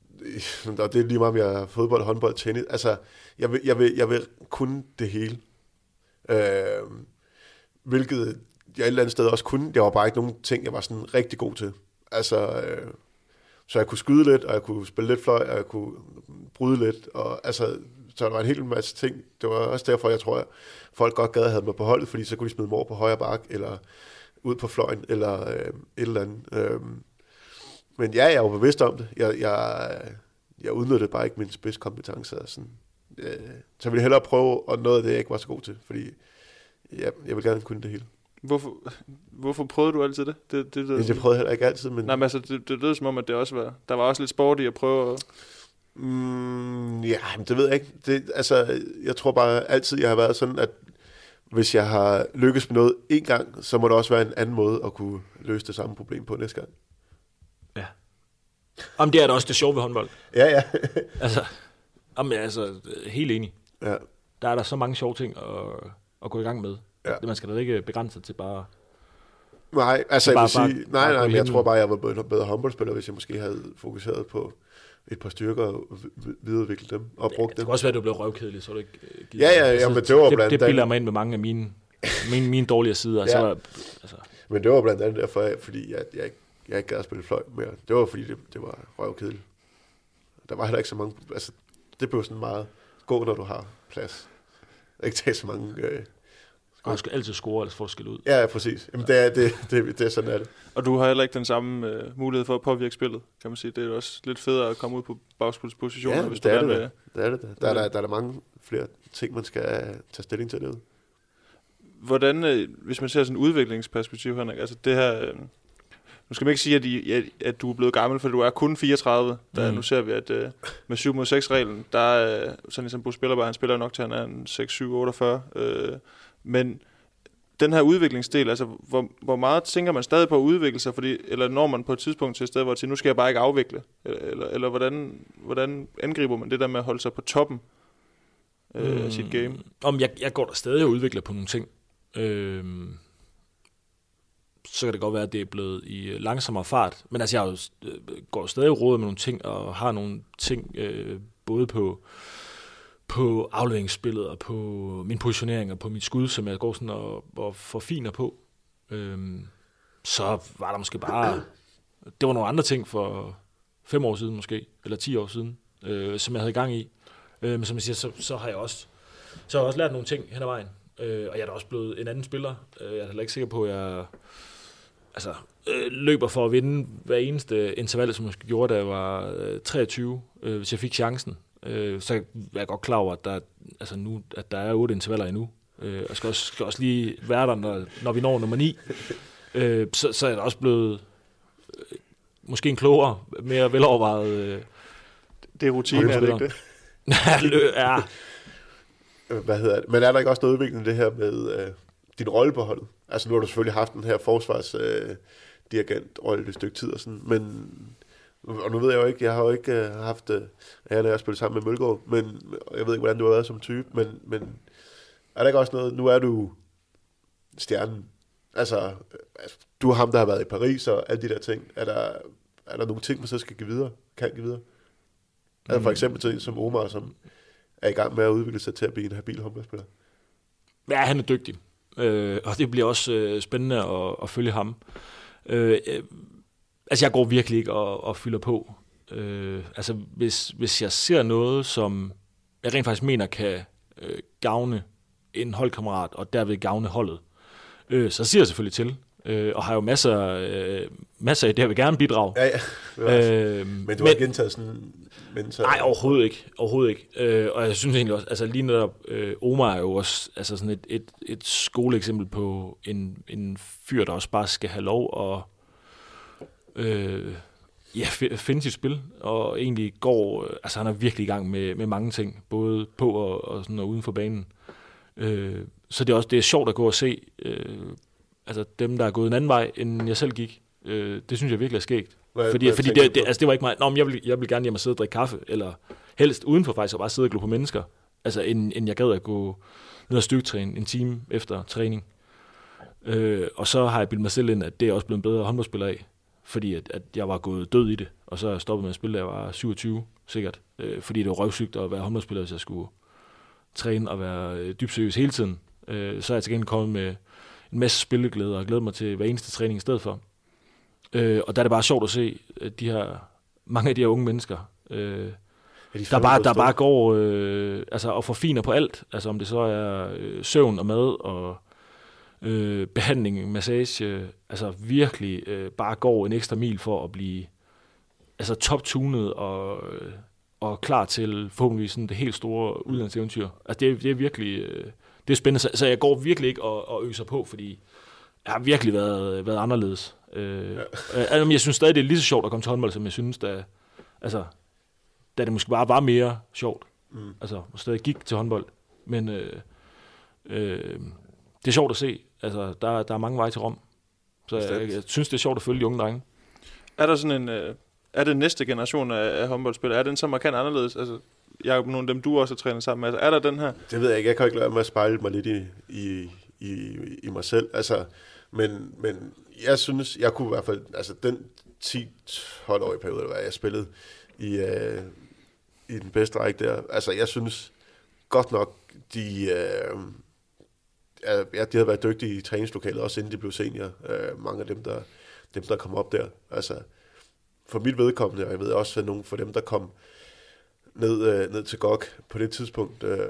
og det er lige meget, om jeg er fodbold, håndbold, tennis. Altså, jeg vil, jeg vil, jeg vil kunne det hele. Øh, hvilket jeg et eller andet sted også kunne. Der var bare ikke nogen ting, jeg var sådan rigtig god til. Altså, øh, så jeg kunne skyde lidt, og jeg kunne spille lidt fløj, og jeg kunne bryde lidt. Og, altså, så der var en hel masse ting. Det var også derfor, jeg tror, at folk godt gad at have mig på holdet, fordi så kunne de smide mig over på højre bak, eller ud på fløjen, eller øh, et eller andet. Øh, men ja, jeg var bevidst om det. Jeg, jeg, jeg udnyttede bare ikke min spidskompetence. Sådan. Øh, så jeg ville hellere prøve at noget af det, jeg ikke var så god til, fordi ja, jeg vil gerne kunne det hele. Hvorfor, hvorfor prøvede du altid det? Det, det, det, det, det prøvede jeg heller ikke altid. Men... Nej, men altså, det, det lød som om, at det også var... Der var også lidt sport i at prøve at... Mm, ja, men det ved jeg ikke. Det, altså, jeg tror bare altid, jeg har været sådan, at hvis jeg har lykkes med noget en gang, så må der også være en anden måde at kunne løse det samme problem på næste gang. Ja. Jamen, det er da også det sjove ved håndbold. Ja, ja. altså, jamen, jeg er altså helt enig. Ja. Der er der så mange sjove ting at, at gå i gang med. Ja. Man skal da ikke begrænse sig til bare... Nej, altså jeg vil sige, bare, nej, nej, nej, men jeg tror bare, jeg var bedre, bedre håndboldspiller, hvis jeg måske havde fokuseret på et par styrker og videreudvikle dem og brugt dem. Det kan også være, at du blev røvkedelig, så du ikke givet. Ja, ja, ja, altså, men det var blandt andet... Det, det bilder mig ind med mange af mine, mine, mine dårlige sider. ja. Så var, altså. Men det var blandt andet derfor, fordi jeg, jeg, jeg ikke gad at spille fløj mere. Det var fordi, det, det var røvkedeligt. der var heller ikke så mange, altså det blev sådan meget gå, når du har plads. Ikke tage så mange... Øh, og du skal altid score, ellers får du skille ud. Ja, ja, præcis. Jamen, det er, det, det, det er sådan, er det. Og du har heller ikke den samme øh, mulighed for at påvirke spillet, kan man sige. Det er jo også lidt federe at komme ud på bagspilspositioner, ja, hvis det du er gerne det, vil. det er det. Der, der, der, der er der mange flere ting, man skal tage stilling til det. Hvordan, øh, hvis man ser sådan et udviklingsperspektiv, Henrik, altså det her... Øh, nu skal man ikke sige, at, I, at, at du er blevet gammel, for du er kun fireogtredive. Der, mm. Nu ser vi, at øh, med syv mod seks-reglen, der er sådan ligesom Bo Spillerberg, han spiller nok til, han er en seks syv otteogfyrre. Øh, men den her udviklingsdel, altså hvor, hvor meget tænker man stadig på at udvikle sig, fordi, eller når man på et tidspunkt til et sted, hvor til, nu skal jeg bare ikke afvikle, eller, eller, eller hvordan, hvordan angriber man det der med at holde sig på toppen øh, mm. af sit game? Om jeg, jeg går der stadig og udvikler på nogle ting. Øh, så kan det godt være, at det er blevet i langsommere fart, men altså jeg går stadig og råder med nogle ting, og har nogle ting øh, både på på afleveringsspillet og på min positionering og på mit skud, som jeg går sådan og, og forfiner på. Øhm, så var der måske bare... Det var nogle andre ting for fem år siden måske, eller ti år siden, øh, som jeg havde i gang i. Øh, men som jeg siger, så, så har jeg også så har jeg også lært nogle ting hen ad vejen. Øh, og jeg er da også blevet en anden spiller. Øh, jeg er heller ikke sikker på, at jeg altså, øh, løber for at vinde hver eneste interval, som jeg gjorde, da jeg var øh, treogtyve, øh, hvis jeg fik chancen. Øh, så er jeg godt klar over, at der, altså nu, at der er otte intervaller endnu. Øh, og skal også, skal også lige være der, når, når vi når nummer ni. Øh, så, så er jeg også blevet øh, måske en klogere, mere velovervejet. Øh, det er rutine, er det ikke det? ja. Hvad hedder det? Men er der ikke også noget udvikling det her med øh, din rolle på holdet? Altså nu har du selvfølgelig haft den her forsvarsdirigent rolle et stykke tid og sådan, men og nu ved jeg jo ikke, jeg har jo ikke uh, haft, uh, jeg har spillet sammen med Mølgaard, men jeg ved ikke, hvordan du har været som type, men, men er der ikke også noget, nu er du stjernen, altså, altså du er ham, der har været i Paris og alle de der ting, er der, er der nogle ting, man så skal give videre, kan give videre? Mm. Altså for eksempel ting som Omar, som er i gang med at udvikle sig til at blive en habil håndboldspiller. Ja, han er dygtig, øh, og det bliver også øh, spændende at, at følge ham. Øh, øh, Altså, jeg går virkelig ikke og, og fylder på. Øh, altså, hvis, hvis jeg ser noget, som jeg rent faktisk mener kan øh, gavne en holdkammerat, og derved gavne holdet, øh, så siger jeg selvfølgelig til. Øh, og har jo masser, øh, masser af det, jeg vil gerne bidrage. Ja, ja. Øh, men du har ikke gentaget sådan... Mentor. Nej, overhovedet ikke. Overhovedet ikke. Øh, og jeg synes egentlig også, altså lige netop, øh, Omar er jo også altså sådan et, et, et skoleeksempel på en, en fyr, der også bare skal have lov at Øh, ja, finde sit spil, og egentlig går, øh, altså han er virkelig i gang med, med mange ting, både på og, og, sådan, og uden for banen. Øh, så det er også det er sjovt at gå og se, øh, altså dem, der er gået en anden vej, end jeg selv gik. Øh, det synes jeg virkelig er skægt. Hvad, fordi hvad fordi det, det, altså, det var ikke mig, nå, men jeg vil, jeg vil gerne hjem og sidde og drikke kaffe, eller helst udenfor faktisk, og bare sidde og glo på mennesker, altså end, end jeg gad at gå ned og styrketræne en time efter træning. Øh, og så har jeg bildet mig selv ind, at det er også blevet en bedre håndboldspiller af, fordi at, at jeg var gået død i det, og så er jeg stoppet med at spille, da jeg var syvogtyve, sikkert. Øh, fordi det var røvsygt at være håndboldspiller, hvis jeg skulle træne og være øh, dybt seriøs hele tiden. Øh, så er jeg til gengæld kommet med en masse spilleglæde, og glæder mig til hver eneste træning i stedet for. Øh, og der er det bare sjovt at se, at de her, mange af de her unge mennesker, øh, de der, bare, der bare går øh, altså, og forfiner på alt. Altså om det så er øh, søvn og mad og Øh, behandling, massage, altså virkelig øh, bare går en ekstra mil for at blive altså top-tunet og, øh, og klar til forhåbentlig sådan det helt store udlandseventyr. Altså det er, det er virkelig øh, det er spændende, så, så jeg går virkelig ikke og, og øser på, fordi jeg har virkelig været, været anderledes. Øh, ja. øh, jeg synes stadig, det er lige så sjovt at komme til håndbold, som jeg synes, da, altså, da det måske bare var mere sjovt. Mm. Altså, jeg stadig gik til håndbold, men øh, øh, det er sjovt at se. Altså, der, der er mange veje til Rom. Så jeg, jeg synes, det er sjovt at følge de unge drenge. Er der sådan en... Øh, er det næste generation af, af håndboldspillere? Er den så markant anderledes? Altså, jeg er nogle af dem, du også har trænet sammen med. Altså, er der den her? Det ved jeg ikke. Jeg kan ikke lade mig at spejle mig lidt i, i, i, i mig selv. Altså, men, men jeg synes, jeg kunne i hvert fald... Altså, den ti tolv-årige periode, hvor jeg spillede i, øh, i den bedste række der. Altså, jeg synes godt nok, de... Øh, ja, de havde været dygtige i træningslokalet, også inden de blev senior. Øh, mange af dem, der, dem, der kom op der. Altså, for mit vedkommende, og jeg ved også, at nogle for dem, der kom ned, øh, ned til G O G på det tidspunkt. Øh,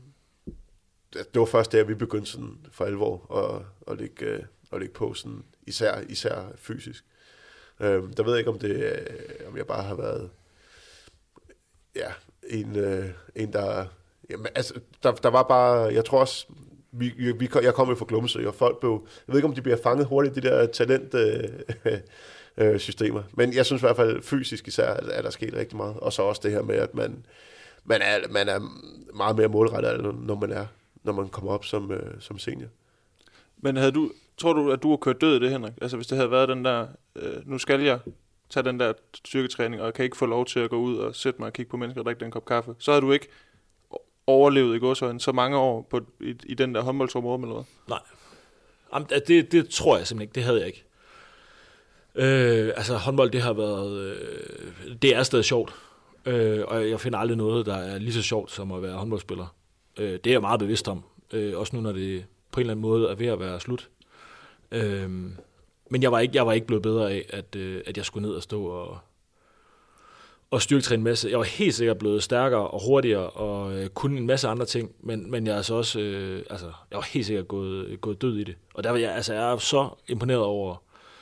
det var først der, vi begyndte sådan for alvor at, at, ligge, øh, at ligge på, sådan, især, især fysisk. Øh, der ved jeg ikke, om, det, øh, om jeg bare har været ja, en, øh, en der... Jamen, altså, der, der var bare... Jeg tror også... Vi, vi, jeg kom jo fra Glumsø, og folk blev... Jeg ved ikke, om de bliver fanget hurtigt, de der talent... Øh, øh, systemer. Men jeg synes i hvert fald fysisk især, at, at der er sket rigtig meget. Og så også det her med, at man, man, er, man er meget mere målrettet, når man er, når man kommer op som, øh, som senior. Men havde du, tror du, at du har kørt død i det, Henrik? Altså hvis det havde været den der, øh, nu skal jeg tage den der styrketræning, og jeg kan ikke få lov til at gå ud og sætte mig og kigge på mennesker og drikke den kop kaffe, så havde du ikke overlevet i gåsøjne så mange år på, i, i den der håndboldsområde eller hvad? Nej. Jamen, det, det tror jeg simpelthen ikke. Det havde jeg ikke. Øh, altså håndbold, det har været, øh, det er stadig sjovt, øh, og jeg finder aldrig noget, der er lige så sjovt som at være håndboldspiller. Øh, det er jeg meget bevidst om, øh, også nu når det på en eller anden måde er ved at være slut. Øh, men jeg var ikke, jeg var ikke blevet bedre af, at, øh, at jeg skulle ned og stå og, og styrketræne en masse. Jeg var helt sikkert blevet stærkere og hurtigere og øh, kunne en masse andre ting, men, men jeg er altså også, øh, altså jeg var helt sikkert gået, gået død i det. Og der var jeg, altså jeg er så imponeret over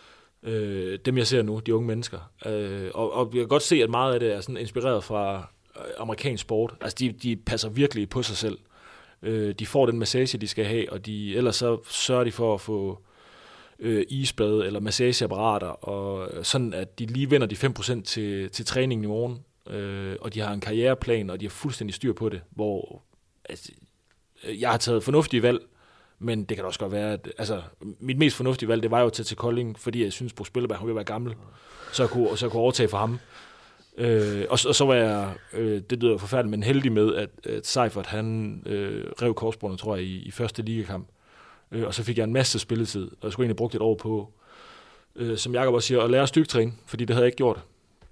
Øh, dem jeg ser nu, de unge mennesker. Øh, og, og jeg kan godt se, at meget af det er sådan inspireret fra amerikansk sport. Altså de, de passer virkelig på sig selv. Øh, de får den massage, de skal have, og de, ellers så sørger de for at få øh, isbad eller massageapparater, og sådan at de lige vender de fem procent til, til træningen i morgen. Øh, og de har en karriereplan, og de har fuldstændig styr på det, hvor altså, jeg har taget fornuftige valg, men det kan også godt være, at altså, mit mest fornuftige valg, det var jo at tage til Kolding, fordi jeg synes, Bo Spillerberg, han ville være gammel, så jeg kunne, så jeg kunne overtage for ham. Øh, og, og så var jeg, øh, det lyder forfærdeligt, men heldig med, at, at Seifert, han øh, rev korsbåndet, tror jeg, i, i første ligakamp. Øh, og så fik jeg en masse spilletid, og jeg skulle egentlig brugt et år på, øh, som Jakob også siger, at lære styrketræne, fordi det havde jeg ikke gjort.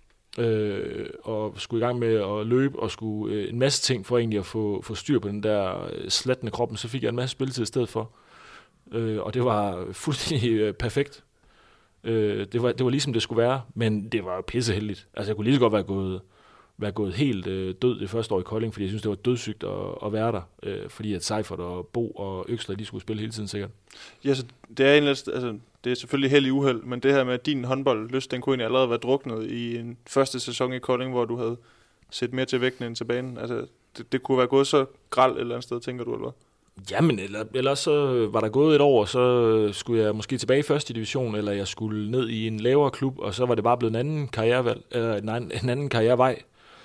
Øh, og skulle i gang med at løbe, og skulle øh, en masse ting for egentlig at få, få styr på den der øh, slattende kroppen, så fik jeg en masse spilletid i stedet for. Øh, og det var fuldstændig øh, perfekt. Øh, det, var, det var ligesom det skulle være, men det var pisseheldigt. Altså jeg kunne lige så godt være gået, være gået helt øh, død det første år i Kolding, fordi jeg synes, det var dødssygt at, at være der, øh, fordi at Seifert og Bo og Øksler, de skulle spille hele tiden sikkert. Ja, så det er egentlig, altså, det er selvfølgelig held i uheld, men det her med, at din håndboldlyst, den kunne egentlig allerede være druknet i en første sæson i Kolding, hvor du havde set mere til vægten end til banen. Altså, det, det kunne være gået så grelt et eller andet sted, tænker du, eller hvad? Jamen, eller, ellers så var der gået et år, så skulle jeg måske tilbage i første division, eller jeg skulle ned i en lavere klub, og så var det bare blevet en anden karrierevalg, eller en anden, en anden karrierevej.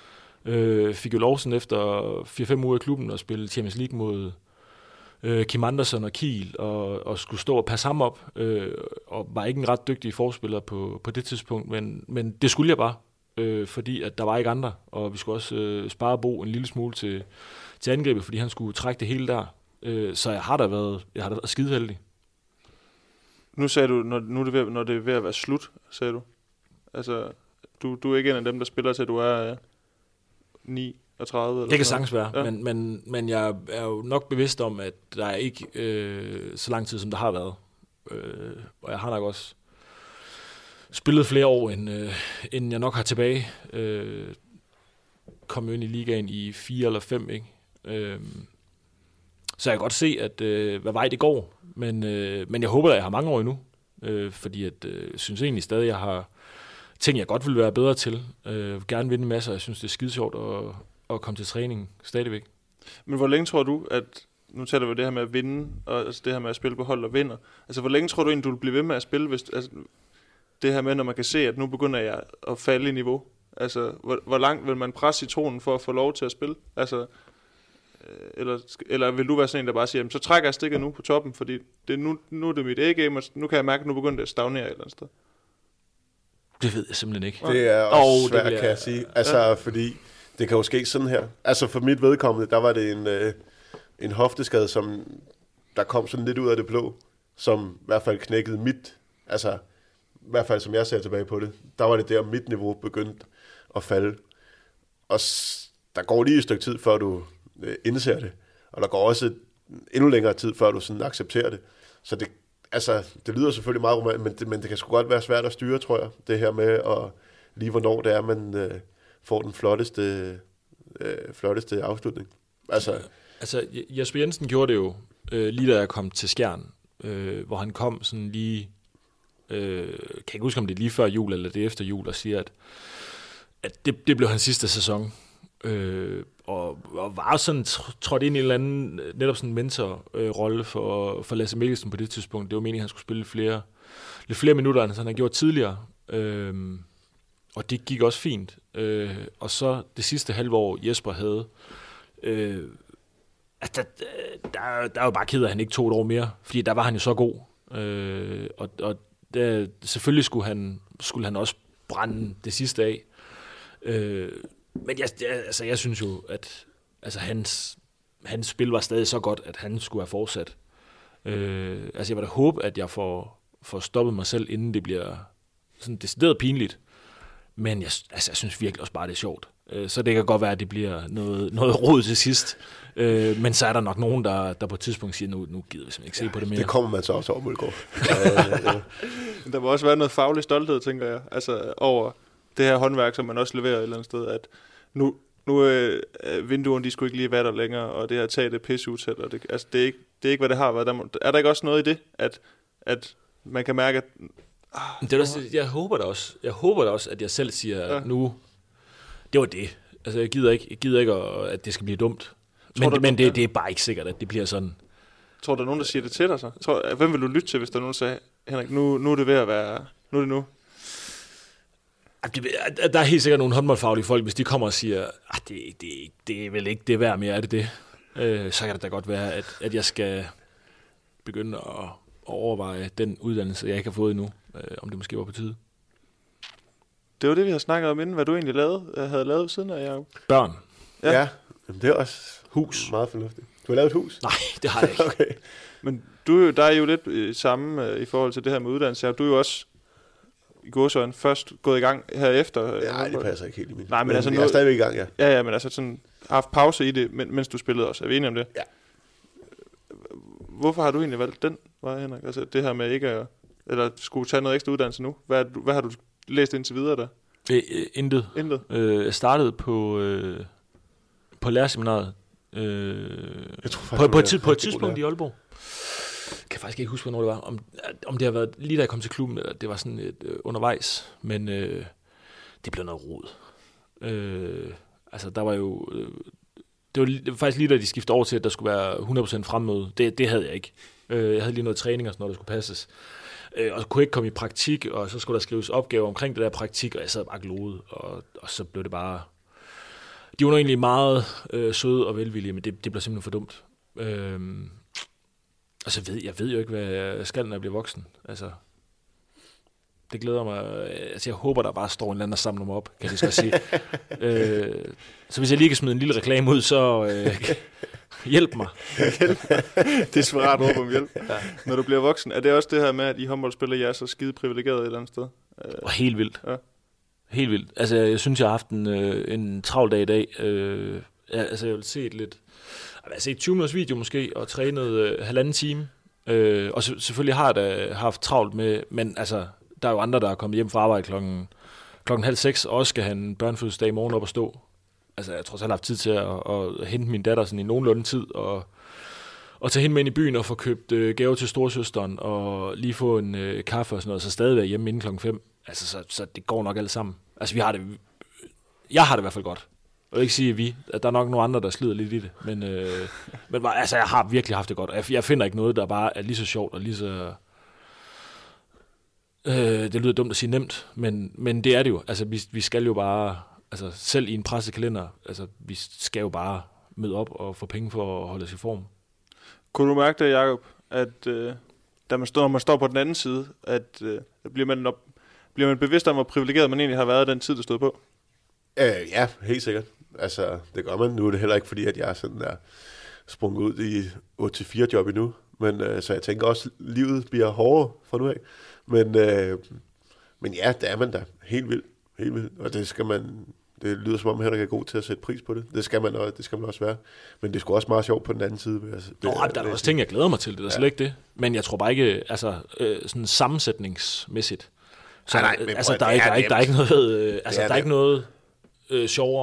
Øh, fik jo lov sådan efter fire fem uger i klubben og spille Champions League mod øh, Kim Andersen og Kiel, og, og skulle stå og passe ham op, øh, og var ikke en ret dygtig forspiller på, på det tidspunkt, men, men det skulle jeg bare, øh, fordi at der var ikke andre, og vi skulle også øh, spare Bo en lille smule til, til angrebet, fordi han skulle trække det hele der. Øh, så jeg har da været, jeg har da været skideheldig. Nu sagde du, når, nu er det ved, når det er ved at være slut, sagde du. Altså, du, du er ikke en af dem, der spiller til, du er øh, niogtredive? Eller det kan sagtens være, ja. men, men, men jeg er jo nok bevidst om, at der er ikke øh, så lang tid, som der har været. Øh, og jeg har nok også spillet flere år, end, øh, end jeg nok har tilbage. Øh, kom jo ind i ligaen i fire eller fem, ikke? Øh, så jeg kan godt se, at øh, hvad vej det går, men, øh, men jeg håber, at jeg har mange år endnu, øh, fordi jeg øh, synes egentlig stadig, at jeg har ting, jeg godt vil være bedre til. Øh, vil gerne vinde masser, jeg synes, det er skide sjovt at, at komme til træning stadigvæk. Men hvor længe tror du, at, nu taler vi det her med at vinde, og altså det her med at spille på hold og vinder, altså hvor længe tror du egentlig, du vil blive ved med at spille, hvis, altså, det her med, når man kan se, at nu begynder jeg at falde i niveau, altså hvor, hvor langt vil man presse citronen for at få lov til at spille, altså Eller, eller vil du være sådan en, der bare siger, så trækker jeg stikket nu på toppen, fordi det, nu, nu er det mit A-game, og nu kan jeg mærke, at nu begynder det at stagnere et eller andet sted? Det ved jeg simpelthen ikke. Det er også oh, svært, jeg... kan jeg sige. Altså, ja. Fordi det kan jo ske sådan her. Altså, for mit vedkommende, der var det en, øh, en hofteskade, som der kom sådan lidt ud af det blå, som i hvert fald knækkede mit, altså, i hvert fald som jeg ser tilbage på det, der var det der, mit niveau begyndte at falde. Og s- der går lige et stykke tid, før du indser det, og der går også endnu længere tid, før du sådan accepterer det. Så det, altså, det lyder selvfølgelig meget romantisk, men det, men det kan sgu godt være svært at styre, tror jeg, det her med, at lige hvornår det er, man øh, får den flotteste øh, flotteste afslutning. Altså, altså, Jesper Jensen gjorde det jo, øh, lige da jeg kom til Skjern, øh, hvor han kom sådan lige, øh, kan ikke huske, om det er lige før jul, eller det er efter jul, og siger, at, at det, det blev hans sidste sæson. Øh, og, og var sådan trådt ind i en eller anden, netop sådan en mentorrolle øh, for, for Lasse Mikkelsen på det tidspunkt. Det var meningen, at han skulle spille flere, lidt flere minutter, end han havde gjort tidligere. Øh, og det gik også fint. Øh, og så det sidste halve år, Jesper havde, øh, altså, der, der, der er jo bare ked af, at han ikke tog et år mere, fordi der var han jo så god. Øh, og og der, selvfølgelig skulle han, skulle han også brænde det sidste af. Øh, men jeg, jeg, altså, jeg synes jo, at altså, hans, hans spil var stadig så godt, at han skulle have fortsat. Øh, altså jeg vil da håbe, at jeg får, får stoppet mig selv, inden det bliver sådan decideret pinligt. Men jeg, altså, jeg synes virkelig også bare, det er sjovt. Øh, så det kan godt være, at det bliver noget, noget rod til sidst. Øh, men så er der nok nogen, der, der på et tidspunkt siger, nu, nu gider vi simpelthen ikke se ja, på det mere. Det kommer man så også over, Mølgaard. Der må også være noget faglig stolthed, tænker jeg, altså over det her håndværk, som man også leverer et eller andet sted, at nu, nu øh, vinduerne, de skulle ikke lige være der længere, og det her tag det pisseudsæt, og det, altså, det, er ikke, det er ikke, hvad det har været. Der må, er der ikke også noget i det, at, at man kan mærke, at ah, det er også, jeg håber da også, jeg håber da også, at jeg selv siger, ja. nu, det var det. Altså, jeg gider ikke, jeg gider ikke at det skal blive dumt. Men, du, men det, det er bare ikke sikkert, at det bliver sådan. Tror du, der er nogen, der siger det til dig så? Tror, hvem vil du lytte til, hvis der er nogen, der siger, Henrik, nu, nu er det ved at være, nu er det nu? Der er helt sikkert nogle håndboldfaglige folk, hvis de kommer og siger, at det, det, det er vel ikke det værd mere, er det det? Øh, så kan det da godt være, at, at jeg skal begynde at, at overveje den uddannelse, jeg ikke har fået endnu, øh, om det måske var på tide. Det var det, vi har snakket om inden, hvad du egentlig lavede, havde lavet ved siden af, Jacob. Børn. Ja, ja. Jamen, det er også hus. Meget fornuftigt. Du har lavet et hus? Nej, det har jeg ikke. Okay. Men du, der er jo lidt øh, samme øh, i forhold til det her med uddannelse. Du er jo også i gåseøjne først gået i gang herefter. Ja, nej, det passer ikke helt i min. Nej, men, men altså jeg er stadigvæk i gang, ja. Ja, ja, men altså sådan haft pause i det, mens du spillede også. Er vi enige om det? Ja. Hvorfor har du egentlig valgt den vej, Henrik? Altså det her med ikke at, eller skulle tage noget ekstra uddannelse nu. Hvad, hvad har du læst indtil videre der? Øh, intet. Intet? Øh, jeg startede på, øh, på lærerseminaret. Øh, jeg tror faktisk, på, på, et, tid, på et tidspunkt i Aalborg. Jeg kan faktisk ikke huske, hvornår det var. Om, om det har været lige da jeg kom til klubben, eller det var sådan et øh, undervejs. Men øh, det blev noget rod. Øh, altså, der var jo... Øh, det, var, det var faktisk lige da de skiftede over til, at der skulle være hundrede procent fremmøde. Det, det havde jeg ikke. Øh, jeg havde lige noget træning og sådan noget, der skulle passes. Øh, og så kunne jeg ikke komme i praktik, og så skulle der skrives opgaver omkring det der praktik, og jeg sad bare gloet, og, og så blev det bare... De var nu egentlig meget øh, søde og velvillige, men det, det blev simpelthen for dumt. Øh, og så ved jeg ved jo ikke, hvad jeg skal, når jeg bliver voksen. Altså, det glæder mig. Altså, jeg håber, der bare står en eller anden, der samler mig op, kan jeg lige sige. øh, så hvis jeg lige kan smide en lille reklame ud, så øh, hjælp mig. Desperat råb om hjælp. Ja. Når du bliver voksen, er det også det her med, at I håndboldspillere, jeg er så skide privilegeret et eller andet sted? Og helt vildt. Ja. Helt vildt. Altså, jeg synes, jeg har haft en, øh, en travl dag i dag. Øh, altså, jeg vil se et lidt... Jeg har set tyve minutters video måske, og trænet øh, halvanden time. Øh, og så, selvfølgelig har jeg da haft travlt med... Men altså, der er jo andre, der er kommet hjem fra arbejde klokken, klokken halv seks, og også skal have en børnefødselsdag i morgen op og stå. Altså, jeg tror, jeg har haft tid til at, at, at hente min datter sådan i nogenlunde tid, og, og tage hende med ind i byen og få købt øh, gaver til storesøsteren, og lige få en øh, kaffe og sådan noget, så stadig være hjemme inden klokken fem. Altså, så, så det går nok alt sammen. Altså, vi har det... Jeg har det i hvert fald godt. Jeg vil ikke sige, at vi... At der er nok nogle andre, der slider lidt i det. Men, øh, men bare, altså, jeg har virkelig haft det godt. Jeg, jeg finder ikke noget, der bare er lige så sjovt og lige så... Øh, det lyder dumt at sige nemt, men, men det er det jo. Altså, vi, vi skal jo bare... Altså, selv i en pressekalender, altså, vi skal jo bare møde op og få penge for at holde os i form. Kunne du mærke det, Jacob, at øh, da man står, når man står på den anden side, at øh, bliver man op, bliver man bevidst om, hvor privilegeret man egentlig har været den tid, der stod på? Øh, ja, helt sikkert. Altså, det gør man. Nu er det heller ikke fordi, at jeg er sådan der sprunget ud i otte til fire job endnu. Men, øh, så jeg tænker også, at livet bliver hårdere fra nu af. Men, øh, men ja, det er man da. Helt vildt. Helt vildt. Og det skal man... Det lyder som om, Henrik er god til at sætte pris på det. Det skal man også, det skal man også være. Men det er sgu også meget sjovt på den anden side. Ved at, Nå, ved, der er også ting, jeg glæder mig til. Det er ja. Slet ikke det. Men jeg tror bare ikke, altså øh, sådan sammensætningsmæssigt. Så, nej, nej, altså, der er, ikke, der, er ikke, der er ikke noget, øh, altså, der er ikke noget øh, sjovere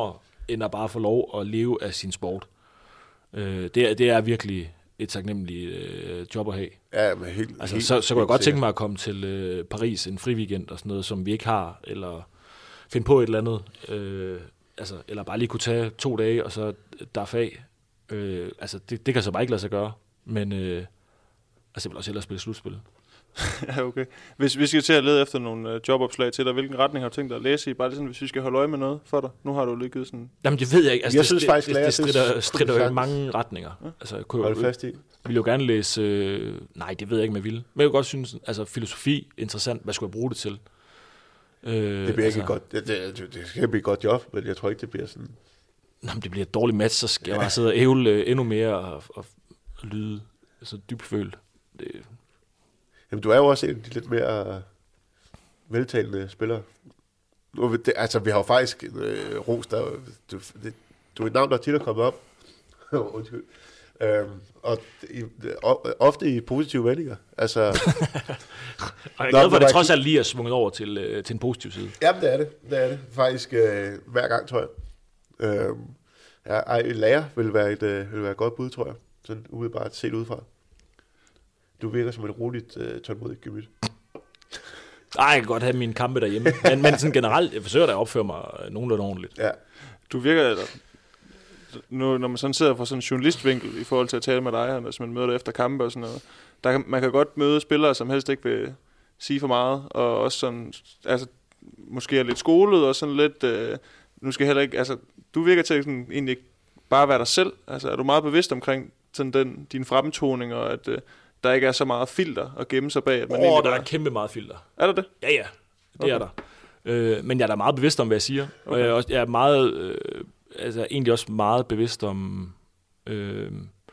end at bare få lov at leve af sin sport. Øh, det, er, det er virkelig et taknemmeligt øh, job at have. Ja, men helt, altså, helt, så, så kunne jeg godt helt tænke mig at komme til øh, Paris en fri weekend og sådan noget, som vi ikke har, eller finde på et eller andet, øh, altså, eller bare lige kunne tage to dage, og så derfra af. Øh, altså, det, det kan så bare ikke lade sig gøre, men øh, altså, jeg vil også hellere spille slutspil. Ja, okay. Hvis vi skal til at lede efter nogle uh, jobopslag til dig, hvilken retning har du tænkt dig at læse i? Bare lige sådan, hvis vi skal holde øje med noget for dig. Nu har du lige givet sådan... Jamen, det ved jeg ikke. Altså, jeg det, synes det, faktisk, det, det, det strider, strider jo i mange retninger. Ja. Altså, jeg kunne Hold fast i. vil jo gerne læse... Øh, nej, det ved jeg ikke, om jeg vil. Men jeg kunne godt synes, altså filosofi interessant. Hvad skulle jeg bruge det til? Øh, det bliver altså, ikke et godt... Det, det, det skal blive et godt job, men jeg tror ikke, det bliver sådan... Jamen, det bliver et dårligt match, så skal jeg bare sidde og ævle øh, endnu mere og, og, og lyde altså, dybfølt. Det... Jamen, du er jo også en af de lidt mere veltalende spillere. Nu, det, altså, vi har jo faktisk øh, ros, der... Du, det, du er et navn, der tit er kommet op. Undskyld. Øhm, og i, ofte i positive vendinger. Altså, og jeg er glad for, at det trods alt lige er svunget over til, øh, til en positiv side. Jamen, det er det. Det er det. Faktisk øh, hver gang, tror jeg. Øhm, ja, ej, lærer vil være et, øh, vil være et godt bud, tror jeg. Sådan umiddelbart set udefra. Du virker som et roligt, øh, tålmodigt gemyt. Ej, jeg kan godt have mine kampe derhjemme. Men, men sådan generelt, jeg forsøger da at opføre mig nogenlunde ordentligt. Ja. Du virker... Eller Nu, når man sådan sidder fra sådan en journalistvinkel i forhold til at tale med dig, hvis man møder dig efter kampe og sådan noget, der kan, man kan godt møde spillere, som helst ikke vil sige for meget, og også sådan, altså, måske er lidt skolet, og sådan lidt, øh, nu skal heller ikke, altså, du virker til sådan, egentlig bare være dig selv, altså, er du meget bevidst omkring sådan den, din fremtoning, og at øh, der ikke er så meget filter at gemme sig bag, at man Åh, egentlig der der er kæmpe meget filter. Er der det? Ja, ja, det okay. er der. Øh, men jeg er da meget bevidst om, hvad jeg siger, okay. Og jeg er, også, jeg er meget... Øh, altså egentlig også meget bevidst om, øh,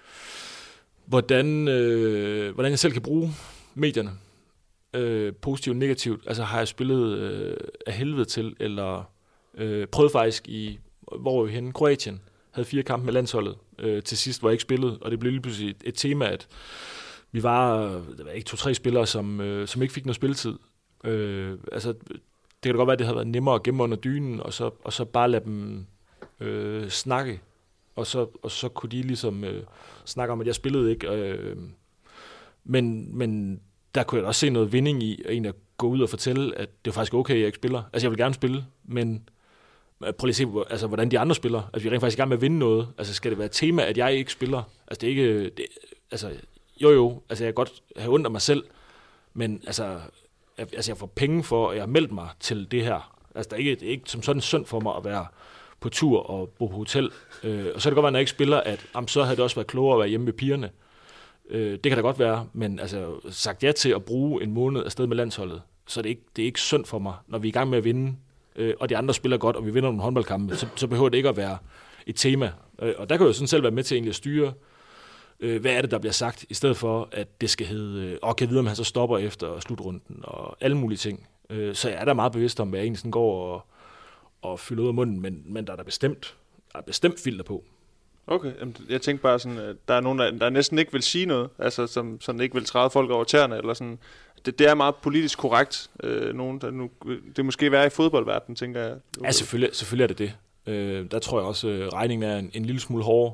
hvordan, øh, hvordan jeg selv kan bruge medierne. Øh, positivt og negativt. Altså har jeg spillet øh, af helvede til, eller øh, prøvet faktisk i, hvor vi henne, Kroatien, havde fire kampe med landsholdet øh, til sidst, hvor jeg ikke spillede, og det blev lige pludselig et, et tema, at vi var, der var ikke to-tre spillere, som, øh, som ikke fik noget spilletid. Øh, altså, det kan da godt være, at det havde været nemmere at gemme under dynen, og så, og så bare lade dem Øh, snakke, og så, og så kunne de ligesom øh, snakke om, at jeg spillede ikke. Øh, men, men der kunne jeg også se noget vinding i, at egentlig at gå ud og fortælle, at det er faktisk okay, at jeg ikke spiller. Altså, jeg vil gerne spille, men prøv lige at se, altså, hvordan de andre spiller. Altså, vi er rent faktisk i gang med at vinde noget. Altså, skal det være et tema, at jeg ikke spiller? Altså, det er ikke... Det, altså, jo jo, altså, jeg kan godt have ondt af mig selv, men altså, jeg, altså, jeg får penge for, at jeg har meldt mig til det her. Altså, det er ikke, det er ikke som sådan synd for mig at være på tur og bo på hotel. Øh, og så kan det godt være, når jeg ikke spiller, at jamen, så havde det også været klogere at være hjemme med pigerne. Øh, det kan da godt være, men altså, sagt ja til at bruge en måned afsted med landsholdet, så det er ikke, det er ikke synd for mig, når vi er i gang med at vinde, øh, og de andre spiller godt, og vi vinder nogle håndboldkampe, så, så behøver det ikke at være et tema. Øh, og der kan jeg jo sådan selv være med til egentlig at styre, øh, hvad er det, der bliver sagt, i stedet for, at det skal hedde, øh, og kan vide, om han så stopper efter slutrunden, og alle mulige ting. Øh, så jeg er da meget bevidst om, hvad jeg egentlig sådan går og og fylde ud af munden, men, men der er der bestemt, der er bestemt filter på. Okay, jeg tænkte bare sådan, at der er nogen, der, der næsten ikke vil sige noget, altså som, som ikke vil træde folk over tæerne, eller sådan. Det, det er meget politisk korrekt, øh, nogen, der nu, det måske være i fodboldverdenen, tænker jeg. Ja, selvfølgelig, selvfølgelig er det det. Øh, der tror jeg også, øh, regningen er en, en lille smule hårdere.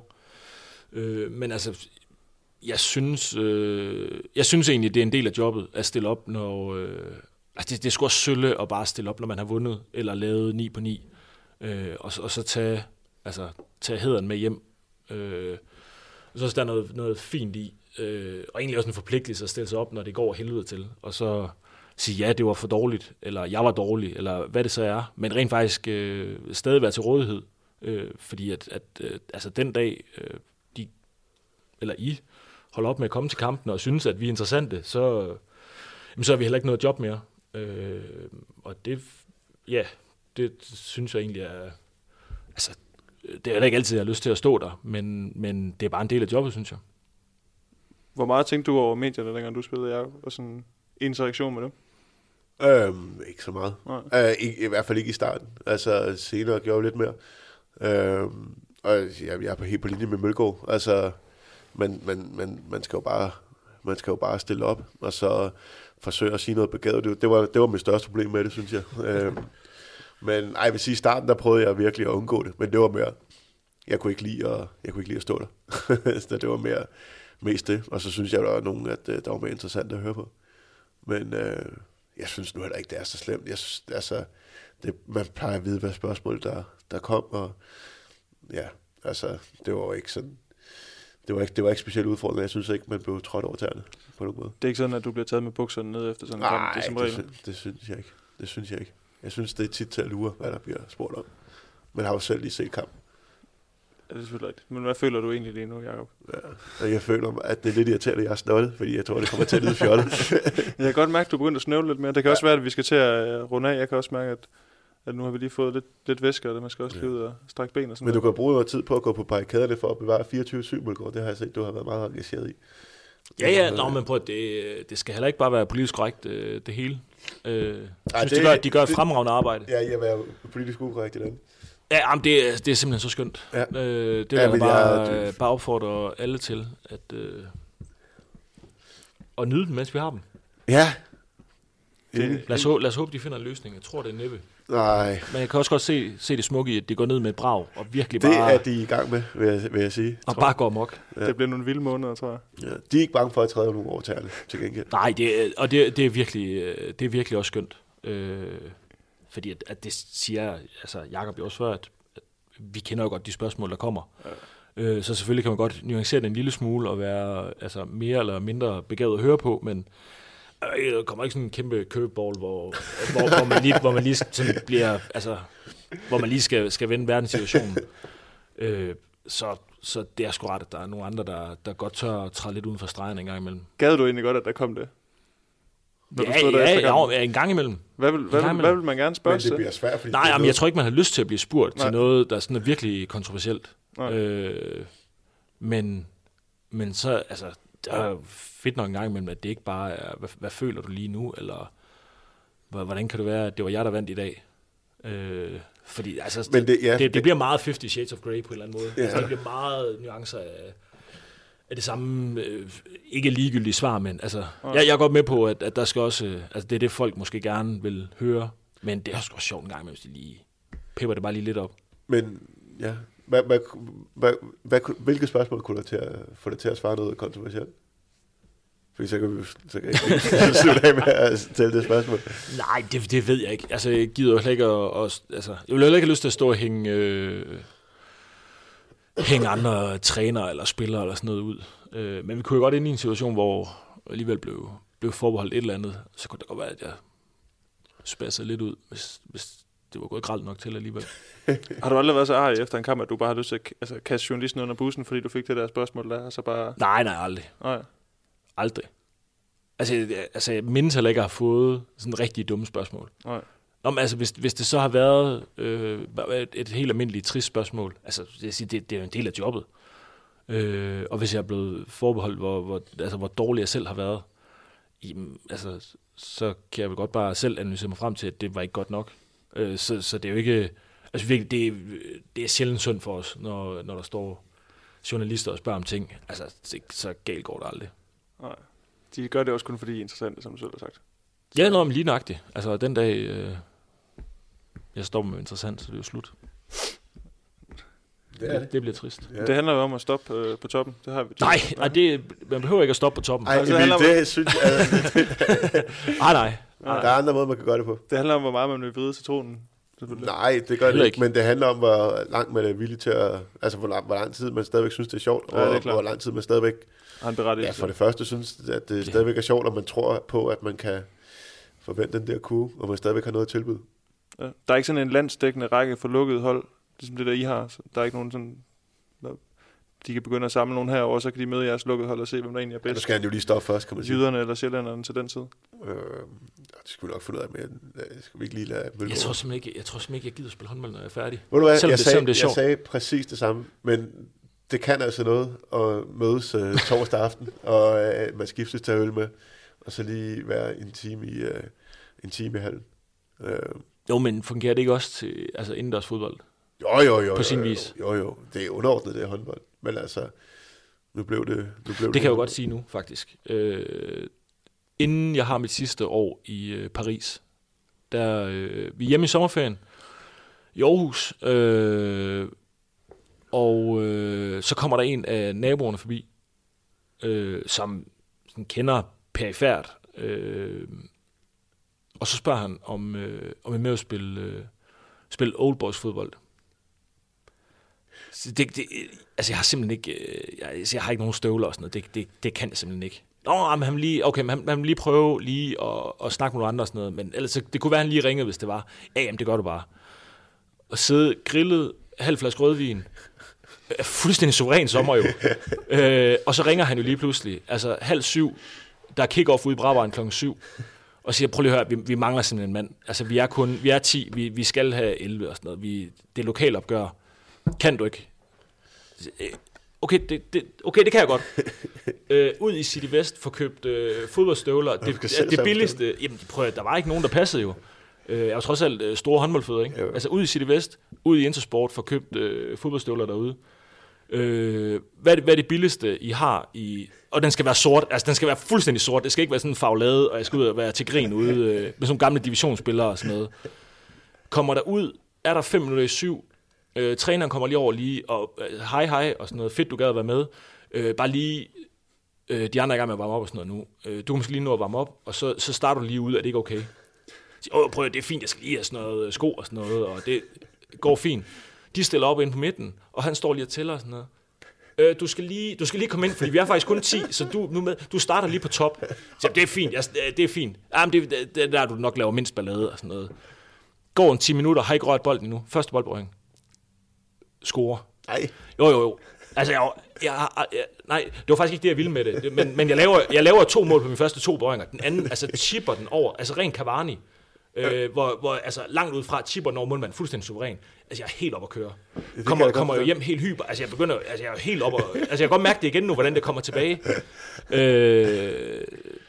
Øh, men altså, jeg synes, øh, jeg synes egentlig, det er en del af jobbet, at stille op, når... Øh, Altså det, det er sgu også sølle at bare stille op, når man har vundet, eller lavet ni på ni, øh, og, og så tage, altså, tage hæderen med hjem. Øh, og så er der noget, noget fint i, øh, og egentlig også en forpligtelse at stille sig op, når det går helvede til, og så sige, ja, det var for dårligt, eller jeg var dårlig, eller hvad det så er, men rent faktisk øh, stadig være til rådighed, øh, fordi at, at øh, altså den dag, øh, de, eller I, holder op med at komme til kampen, og synes, at vi er interessante, så, jamen, så har vi heller ikke noget job mere. Øh, og det, ja, det synes jeg egentlig er, altså, det er heller ikke altid, jeg har lyst til at stå der, men, men det er bare en del af jobbet, synes jeg. Hvor meget tænkte du over medierne, dengang du spillede, Jacob, og sådan interaktion med dem? Øhm, ikke så meget. Øh, i, I hvert fald ikke i starten. Altså, senere gjorde jeg lidt mere. Øhm, og jeg, jeg er på helt på linje med Mølgaard. Altså, man, man, man, man skal jo bare, man skal jo bare stille op, og så forsøge at sige noget begavet. Det, det, var, det var mit største problem med det, synes jeg. øhm, Men ej, jeg vil sige, i starten, der prøvede jeg virkelig at undgå det, men det var mere, jeg kunne ikke lide at, jeg kunne ikke lide at stå der. Så det var mere, mest det, og så synes jeg, der var nogen, at der var mere interessant at høre på. Men øh, jeg synes nu heller ikke, det er så slemt. Jeg synes, altså, det, man plejer at vide, hvad spørgsmål der, der kom, og ja, altså, det var ikke sådan, det var ikke, det var ikke specielt udfordrende. Jeg synes ikke, man blev trådt over tæerne på nogen måde. Det er ikke sådan, at du bliver taget med bukserne ned efter sådan en kamp? Det, Nej, det, det, det synes jeg ikke. Det synes jeg ikke. Jeg synes, det er tit til at lure, hvad der bliver spurgt om. Man har jo selv lige set kampen. Ja, det er selvfølgelig rigtigt. Men hvad føler du egentlig lige nu, Jacob? Ja, jeg føler, at det er lidt irriterende, at jeg er snottet, fordi jeg tror, det kommer til at lyde fjollet. Jeg kan godt mærke, at du begynder at snøvle lidt mere. Det kan ja. også være, at vi skal til at runde af. Jeg kan også mærke, at, at nu har vi lige fået lidt, lidt væske, og man skal også ja. ud og strække ben og sådan. Men du noget. kan bruge noget tid på at gå på barrikaderne for at bevare fireogtyve syv målgård. Det har jeg set, du har været meget engageret i. Ja, ja, nå, men prøv, det, det skal heller ikke bare være politisk korrekt, det hele. Øh, jeg Ej, synes, det, de gør, de gør et det, fremragende arbejde. Ja, jeg er politisk ukorrekt i den. Ja, jamen, det, er, det er simpelthen så skønt. Ja. Øh, det vil ja, jeg bare, jeg, bare opfordre alle til, at, øh, at nyde dem, mens vi har dem. Ja. Det, lad, os, lad os håbe, de finder en løsning. Jeg tror, det er næppe. Nej. Men jeg kan også godt se, se det smukke i, at de går ned med et brag, og virkelig det bare... Det er de i gang med, vil jeg, vil jeg sige. Og bare går amok. Ja. Det bliver nogle vilde måneder, tror jeg. Ja. De er ikke bange for at træde nogle over tæerne, til gengæld. Nej, det, og det, det, er virkelig, det er virkelig også skønt. Øh, fordi at, at det siger, altså Jacob jo også før, at, at vi kender jo godt de spørgsmål, der kommer. Ja. Øh, så selvfølgelig kan man godt nuancere det en lille smule, og være altså, mere eller mindre begavet at høre på, men der kommer ikke sådan en kæmpe curveball, hvor, hvor, hvor man lige, hvor man lige sådan bliver, altså, hvor man lige skal, skal vende verdenssituationen. Øh, så, så det er sgu ret, at der er nogle andre, der, der godt tør at træde lidt uden for stregen en gang imellem. Gad du egentlig godt, at der kom det? Når ja, du stod der ja, ja, ja, en gang imellem. Hvad vil, hvad, vil, hvad vil man gerne spørge Men det bliver svært, fordi Nej, jamen, jeg tror ikke, man har lyst til at blive spurgt Nej. til noget, der sådan er virkelig kontroversielt. Øh, men, men så, altså, det er jo fedt nok en gang imellem, at det ikke bare er, hvad, hvad føler du lige nu, eller hvordan kan det være, at det var jeg, der vandt i dag? Øh, fordi, altså, men det, ja, det, det, det bliver meget Fifty Shades of Grey på en eller anden måde. Ja. Altså, det bliver meget nuancer af, af det samme, øh, ikke ligegyldige svar, men altså, ja. jeg, jeg er godt med på, at, at der skal også, øh, altså, det er det, folk måske gerne vil høre, men det er også sjovt en gang imellem, hvis de lige pepper det bare lige lidt op. Men, ja, hvad, hvad, hvad, hvad, hvilke spørgsmål kunne du til at få dig til at svare noget kontroversielt? Fordi så kan vi så kan jeg ikke slutte af med at stille det spørgsmål. Nej, det, det ved jeg ikke. Altså, jeg gider jo ikke at, at, altså, jeg vil heller ikke have lyst til at stå og hænge, øh, hænge andre trænere eller spillere eller sådan noget ud. Øh, men vi kunne jo godt ind i en situation, hvor alligevel blev, blev forbeholdt et eller andet. Så kunne det godt være, at jeg spassede lidt ud, hvis, hvis det var gået gralt nok til alligevel. Har du aldrig været så arg efter en kamp, at du bare har lyst til at altså, kaste journalisten under bussen, fordi du fik det der spørgsmål der, og så bare... Nej, nej, aldrig. Nej. Aldrig. Altså, jeg, altså, jeg mindes heller ikke at have fået sådan rigtig dumme spørgsmål. Nej. Nå, men altså, hvis, hvis det så har været øh, et, et helt almindeligt trist spørgsmål, altså, det, det, det er jo en del af jobbet. Øh, og hvis jeg er blevet forbeholdt, hvor, hvor, altså, hvor dårlig jeg selv har været, jamen, altså, så kan jeg vel godt bare selv analysere mig frem til, at det var ikke godt nok. Øh, så, så det er jo ikke... Altså, virkelig, det, det er sjældent synd for os, når, når der står journalister og spørger om ting. Altså, det, så galt går det aldrig. Nej. De gør det også kun fordi de er interessante, som du selv har sagt. Ja, noget om lige nøjagtigt. Altså, den dag, øh, jeg står med interessant, så det er jo slut. Det, er det. det bliver trist. Ja. Det handler jo om at stoppe øh, på toppen. Det har vi. Nej, nej det, man behøver ikke at stoppe på toppen. Ej, altså, det, det synes jeg... nej, nej. Nej. Der er andre måder, man kan gøre det på. Det handler om, hvor meget man vil vride citronen. Nej, det gør det ikke, men det handler om, hvor langt man er villig til at... Altså, hvor lang, hvor lang tid man stadigvæk synes, det er sjovt, ja, og hvor lang tid man stadigvæk... Ja, for det første synes, at det stadigvæk er sjovt, og man tror på, at man kan forvente den der kurve, og man stadigvæk har noget at tilbyde. Ja. Der er ikke sådan en landsdækkende række for lukkede hold, ligesom det der I har. Så der er ikke nogen sådan... De kan begynde at samle nogen herovre, og så kan de møde jeres lukkede hold og se, hvem der egentlig er bedst. Ja, nu skal han jo lige stoppe først, kan man sige. Jyderne eller sjællænderne til den tid. Øh, det skal vi nok finde ud af, men skal vi ikke lige lade Mølgaard? Jeg tror simpelthen ikke, jeg, tror simpelthen ikke, jeg gider spille håndbold, når jeg er færdig. Ved du hvad, selvom jeg, det, sagde, det er jeg sagde præcis det samme, men det kan altså noget at mødes uh, torsdag aften, og uh, man skiftes til at øl med, og så lige være en time i, uh, en time i hallen. Uh, jo, men fungerer det ikke også til altså indendørs fodbold? Jo, jo, jo. På sin jo, jo, vis. Jo, jo. Det er underordnet, det er håndbold. Men altså, nu blev det... Nu blev det, det kan jeg jo godt sige nu, faktisk. Øh, inden jeg har mit sidste år i øh, Paris, der øh, vi er hjemme i sommerferien, i Aarhus, øh, og øh, så kommer der en af naboerne forbi, øh, som sådan kender perifært, øh, og så spørger han, om, øh, om jeg er med at spille, øh, spille old boys fodbold. Så det, det, altså jeg har simpelthen ikke, øh, jeg, jeg har ikke nogen støvler og sådan noget, det, det, det kan jeg simpelthen ikke. Nå, men han lige, okay, men han, han lige prøve lige at, at snakke med nogle andre og sådan noget, men ellers, det kunne være, han lige ringede, hvis det var. Ja, jamen, det gør du bare. Og sidde grillet, halv flaske rødvin, fuldstændig suveræn sommer jo. øh, og så ringer han jo lige pludselig, altså halv syv, der er kick-off ude i Brabrand klokken syv, og siger, prøv lige at høre, vi, vi mangler simpelthen en mand. Altså, vi er kun, vi er ti, vi, vi skal have elleve og sådan noget. Vi, det er lokalopgør. Kan du ikke? Okay, det, det, okay, det kan jeg godt. øh, ud i City Vest for købt øh, fodboldstøvler. Det, det, det billigste, jamen prøv at, der var ikke nogen, der passede jo. Øh, jeg var trods alt øh, store håndboldfødder, ikke? Jo. Altså ud i City Vest, ud i Intersport for købt øh, fodboldstøvler derude. Øh, hvad, er det, hvad er det billigste, I har i... Og den skal være sort, altså den skal være fuldstændig sort. Det skal ikke være sådan en farvelade, og jeg skal ud og være til grin ude øh, med sådan nogle gamle divisionsspillere og sådan noget. Kommer der ud, er der fem minutter i syv, Øh, træneren kommer lige over lige, og øh, hej hej, og sådan noget, fedt du gad at være med. Øh, bare lige, øh, de andre er i gang med at varme op og sådan noget nu. Øh, du kan måske lige nå at varme op, og så, så starter du lige ud, er det ikke okay? Så, Åh, prøv at det er fint, jeg skal lige have sådan noget sko og sådan noget, og det går fint. De stiller op ind på midten, og han står lige og tæller og sådan noget. Øh, du, skal lige, du skal lige komme ind, fordi vi er faktisk kun ti, så du, nu med, du starter lige på top. Så det er fint, jeg, det er fint. Jamen, det, det, det der, du nok laver mindst ballade og sådan noget. Går en ti minutter, har ikke rørt bolden endnu. Første boldberøring. Score. Nej. Jo, jo, jo. Altså, jeg, jeg, jeg, nej, det var faktisk ikke det, jeg ville med det. det men men jeg, laver, jeg laver to mål på mine første to berøringer. Den anden, altså, chipper den over. Altså, ren Cavani. Øh, hvor, hvor, altså, langt ud fra, chipper den over målmanden. Fuldstændig suveræn. Altså, jeg er helt op at køre. Kommer, kommer jo hjem helt hyper. Altså, jeg begynder, altså, jeg er helt op at, altså, jeg kan godt mærke det igen nu, hvordan det kommer tilbage. Øh,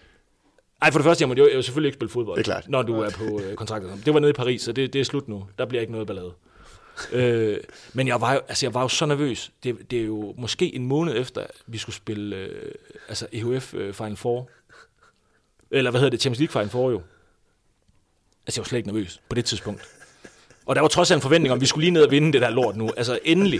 ej, for det første, jeg må jo, jeg må selvfølgelig ikke spille fodbold, det er klart. Når du er på øh, kontrakter. Det var nede i Paris, så det, det er slut nu. Der bliver ikke noget ballade. øh, men jeg var, jo, altså jeg var jo så nervøs. Det, det er jo måske en måned efter, vi skulle spille øh, altså E H F øh, Final Four. Eller hvad hedder det? Champions League Final Four jo. Altså jeg var slet ikke nervøs på det tidspunkt. Og der var trods alt en forventning om, at vi skulle lige ned og vinde det der lort nu. Altså endelig.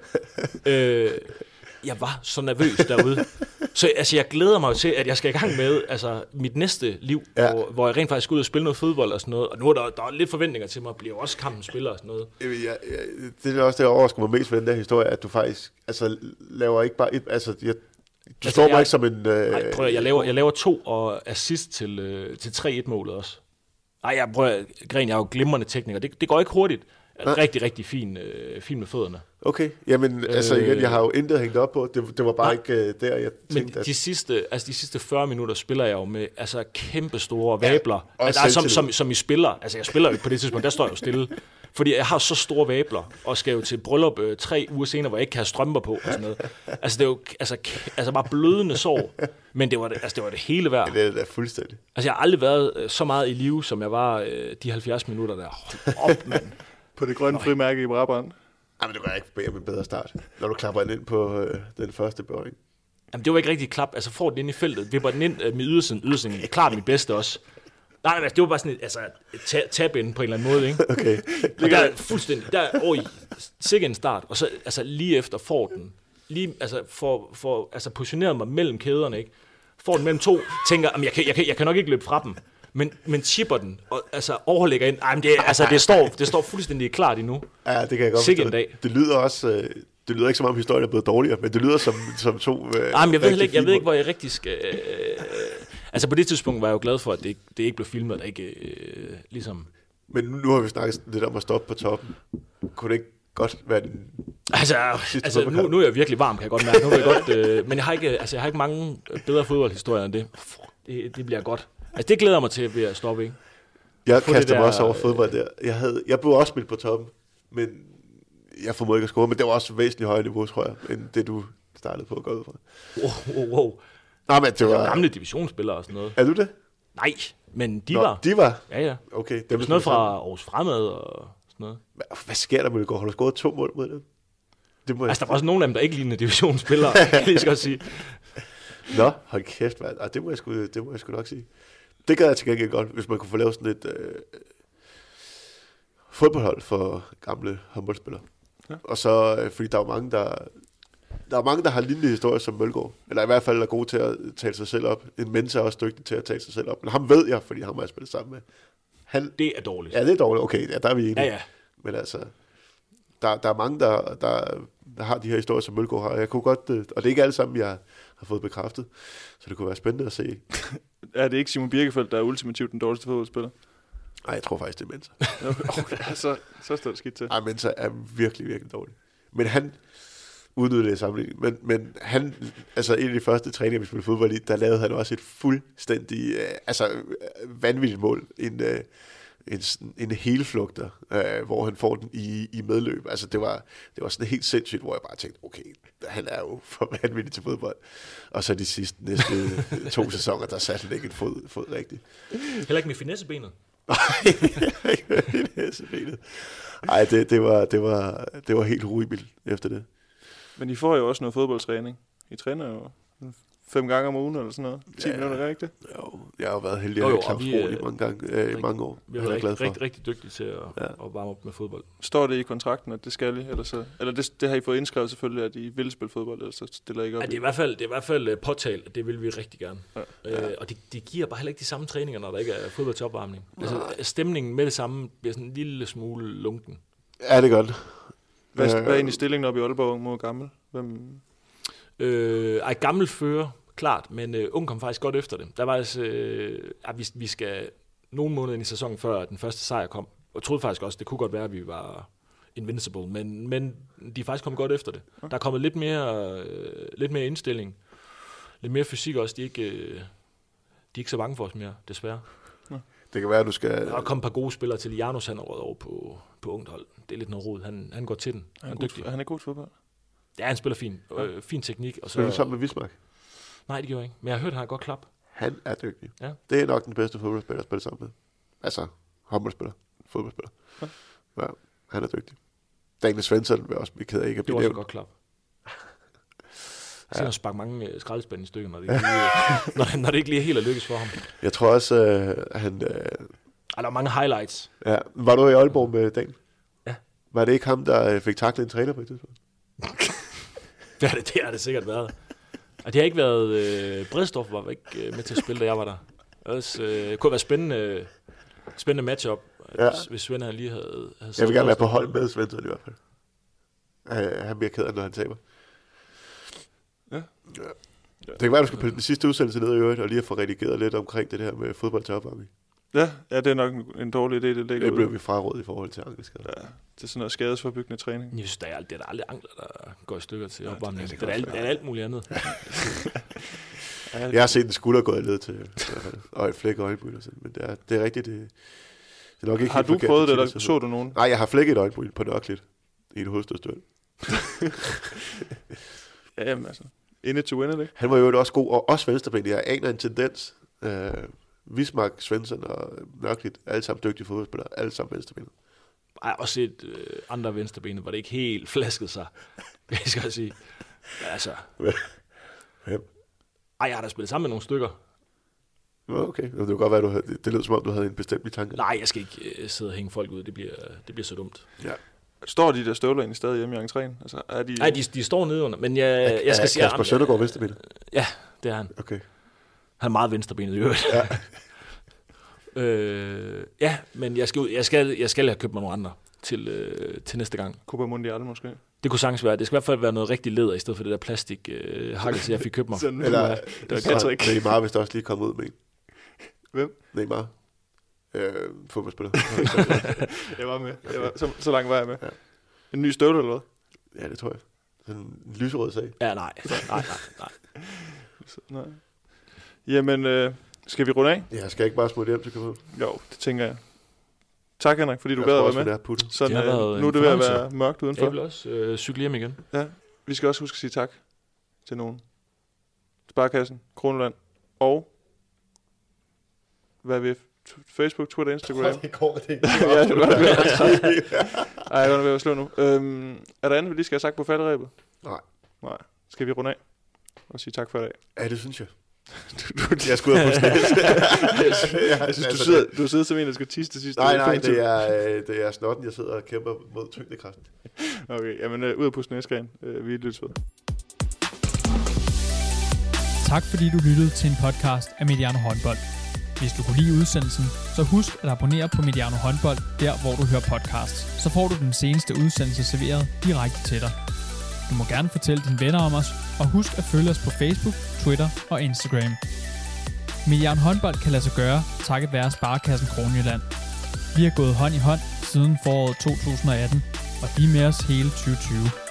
øh, jeg var så nervøs derude. Så altså, jeg glæder mig til, at jeg skal i gang med altså, mit næste liv, ja. hvor, hvor jeg rent faktisk skal ud og spille noget fodbold og sådan noget. Og nu er der, der er lidt forventninger til mig, at blive også kampens spiller og sådan noget. Ja, ja, det er også det, der overrasker mig mest ved den der historie, at du faktisk altså, laver ikke bare et... Altså, jeg, du altså, står mig ikke som en... Øh, nej, prøv at, jeg laver, jeg laver to og assist til, øh, til tre et-målet også. Nej, jeg prøver, Gren, jeg er jo glimrende tekniker. Det, det går ikke hurtigt. Ja. Rigtig, rigtig fin, øh, fin med fødderne. Okay, jamen øh, altså igen, jeg har jo intet hængt op på. Det, det var bare nej, ikke øh, der, jeg tænkte, men at... de sidste, altså de sidste fyrre minutter spiller jeg jo med altså kæmpe store vabler. Ja, altså, som, som, som I spiller. Altså jeg spiller jo ikke på det tidspunkt, der står jeg jo stille. Fordi jeg har så store vabler, og skal jo til bryllup øh, tre uger senere, hvor jeg ikke kan have strømper på og sådan noget. Altså det er jo altså, altså bare blødende sår. Men det var det, altså, det var det hele værd. Det er det fuldstændig. Altså jeg har aldrig været øh, så meget i live, som jeg var øh, de halvfjerds minutter der. Hold op, mand. På det grønne frimærke i Brabrand. Jamen, det går ikke bede om en bedre start, når du klapper ind på øh, den første berøring. Jamen, det var ikke rigtig klap. Altså, får den ind i feltet, vipper den ind øh, med ydersiden. Ydersiden er klart mit bedste også. Nej, nej, det var bare sådan et, altså, et tab-ind på en eller anden måde, ikke? Okay. Og der er fuldstændig, der er, oj, sikkert en start, og så altså, lige efter får den, lige, altså, for, for, altså, positioneret mig mellem kæderne, ikke? Får den mellem to, tænker, jamen, jeg, kan, jeg, kan, jeg kan nok ikke løbe fra dem. Men, men chipper den, og altså overlægger ind. Ej, men det, altså, det, står, det står fuldstændig klart endnu. Ja, det kan jeg godt forstå. En dag. Det lyder også, øh, det lyder ikke som om historien er blevet dårligere, men det lyder som, som to... Øh, Ej, men jeg ved, ikke, jeg ved ikke, hvor jeg rigtig skal... Øh, altså på det tidspunkt var jeg jo glad for, at det ikke, det ikke blev filmet, der ikke øh, ligesom... Men nu har vi snakket lidt om at stoppe på toppen. Kunne det ikke godt være den altså, altså nu, nu er jeg virkelig varm, kan jeg godt mærke. Nu er jeg godt, øh, men jeg har, ikke, altså, jeg har ikke mange bedre fodboldhistorier end det. Det, det bliver godt. Altså, det glæder mig til ved at stoppe, ikke? Jeg kaster mig også over fodbold der. Jeg, havde, jeg blev også spillet på toppen, men jeg formåede ikke at score, men det var også væsentligt højere niveau, tror jeg, end det du startede på at gå ud fra. Wow, wow, wow. Nej, men det var... var gamle divisionsspillere og sådan noget. Er du det? Nej, men de Nå, var. de var? Ja, ja. Okay. Det var noget fra Aarhus Fremad og sådan noget. Hvad, hvad sker der med det går? Har du scoret to mål mod dem? Det må altså, der var også nogle af dem, der ikke lignede divisionsspillere, kan jeg lige så godt sige. Nå, hold kæft, mand. Ah, det, må jeg sgu, det må jeg sgu nok sige. Det gad jeg til gengæld godt, hvis man kunne få lavet sådan et... Øh, fodboldhold for gamle håndboldspillere. Ja. Og så, øh, fordi der er mange, der... Der er mange, der har lignende historier som Mølgaard. Eller i hvert fald er gode til at tale sig selv op. En Mensa er også dygtig til at tale sig selv op. Men ham ved jeg, fordi ham har jeg spillet sammen med. Han, Det er dårligt. ja, det er dårligt. Okay, ja, der er vi enige. Ja, ja. Men altså, der, der er mange, der, der, der har de her historier, som Mølgaard har. Jeg kunne godt, øh, og det er ikke alle sammen, jeg har fået bekræftet. Så det kunne være spændende at se. Er det ikke Simon Birkefeldt, der er ultimativt den dårligste fodboldspiller? Nej, jeg tror faktisk, det er Mensa. Okay, så, så står det skidt til. Ej, Mensa er virkelig, virkelig dårlig. Men han udnyttede det sammenligning. Men, men han, altså en af de første træninger, vi spillede fodbold i, der lavede han også et fuldstændig, øh, altså øh, vanvittigt mål. En, øh, en, en helflugter, øh, hvor han får den i, i medløb. Altså det var, det var sådan helt sindssygt, hvor jeg bare tænkte, okay, han er jo for vanvittig til fodbold. Og så de sidste næste to sæsoner, der satte han ikke en fod, fod rigtigt. Heller ikke med finessebenet. Nej, ikke med finessebenet. Ej, det, det, var, det, var, det var helt horribelt efter det. Men I får jo også noget fodboldtræning. I træner jo fem gange om ugen eller sådan noget. ti Ja. minutter, er ikke det? Jo, jeg har jo været heldig Jo, at jo, have og vi, klapsprog i øh, mange, gange, øh, i mange år. Vi Det er er jeg glad rigtig, for. rigtig, rigtig dygtige til at, Ja. at varme op med fodbold. Står det i kontrakten, at det skal I? Eller, så, eller det, det har I fået indskrevet selvfølgelig, at I vil spille fodbold, eller så stiller I ikke op? Ja, det er i hvert fald, det er i hvert fald uh, påtalt, at det vil vi rigtig gerne. Ja. Øh, og det, det giver bare heller ikke de samme træninger, når der ikke er fodbold til opvarmning. Altså, stemningen med det samme bliver sådan en lille smule lunken. Ja, det er godt. Hvad, Øh, hvad er egentlig stillingen op i Aalborg mod gammel? Hvem? Øh, ej, gammel fører, klart, men øh, ung kom faktisk godt efter det. Der var altså, øh, at vi, vi skal nogle måneder ind i sæsonen før, at den første sejr kom. Og jeg troede faktisk også, det kunne godt være, at vi var invincible, men, men de er faktisk kommet godt efter det. Okay. Der er kommet lidt mere, øh, lidt mere indstilling, lidt mere fysik også. De er ikke, øh, de er ikke så bange for os mere, desværre. Det kan være, at du skal... Der er kommet et par gode spillere til. Janus, han er røget over på, på ungt hold. Det er lidt noget rod. Han, han går til den. Er Han han, er god, dygtig. er han er god til fodbold? Ja, han spiller fint. Øh, fin teknik. Og så, Spiller du sammen med Vismark? nej, det gjorde jeg ikke. Men jeg har hørt, at han har godt klap. Han er dygtig. Ja. Det er nok den bedste fodboldspiller at spille sammen med. Altså, håndboldspiller. Fodboldspiller. Ja. Ja, han er dygtig. Daniel Svensson vil også blive ked af ikke at Det blive var også et nævnt. godt klap. Jeg ser, han sparker mange øh, skraldespande i stykker, når det, ikke lige, når, når det ikke lige er helt at lykkes for ham. Jeg tror også, øh, han... Øh, Ej, der er mange highlights. ja. Var du i Aalborg med Dan? Ja. Var det ikke ham, der øh, fik taklet en træner på et tidspunkt? Det har det, det, har det sikkert været. Og det har ikke været... Øh, Bredstorff var ikke øh, med til at spille, da jeg var der. Også, øh, det kunne være spændende, spændende matchup, Ja. ja. hvis Svend han lige havde... havde Jeg vil gerne være på hold med Svensson i hvert fald. Uh, han bliver ked af, når han taber. Ja. Ja. Det kan være, du skal på den sidste udsendelse ned i øvrigt, og lige at få redigeret lidt omkring det der med fodbold til opvarmning. Ja, ja, det er nok en, en dårlig idé, det ligger Det blev ud. vi frarådet i forhold til ankelskader. Ja, det er sådan noget skadesforbyggende træning. Jeg synes, der er, det er der aldrig ankler, der går i stykker til Ja, opvarmning. det Det, er det, det det, er alt, det er alt muligt andet. Ja, Jeg har set en skulder gå i led til, i hvert fald, og et flæk i øjenbryn og sådan, men det er, det er rigtigt, det, det er nok ikke har helt du forkert, prøvet det, til eller så du nogen? Nej, jeg har flækket et øjenbryn på nørkligt i et hovedstødstøl. Ja, jamen altså. In it to win it, ikke? Han var jo også god, og også venstrebenet. Jeg aner en tendens. Øh, Vismark, Svensson og Nørklit, alle sammen dygtige fodboldspillere, alle sammen venstrebenet. Ej, også set øh, andre venstrebenet, hvor det ikke helt flasket sig, jeg skal sige. Men altså, Hvem? ej, jeg har da spillet sammen med nogle stykker. Nå, okay. Det kunne godt være, du havde, det lød som om, du havde en bestemt tanke. Nej, jeg skal ikke øh, sidde og hænge folk ud. Det bliver, det bliver så dumt. Ja. Står de der støvler egentlig stadig hjemme i entréen? Altså, er de... Nej, de, de står nede under, men jeg, jeg skal er sige... Kasper ham- Søndergaard venstrebenet? Ja, det er han. Okay. Han er meget venstrebenet i øvrigt. Ja. øh, ja, men jeg skal, ud- jeg, skal, jeg skal have købt mig nogle andre til, øh, til næste gang. Copa Mundial måske? Det kunne sagtens være. Det skal i hvert fald være noget rigtig læder, i stedet for det der plastik øh, hakkelse, jeg fik købt mig. Sådan, Eller, det var Patrick. Neymar, hvis der også lige kommet ud med en. Hvem? Neymar. Øh, fodboldspiller. Jeg var med. Jeg var, så, så langt var jeg med. Ja. En ny støvle eller hvad? Ja, det tror jeg. Sådan en lyserød sag. Ja, nej. Nej, nej, nej. Så, nej. Jamen, øh, skal vi runde af? Jeg skal ikke bare smutte hjem til København. Jo, det tænker jeg. Tak, Henrik, fordi du Jeg gad tror at også, være det med. er puttet. Sådan, Det har været øh, en nu er det ved at fornøjelse. være mørkt udenfor. Jeg vil også øh, cykle hjem igen. Ja, vi skal også huske at sige tak til nogen. Sparkassen, Kroneland og hvad er vi? T- Facebook, Twitter, Instagram. Det går, det Ja, det er godt ved at Ej, jeg er godt ved at slå nu. Øhm, er der andet, vi lige skal have sagt på falderæbet? Nej. Nej. Skal vi runde af og sige tak for i dag? Ja, det synes jeg. du, jeg skulle ud på snæs. Jeg synes, du sidder, du sidder som en, der skal tisse til sidst. Nej, nej, det er, det er snotten, jeg sidder og kæmper mod tyngdekraften. Okay, jamen uh, ud på snæsgren. Uh, vi er lidt søde. Tak fordi du lyttede til en podcast af Mediano Håndbold. Hvis du kunne lide udsendelsen, så husk at abonnere på Mediano Håndbold, der hvor du hører podcasts. Så får du den seneste udsendelse serveret direkte til dig. Du må gerne fortælle dine venner om os, og husk at følge os på Facebook, Twitter og Instagram. Mediano Håndbold kan lade sig gøre, takket være Sparekassen Kronjylland. Vi har gået hånd i hånd siden foråret to tusind og atten, og de er med os hele tyve tyve.